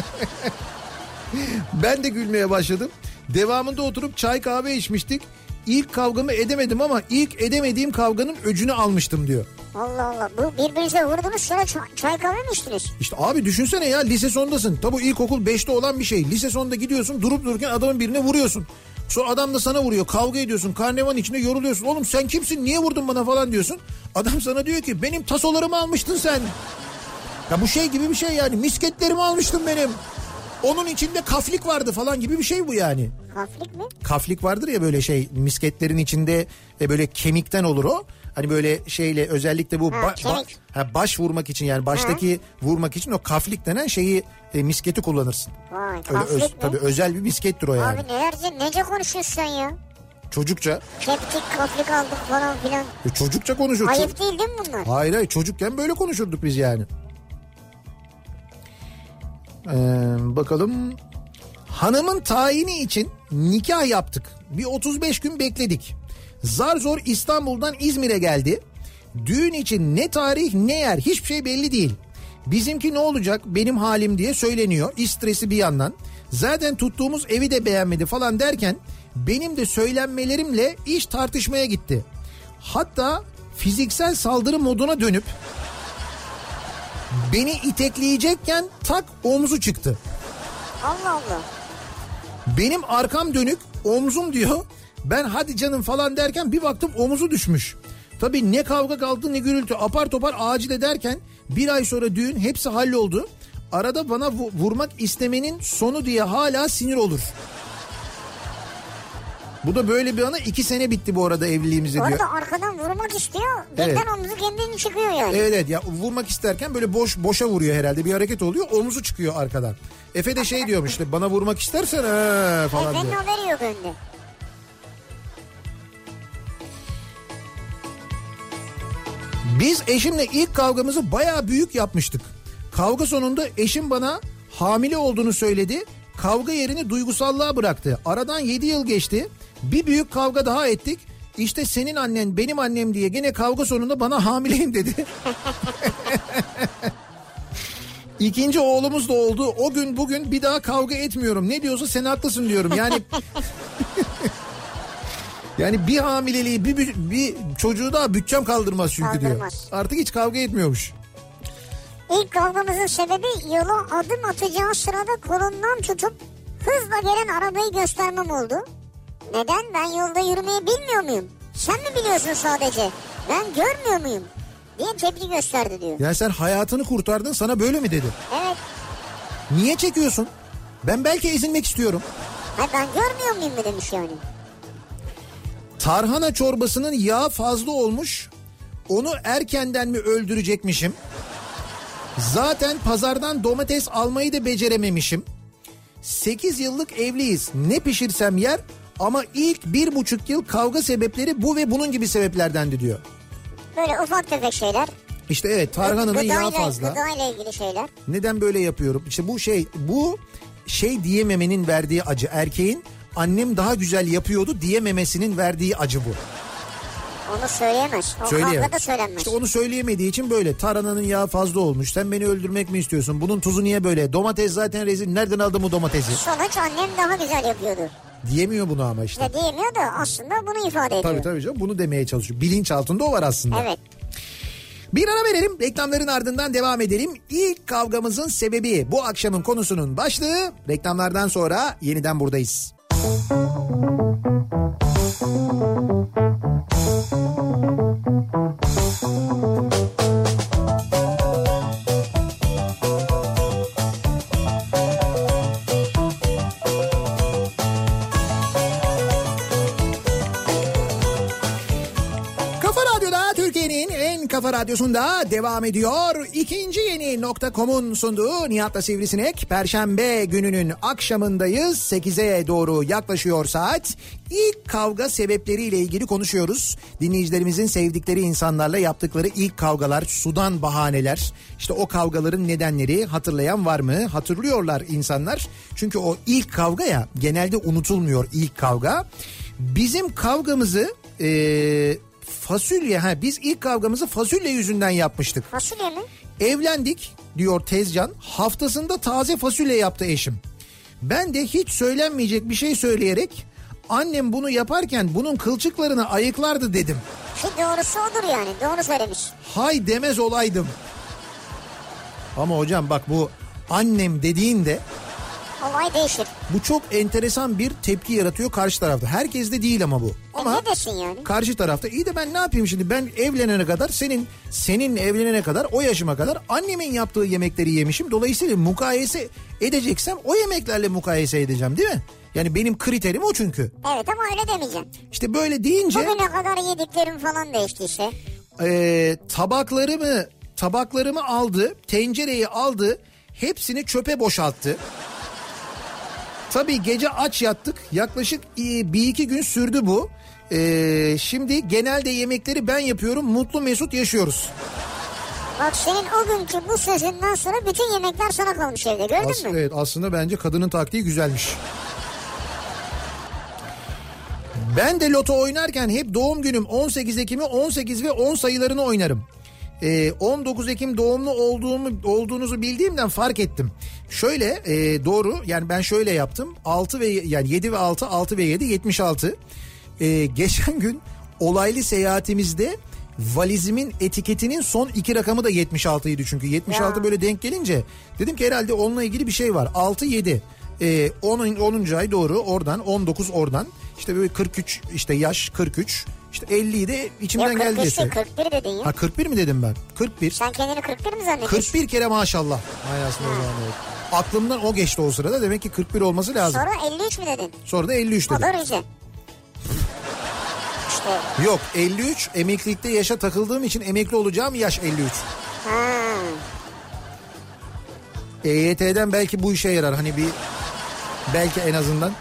Ben de gülmeye başladım. Devamında oturup çay kahve içmiştik. İlk kavgamı edemedim ama ilk edemediğim kavganın öcünü almıştım diyor. Allah Allah, bu birbirinize vurdunuz sonra çay, çay kahve mi içtiniz? İşte abi düşünsene ya, lise sondasın. Tabi ilkokul beşte olan bir şey. Lise sonunda gidiyorsun, durup dururken adamın birine vuruyorsun. Sonra adam da sana vuruyor, kavga ediyorsun, karnevanın içinde yoruluyorsun. Oğlum sen kimsin, niye vurdun bana falan diyorsun. Adam sana diyor ki benim tasolarımı almıştın sen. Ya bu şey gibi bir şey yani, misketlerimi almıştın benim. Onun içinde kaflik vardı falan gibi bir şey bu yani. Kaflik mi? Kaflik vardır ya böyle şey, misketlerin içinde e, böyle kemikten olur o. Hani böyle şeyle özellikle bu ha, ba- ba- ha, baş vurmak için yani baştaki ha. vurmak için o kaflik denen şeyi e, misketi kullanırsın. Vay, Öyle kaflik öz, mi? tabii özel bir miskettir o yani. Abi nelerce nece konuşuyorsun sen ya? Çocukça. Keptik kaflik aldık falan filan. E, çocukça konuşurduk. Ayıp değil değil mi bunlar? Hayır hayır, çocukken böyle konuşurduk biz yani. Ee, bakalım. Hanımın tayini için nikah yaptık. Bir otuz beş gün bekledik. Zar zor İstanbul'dan İzmir'e geldi. Düğün için ne tarih ne yer hiçbir şey belli değil. Bizimki ne olacak benim halim diye söyleniyor. İş stresi bir yandan. Zaten tuttuğumuz evi de beğenmedi falan derken benim de söylenmelerimle iş tartışmaya gitti. Hatta fiziksel saldırı moduna dönüp beni itekleyecekken tak omzu çıktı. Allah Allah. Benim arkam dönük, omzum diyor. Ben hadi canım falan derken bir baktım omuzu düşmüş. Tabii ne kavga kaldı ne gürültü, apar topar acil ederken bir ay sonra düğün, hepsi halloldu. Arada bana vurmak istemenin sonu diye hala sinir olur. Bu da böyle bir ana, iki sene bitti bu arada evliliğimizde diyor. Orada arkadan vurmak istiyor. Birden Evet. omuzu kendini çıkıyor yani. Evet evet ya, vurmak isterken böyle boş boşa vuruyor herhalde, bir hareket oluyor, omuzu çıkıyor arkadan. Efe de şey diyormuş işte, bana vurmak istersen ee falan Efe'nin diyor. haberi yok önde. Biz eşimle ilk kavgamızı bayağı büyük yapmıştık. Kavga sonunda eşim bana hamile olduğunu söyledi. Kavga yerini duygusallığa bıraktı. Aradan yedi yıl geçti. Bir büyük kavga daha ettik. İşte senin annen benim annem diye gene kavga sonunda bana hamileyim dedi. İkinci oğlumuz da oldu. O gün bugün bir daha kavga etmiyorum. Ne diyorsa sen haklısın diyorum. Yani yani bir hamileliği bir, bir, bir çocuğu daha bütçem kaldırmaz çünkü Kaldırmaz. diyor. Artık hiç kavga etmiyormuş. İlk kavgamızın sebebi yola adım atacağı sırada kolundan tutup hızla gelen arabayı göstermem oldu. Neden? Ben yolda yürümeyi bilmiyor muyum? Sen mi biliyorsun sadece? Ben görmüyor muyum? Diye tepki gösterdi diyor. Ya sen hayatını kurtardın, sana böyle mi dedi? Evet. Niye çekiyorsun? Ben belki ezilmek istiyorum. Ha, ben görmüyor muyum mu demiş yani. Tarhana çorbasının yağı fazla olmuş. Onu erkenden mi öldürecekmişim? Zaten pazardan domates almayı da becerememişim. sekiz yıllık evliyiz. Ne pişirsem yer ama ilk bir buçuk yıl kavga sebepleri bu ve bunun gibi sebeplerdendi diyor. Böyle ufak tefek şeyler. İşte evet, tarhananın Gıdayla, yağı fazla. Gıdayla ilgili şeyler. Neden böyle yapıyorum? İşte bu şey, bu şey diyememenin verdiği acı. Erkeğin annem daha güzel yapıyordu diyememesinin verdiği acı bu. Onu söyleyemez. O Söyleyemez. kavgada söylenmez. İşte onu söyleyemediği için böyle. Tarhananın yağı fazla olmuş. Sen beni öldürmek mi istiyorsun? Bunun tuzu niye böyle? Domates zaten rezil. Nereden aldın bu domatesi? Sonuç annem daha güzel yapıyordu. Diyemiyor bunu ama işte. Ya diyemiyor da aslında bunu ifade ediyor. Tabii tabii canım, bunu demeye çalışıyor. Bilinç altında o var aslında. Evet. Bir ara verelim, reklamların ardından devam edelim. İlk kavgamızın sebebi, bu akşamın konusunun başlığı. Reklamlardan sonra yeniden buradayız. Kafa Radyosu'nda devam ediyor. İkinci yeni nokta com'un sunduğu Nihat'la Sivrisinek. Perşembe gününün akşamındayız. sekize doğru yaklaşıyor saat. İlk kavga sebepleriyle ilgili konuşuyoruz. Dinleyicilerimizin sevdikleri insanlarla yaptıkları ilk kavgalar, sudan bahaneler. İşte o kavgaların nedenleri hatırlayan var mı? Hatırlıyorlar insanlar. Çünkü o ilk kavga ya, genelde unutulmuyor ilk kavga. Bizim kavgamızı Ee, fasulye ha biz ilk kavgamızı fasulye yüzünden yapmıştık. Fasulye mi? Evlendik diyor Tezcan. Haftasında taze fasulye yaptı eşim. Ben de hiç söylenmeyecek bir şey söyleyerek annem bunu yaparken bunun kılçıklarını ayıklardı dedim. Ki doğrusu odur yani, doğru söylemiş. Hay demez olaydım. Ama hocam bak, bu annem dediğinde olay değişir. bu çok enteresan bir tepki yaratıyor karşı tarafta. Herkes de değil ama bu. Ama ne desin yani? Karşı tarafta iyi de ben ne yapayım şimdi, ben evlenene kadar senin senin evlenene kadar o yaşıma kadar annemin yaptığı yemekleri yemişim. Dolayısıyla mukayese edeceksem o yemeklerle mukayese edeceğim, değil mi? Yani benim kriterim o çünkü. Evet ama öyle demeyeceğim. İşte böyle deyince. Bugüne kadar yediklerim falan değiştiyse. E, tabaklarımı tabaklarımı aldı, tencereyi aldı, hepsini çöpe boşalttı. Tabii gece aç yattık. Yaklaşık bir iki gün sürdü bu. Ee, şimdi genelde yemekleri ben yapıyorum. Mutlu mesut yaşıyoruz. Bak senin o günkü bu sözünden sonra bütün yemekler sana kalmış evde, gördün As- mü? Evet, aslında bence kadının taktiği güzelmiş. Ben de loto oynarken hep doğum günüm on sekiz Ekim'i on sekiz ve on sayılarını oynarım. Ee, on dokuz Ekim doğumlu olduğumu olduğunuzu bildiğimden fark ettim. Şöyle e, doğru, yani ben şöyle yaptım. altı ve yani yedi ve altı, altı ve yedi yetmiş altı. Ee, geçen gün olaylı seyahatimizde valizimin etiketinin son iki rakamı da yetmiş altıydı çünkü. yetmiş altı ya. Böyle denk gelince dedim ki herhalde onunla ilgili bir şey var. altı yedi. Ee, on, onuncu ay doğru, oradan on dokuz oradan. İşte böyle kırk üç, işte yaş kırk üç. İşte elliyi de içimden geldi. Ya kırk üç kırk bir dedin ya. Ha kırk bir mi dedim ben? kırk bir. Sen kendini kırk bir mi zannediyorsun? kırk bir kere maşallah. Hayasını o zaman evet. Aklımdan o geçti o sırada. Demek ki kırk bir olması lazım. Sonra elli üç mü dedin? Sonra da elli üç dedim. O da Rize. İşte. Yok, elli üç emeklilikte yaşa takıldığım için emekli olacağım yaş elli üç. Ha. E Y T'den belki bu işe yarar. Hani bir belki en azından.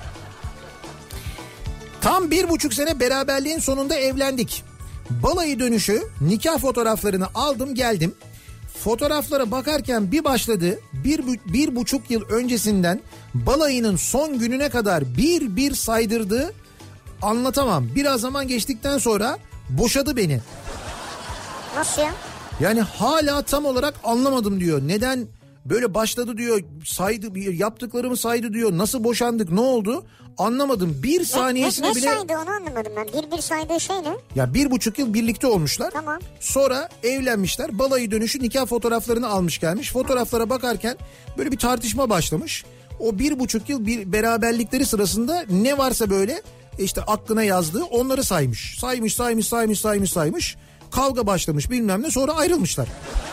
Tam bir buçuk sene beraberliğin sonunda evlendik. Balayı dönüşü nikah fotoğraflarını aldım geldim. Fotoğraflara bakarken bir başladı. Bir, bir buçuk yıl öncesinden balayının son gününe kadar bir bir saydırdı. Anlatamam. Biraz zaman geçtikten sonra boşadı beni. Nasıl ya? Yani hala tam olarak anlamadım diyor. Neden böyle başladı diyor. Saydı, yaptıklarımı saydı diyor. Nasıl boşandık, ne oldu? Anlamadım. Bir saniyesine ne, ne, ne bile... Ne saydı onu anlamadım ben. Bir bir saydığı şey ne? Ya bir buçuk yıl birlikte olmuşlar. Tamam. Sonra evlenmişler. Balayı dönüşü nikah fotoğraflarını almış gelmiş. Fotoğraflara bakarken böyle bir tartışma başlamış. O bir buçuk yıl bir beraberlikleri sırasında ne varsa böyle işte aklına yazdığı onları saymış. Saymış saymış saymış saymış saymış. Kavga başlamış bilmem ne, sonra ayrılmışlar.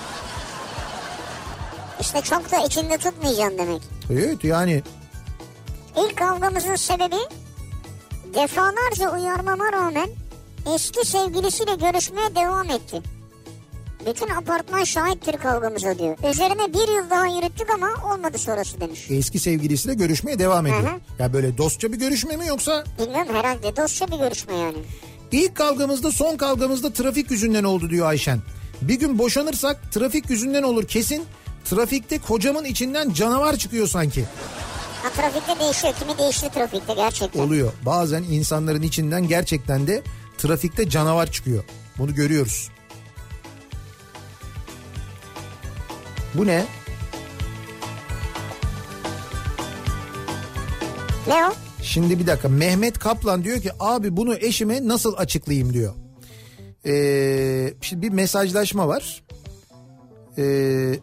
İşte çok da içinde tutmayacaksın demek. Evet yani. İlk kavgamızın sebebi defalarca uyarmama rağmen eski sevgilisiyle görüşmeye devam etti. Bütün apartman şahittir kavgamıza diyor. Üzerine bir yıl daha yürüttük ama olmadı sonrası demiş. Eski sevgilisiyle görüşmeye devam ediyor. Hı hı. Ya böyle dostça bir görüşme mi yoksa? Bilmiyorum, herhalde dostça bir görüşme yani. İlk kavgamızda son kavgamızda trafik yüzünden oldu diyor Ayşen. Bir gün boşanırsak trafik yüzünden olur kesin. Trafikte kocamın içinden canavar çıkıyor sanki. Ha, trafikte değişiyor. Kimi değişti trafikte gerçekten. Oluyor. Bazen insanların içinden gerçekten de trafikte canavar çıkıyor. Bunu görüyoruz. Bu ne? Ne o? Şimdi bir dakika. Mehmet Kaplan diyor ki abi bunu eşime nasıl açıklayayım diyor. Ee, şimdi bir mesajlaşma var. Ee,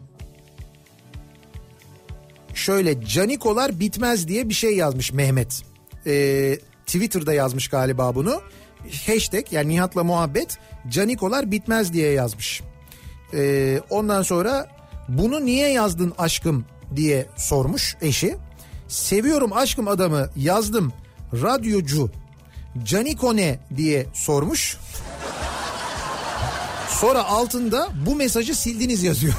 şöyle canikolar bitmez diye bir şey yazmış Mehmet. Ee, Twitter'da yazmış galiba bunu. Hashtag yani Nihat'la muhabbet canikolar bitmez diye yazmış. Ee, ondan sonra bunu niye yazdın aşkım diye sormuş eşi. Seviyorum aşkım adamı yazdım. Radyocu Caniko ne diye sormuş. Sonra altında bu mesajı sildiniz yazıyor.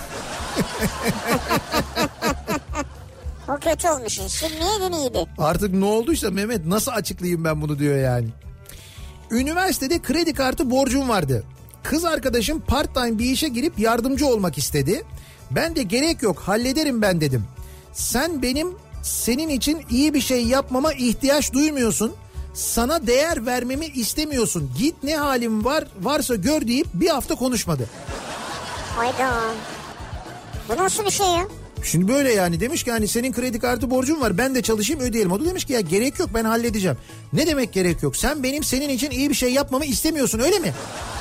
O kötü olmuş. Silmeyeydin iyiydi. Artık ne olduysa Mehmet nasıl açıklayayım ben bunu diyor yani. Üniversitede kredi kartı borcum vardı. Kız arkadaşım part time bir işe girip yardımcı olmak istedi. Ben de gerek yok hallederim ben dedim. Sen benim senin için iyi bir şey yapmama ihtiyaç duymuyorsun. Sana değer vermemi istemiyorsun. Git ne halim var varsa gör deyip bir hafta konuşmadı. Hayda. Bu nasıl bir şey ya? Şimdi böyle yani demiş ki hani senin kredi kartı borcun var ben de çalışayım ödeyelim. O da demiş ki ya gerek yok ben halledeceğim. Ne demek gerek yok? Sen benim senin için iyi bir şey yapmamı istemiyorsun öyle mi?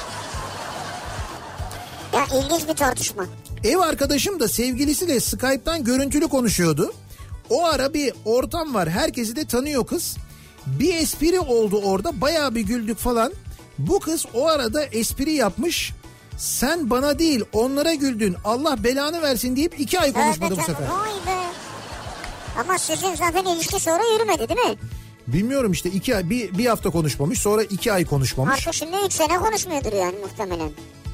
Ya ilginç bir tartışma. Ev arkadaşım da sevgilisiyle Skype'tan görüntülü konuşuyordu. O ara bir ortam var herkesi de tanıyor kız. Bir espri oldu orada bayağı bir güldük falan. Bu kız o arada espri yapmış. Sen bana değil onlara güldün Allah belanı versin deyip iki ay konuşmadı evet, bu sefer. Vay be. Ama sizin zaten ilişki sonra yürümedi değil mi? Bilmiyorum işte iki ay bir, bir hafta konuşmamış sonra iki ay konuşmamış. Artık şimdi üç sene konuşmuyordur yani muhtemelen.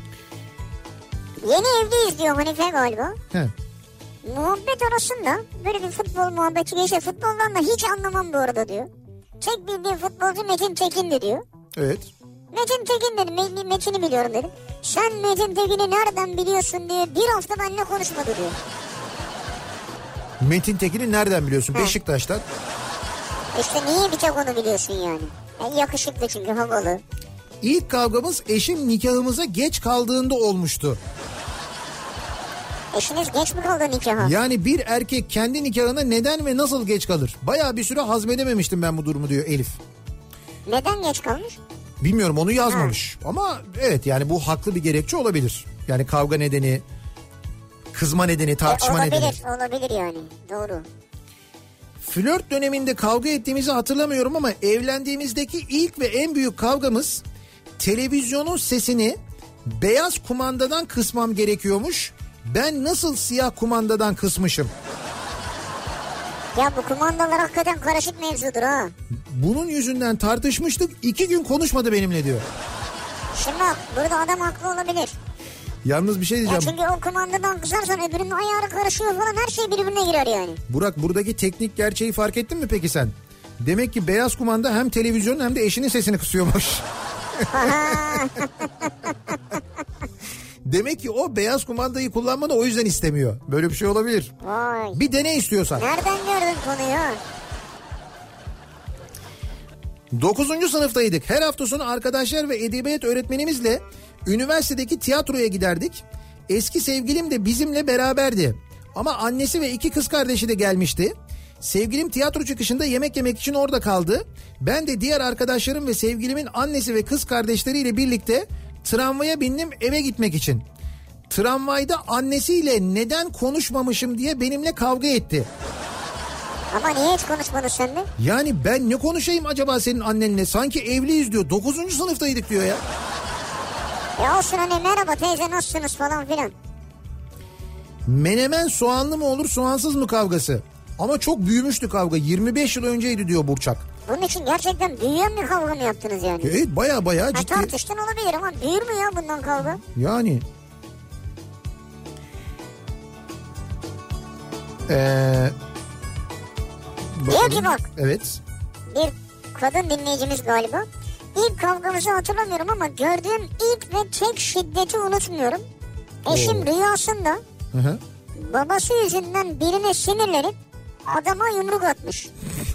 Yeni evliyiz diyor Hanife galiba. He. Muhabbet arasında böyle bir futbol muhabbeti geçti. Futboldan da hiç anlamam bu arada diyor. Tek bildiğim futbolcu Metin Tekin'di diyor. Evet. Metin Tekin dedim. Metin'i biliyorum dedim. Sen Metin Tekin'i nereden biliyorsun diye bir hafta benimle konuşmadı diyor. Metin Tekin'i nereden biliyorsun? He. Beşiktaş'tan. İşte niye bir tek onu biliyorsun yani? yani yakışıklı çünkü havalı. İlk kavgamız eşim nikahımıza geç kaldığında olmuştu. Eşiniz geç mi kaldı nikaha? Yani bir erkek kendi nikahına neden ve nasıl geç kalır? Bayağı bir süre hazmedememiştim ben bu durumu diyor Elif. Neden geç kalmış? Bilmiyorum onu yazmamış. Ha. Ama evet yani bu haklı bir gerekçe olabilir. Yani kavga nedeni, kızma nedeni, tartışma e, olabilir, nedeni. Olabilir olabilir yani doğru. Flört döneminde kavga ettiğimizi hatırlamıyorum ama evlendiğimizdeki ilk ve en büyük kavgamız televizyonun sesini beyaz kumandadan kısmam gerekiyormuş. Ben nasıl siyah kumandadan kısmışım? Ya bu kumandalar hakikaten karışık mevzudur ha. Bunun yüzünden tartışmıştık. İki gün konuşmadı benimle diyor. Şimdi bak burada adam haklı olabilir. Yalnız bir şey diyeceğim. Ya çünkü o kumandadan kızarsan öbürünün ayarı karışıyor falan her şey birbirine girer yani. Burak buradaki teknik gerçeği fark ettin mi peki sen? Demek ki beyaz kumanda hem televizyonun hem de eşinin sesini kısıyormuş. Demek ki o beyaz kumandayı kullanmanı o yüzden istemiyor. Böyle bir şey olabilir. Vay. Bir dene istiyorsan. Nereden gördün konuyu? dokuzuncu sınıftaydık. Her hafta sonu arkadaşlar ve edebiyat öğretmenimizle üniversitedeki tiyatroya giderdik. Eski sevgilim de bizimle beraberdi. Ama annesi ve iki kız kardeşi de gelmişti. Sevgilim tiyatro çıkışında yemek yemek için orada kaldı. Ben de diğer arkadaşlarım ve sevgilimin annesi ve kız kardeşleriyle birlikte tramvaya bindim eve gitmek için. Tramvayda annesiyle neden konuşmamışım diye benimle kavga etti. Ama niye hiç konuşmadın sen de? Yani ben ne konuşayım acaba senin annenle? Sanki evliyiz diyor. dokuzuncu sınıftaydık diyor ya. Ya olsun hani merhaba teyze nasılsınız falan filan. Menemen soğanlı mı olur soğansız mı kavgası? Ama çok büyümüştü kavga. yirmi beş yıl önceydi diyor Burçak. Bunun için gerçekten büyüyen bir kavga mı yaptınız yani? Evet baya baya ha, ciddi. Tartıştın olabilir ama büyür mü ya bundan kavga? Yani. Eee... Diyor ki bak. Evet. Bir kadın dinleyicimiz galiba. İlk kavgamızı hatırlamıyorum ama gördüğüm ilk ve tek şiddeti unutmuyorum. Eşim Oo. rüyasında hı hı. babası yüzünden birine sinirlenip adama yumruk atmış.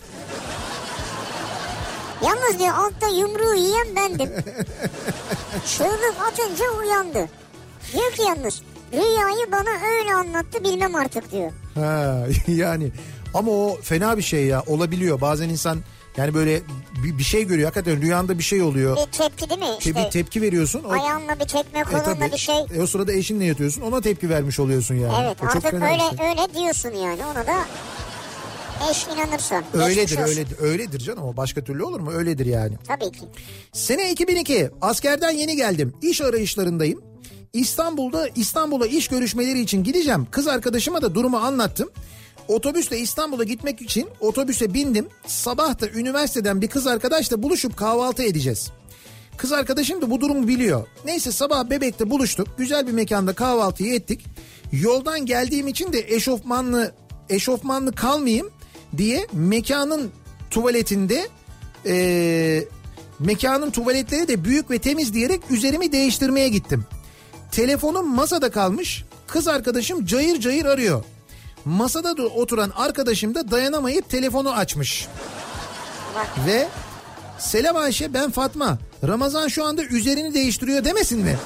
Yalnız diyor altta yumruğu yiyen bendim. Çığlık atınca uyandı. Diyor ki yalnız rüyayı bana öyle anlattı bilmem artık diyor. Ha yani ama o fena bir şey ya olabiliyor bazen insan yani böyle bir, bir şey görüyor hakikaten rüyanda bir şey oluyor. Bir tepki değil mi işte? Bir tepki veriyorsun. O, ayağınla bir tekme kolunla e, bir şey. E, o sırada eşinle yatıyorsun ona tepki vermiş oluyorsun yani. Evet o artık öyle şey. öyle diyorsun yani ona da eş inanırsa. Öyledir öyledir öyledir canım o başka türlü olur mu öyledir yani. Tabii ki. Sene iki bin iki askerden yeni geldim iş arayışlarındayım. İstanbul'da İstanbul'a iş görüşmeleri için gideceğim. Kız arkadaşıma da durumu anlattım. Otobüsle İstanbul'a gitmek için otobüse bindim. Sabah da üniversiteden bir kız arkadaşla buluşup kahvaltı edeceğiz. Kız arkadaşım da bu durumu biliyor. Neyse sabah Bebek'te buluştuk. Güzel bir mekanda kahvaltıyı ettik. Yoldan geldiğim için de eşofmanlı eşofmanlı kalmayayım diye mekanın tuvaletinde e, mekanın tuvaletleri de büyük ve temiz diyerek üzerimi değiştirmeye gittim. Telefonum masada kalmış. Kız arkadaşım cayır cayır arıyor. Masada da oturan arkadaşım da dayanamayıp telefonu açmış. Ve selam Ayşe, ben Fatma. Ramazan şu anda üzerini değiştiriyor demesin mi?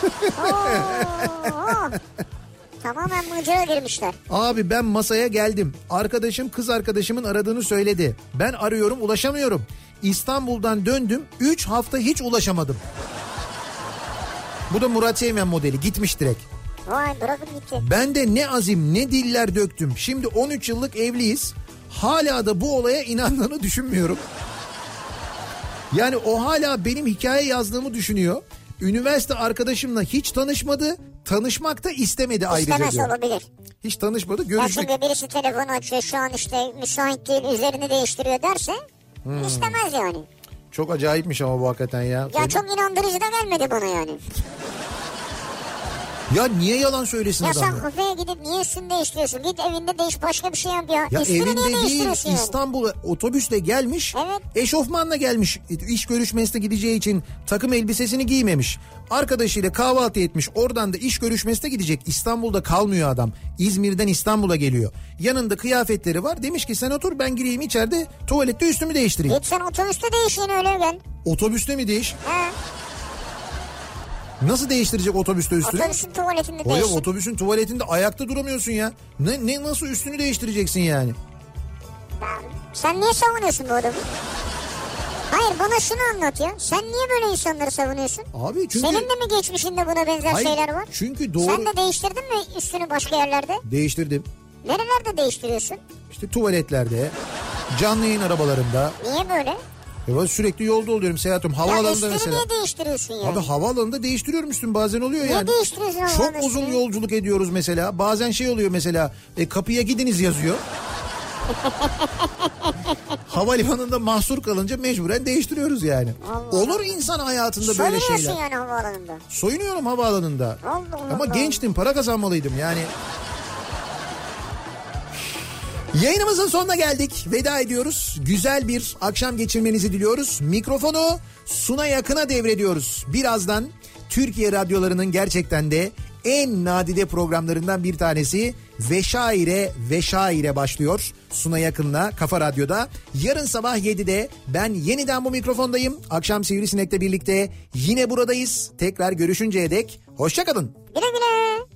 Oo, tamamen mıcıra girmişler. Abi ben masaya geldim. Arkadaşım kız arkadaşımın aradığını söyledi. Ben arıyorum, ulaşamıyorum. İstanbul'dan döndüm. üç hafta hiç ulaşamadım. Bu da Murat Seymen modeli, gitmiş direkt. Vay, bırakıp gitti. Ben de ne azim ne diller döktüm. Şimdi on üç yıllık evliyiz. Hala da bu olaya inandığını düşünmüyorum. Yani o hala benim hikaye yazdığımı düşünüyor. Üniversite arkadaşımla hiç tanışmadı. Tanışmak da istemedi ayrıca İstemez diyor. olabilir. Hiç tanışmadı. Ya Görüşmek... çünkü birisi telefonu açıyor, şu an işte müsait değil, üzerini değiştiriyor derse hmm. istemez yani. Çok acayipmiş ama bu hakikaten ya. Ya çok inandırıcı da gelmedi bana yani. Ya niye yalan söylesin ya adam? Ya sen kafeye gidip niye üstünü değiştiriyorsun? Git evinde değiş, başka bir şey yap ya. Ya üstünü evinde niye değil, yani? İstanbul'a otobüsle gelmiş. Evet. Eşofmanla gelmiş. İş görüşmesine gideceği için takım elbisesini giymemiş. Arkadaşıyla kahvaltı etmiş. Oradan da iş görüşmesine gidecek. İstanbul'da kalmıyor adam. İzmir'den İstanbul'a geliyor. Yanında kıyafetleri var. Demiş ki sen otur, ben gireyim içeride tuvalette üstümü değiştireyim. Git sen otobüste değiş yine, öyle gel. Otobüste mi değiş? He. Nasıl değiştirecek otobüste üstünü? Otobüsün tuvaletinde değiştir. Oğlum otobüsün tuvaletinde ayakta duramıyorsun ya. Ne, ne nasıl üstünü değiştireceksin yani? Sen niye savunuyorsun bu adamı? Hayır, bana şunu anlat ya. Sen niye böyle insanları savunuyorsun? Abi çünkü... Senin de mi geçmişinde buna benzer Hayır, şeyler var? Çünkü doğru... Sen de değiştirdin mi üstünü başka yerlerde? Değiştirdim. Nerelerde değiştiriyorsun? İşte tuvaletlerde, canlı yayın arabalarında. Niye böyle? Ya sürekli yolda oluyorum, seyahatim. Havaalanında ya mesela. niye değiştiriyorsun yani? Abi havaalanında değiştiriyorum üstüm, bazen oluyor niye yani. Niye değiştiriyorsun havaalanında? Çok uzun yolculuk ediyoruz mesela. Bazen şey oluyor mesela, e, kapıya gidiniz yazıyor. Havalimanında mahsur kalınca mecburen değiştiriyoruz yani. Allah Olur Allah. insan hayatında böyle şeyler. Soyunuyorsun yani havaalanında. Soyunuyorum havaalanında. Allah Allah. Ama gençtim, para kazanmalıydım yani. Yayınımızın sonuna geldik. Veda ediyoruz. Güzel bir akşam geçirmenizi diliyoruz. Mikrofonu Suna Yakın'a devrediyoruz. Birazdan Türkiye radyolarının gerçekten de en nadide programlarından bir tanesi Veşaire Veşaire başlıyor. Suna Yakın'la Kafa Radyo'da. Yarın sabah yedide ben yeniden bu mikrofondayım. Akşam Sivrisinek'le birlikte yine buradayız. Tekrar görüşünceye dek hoşça kalın. Güle güle.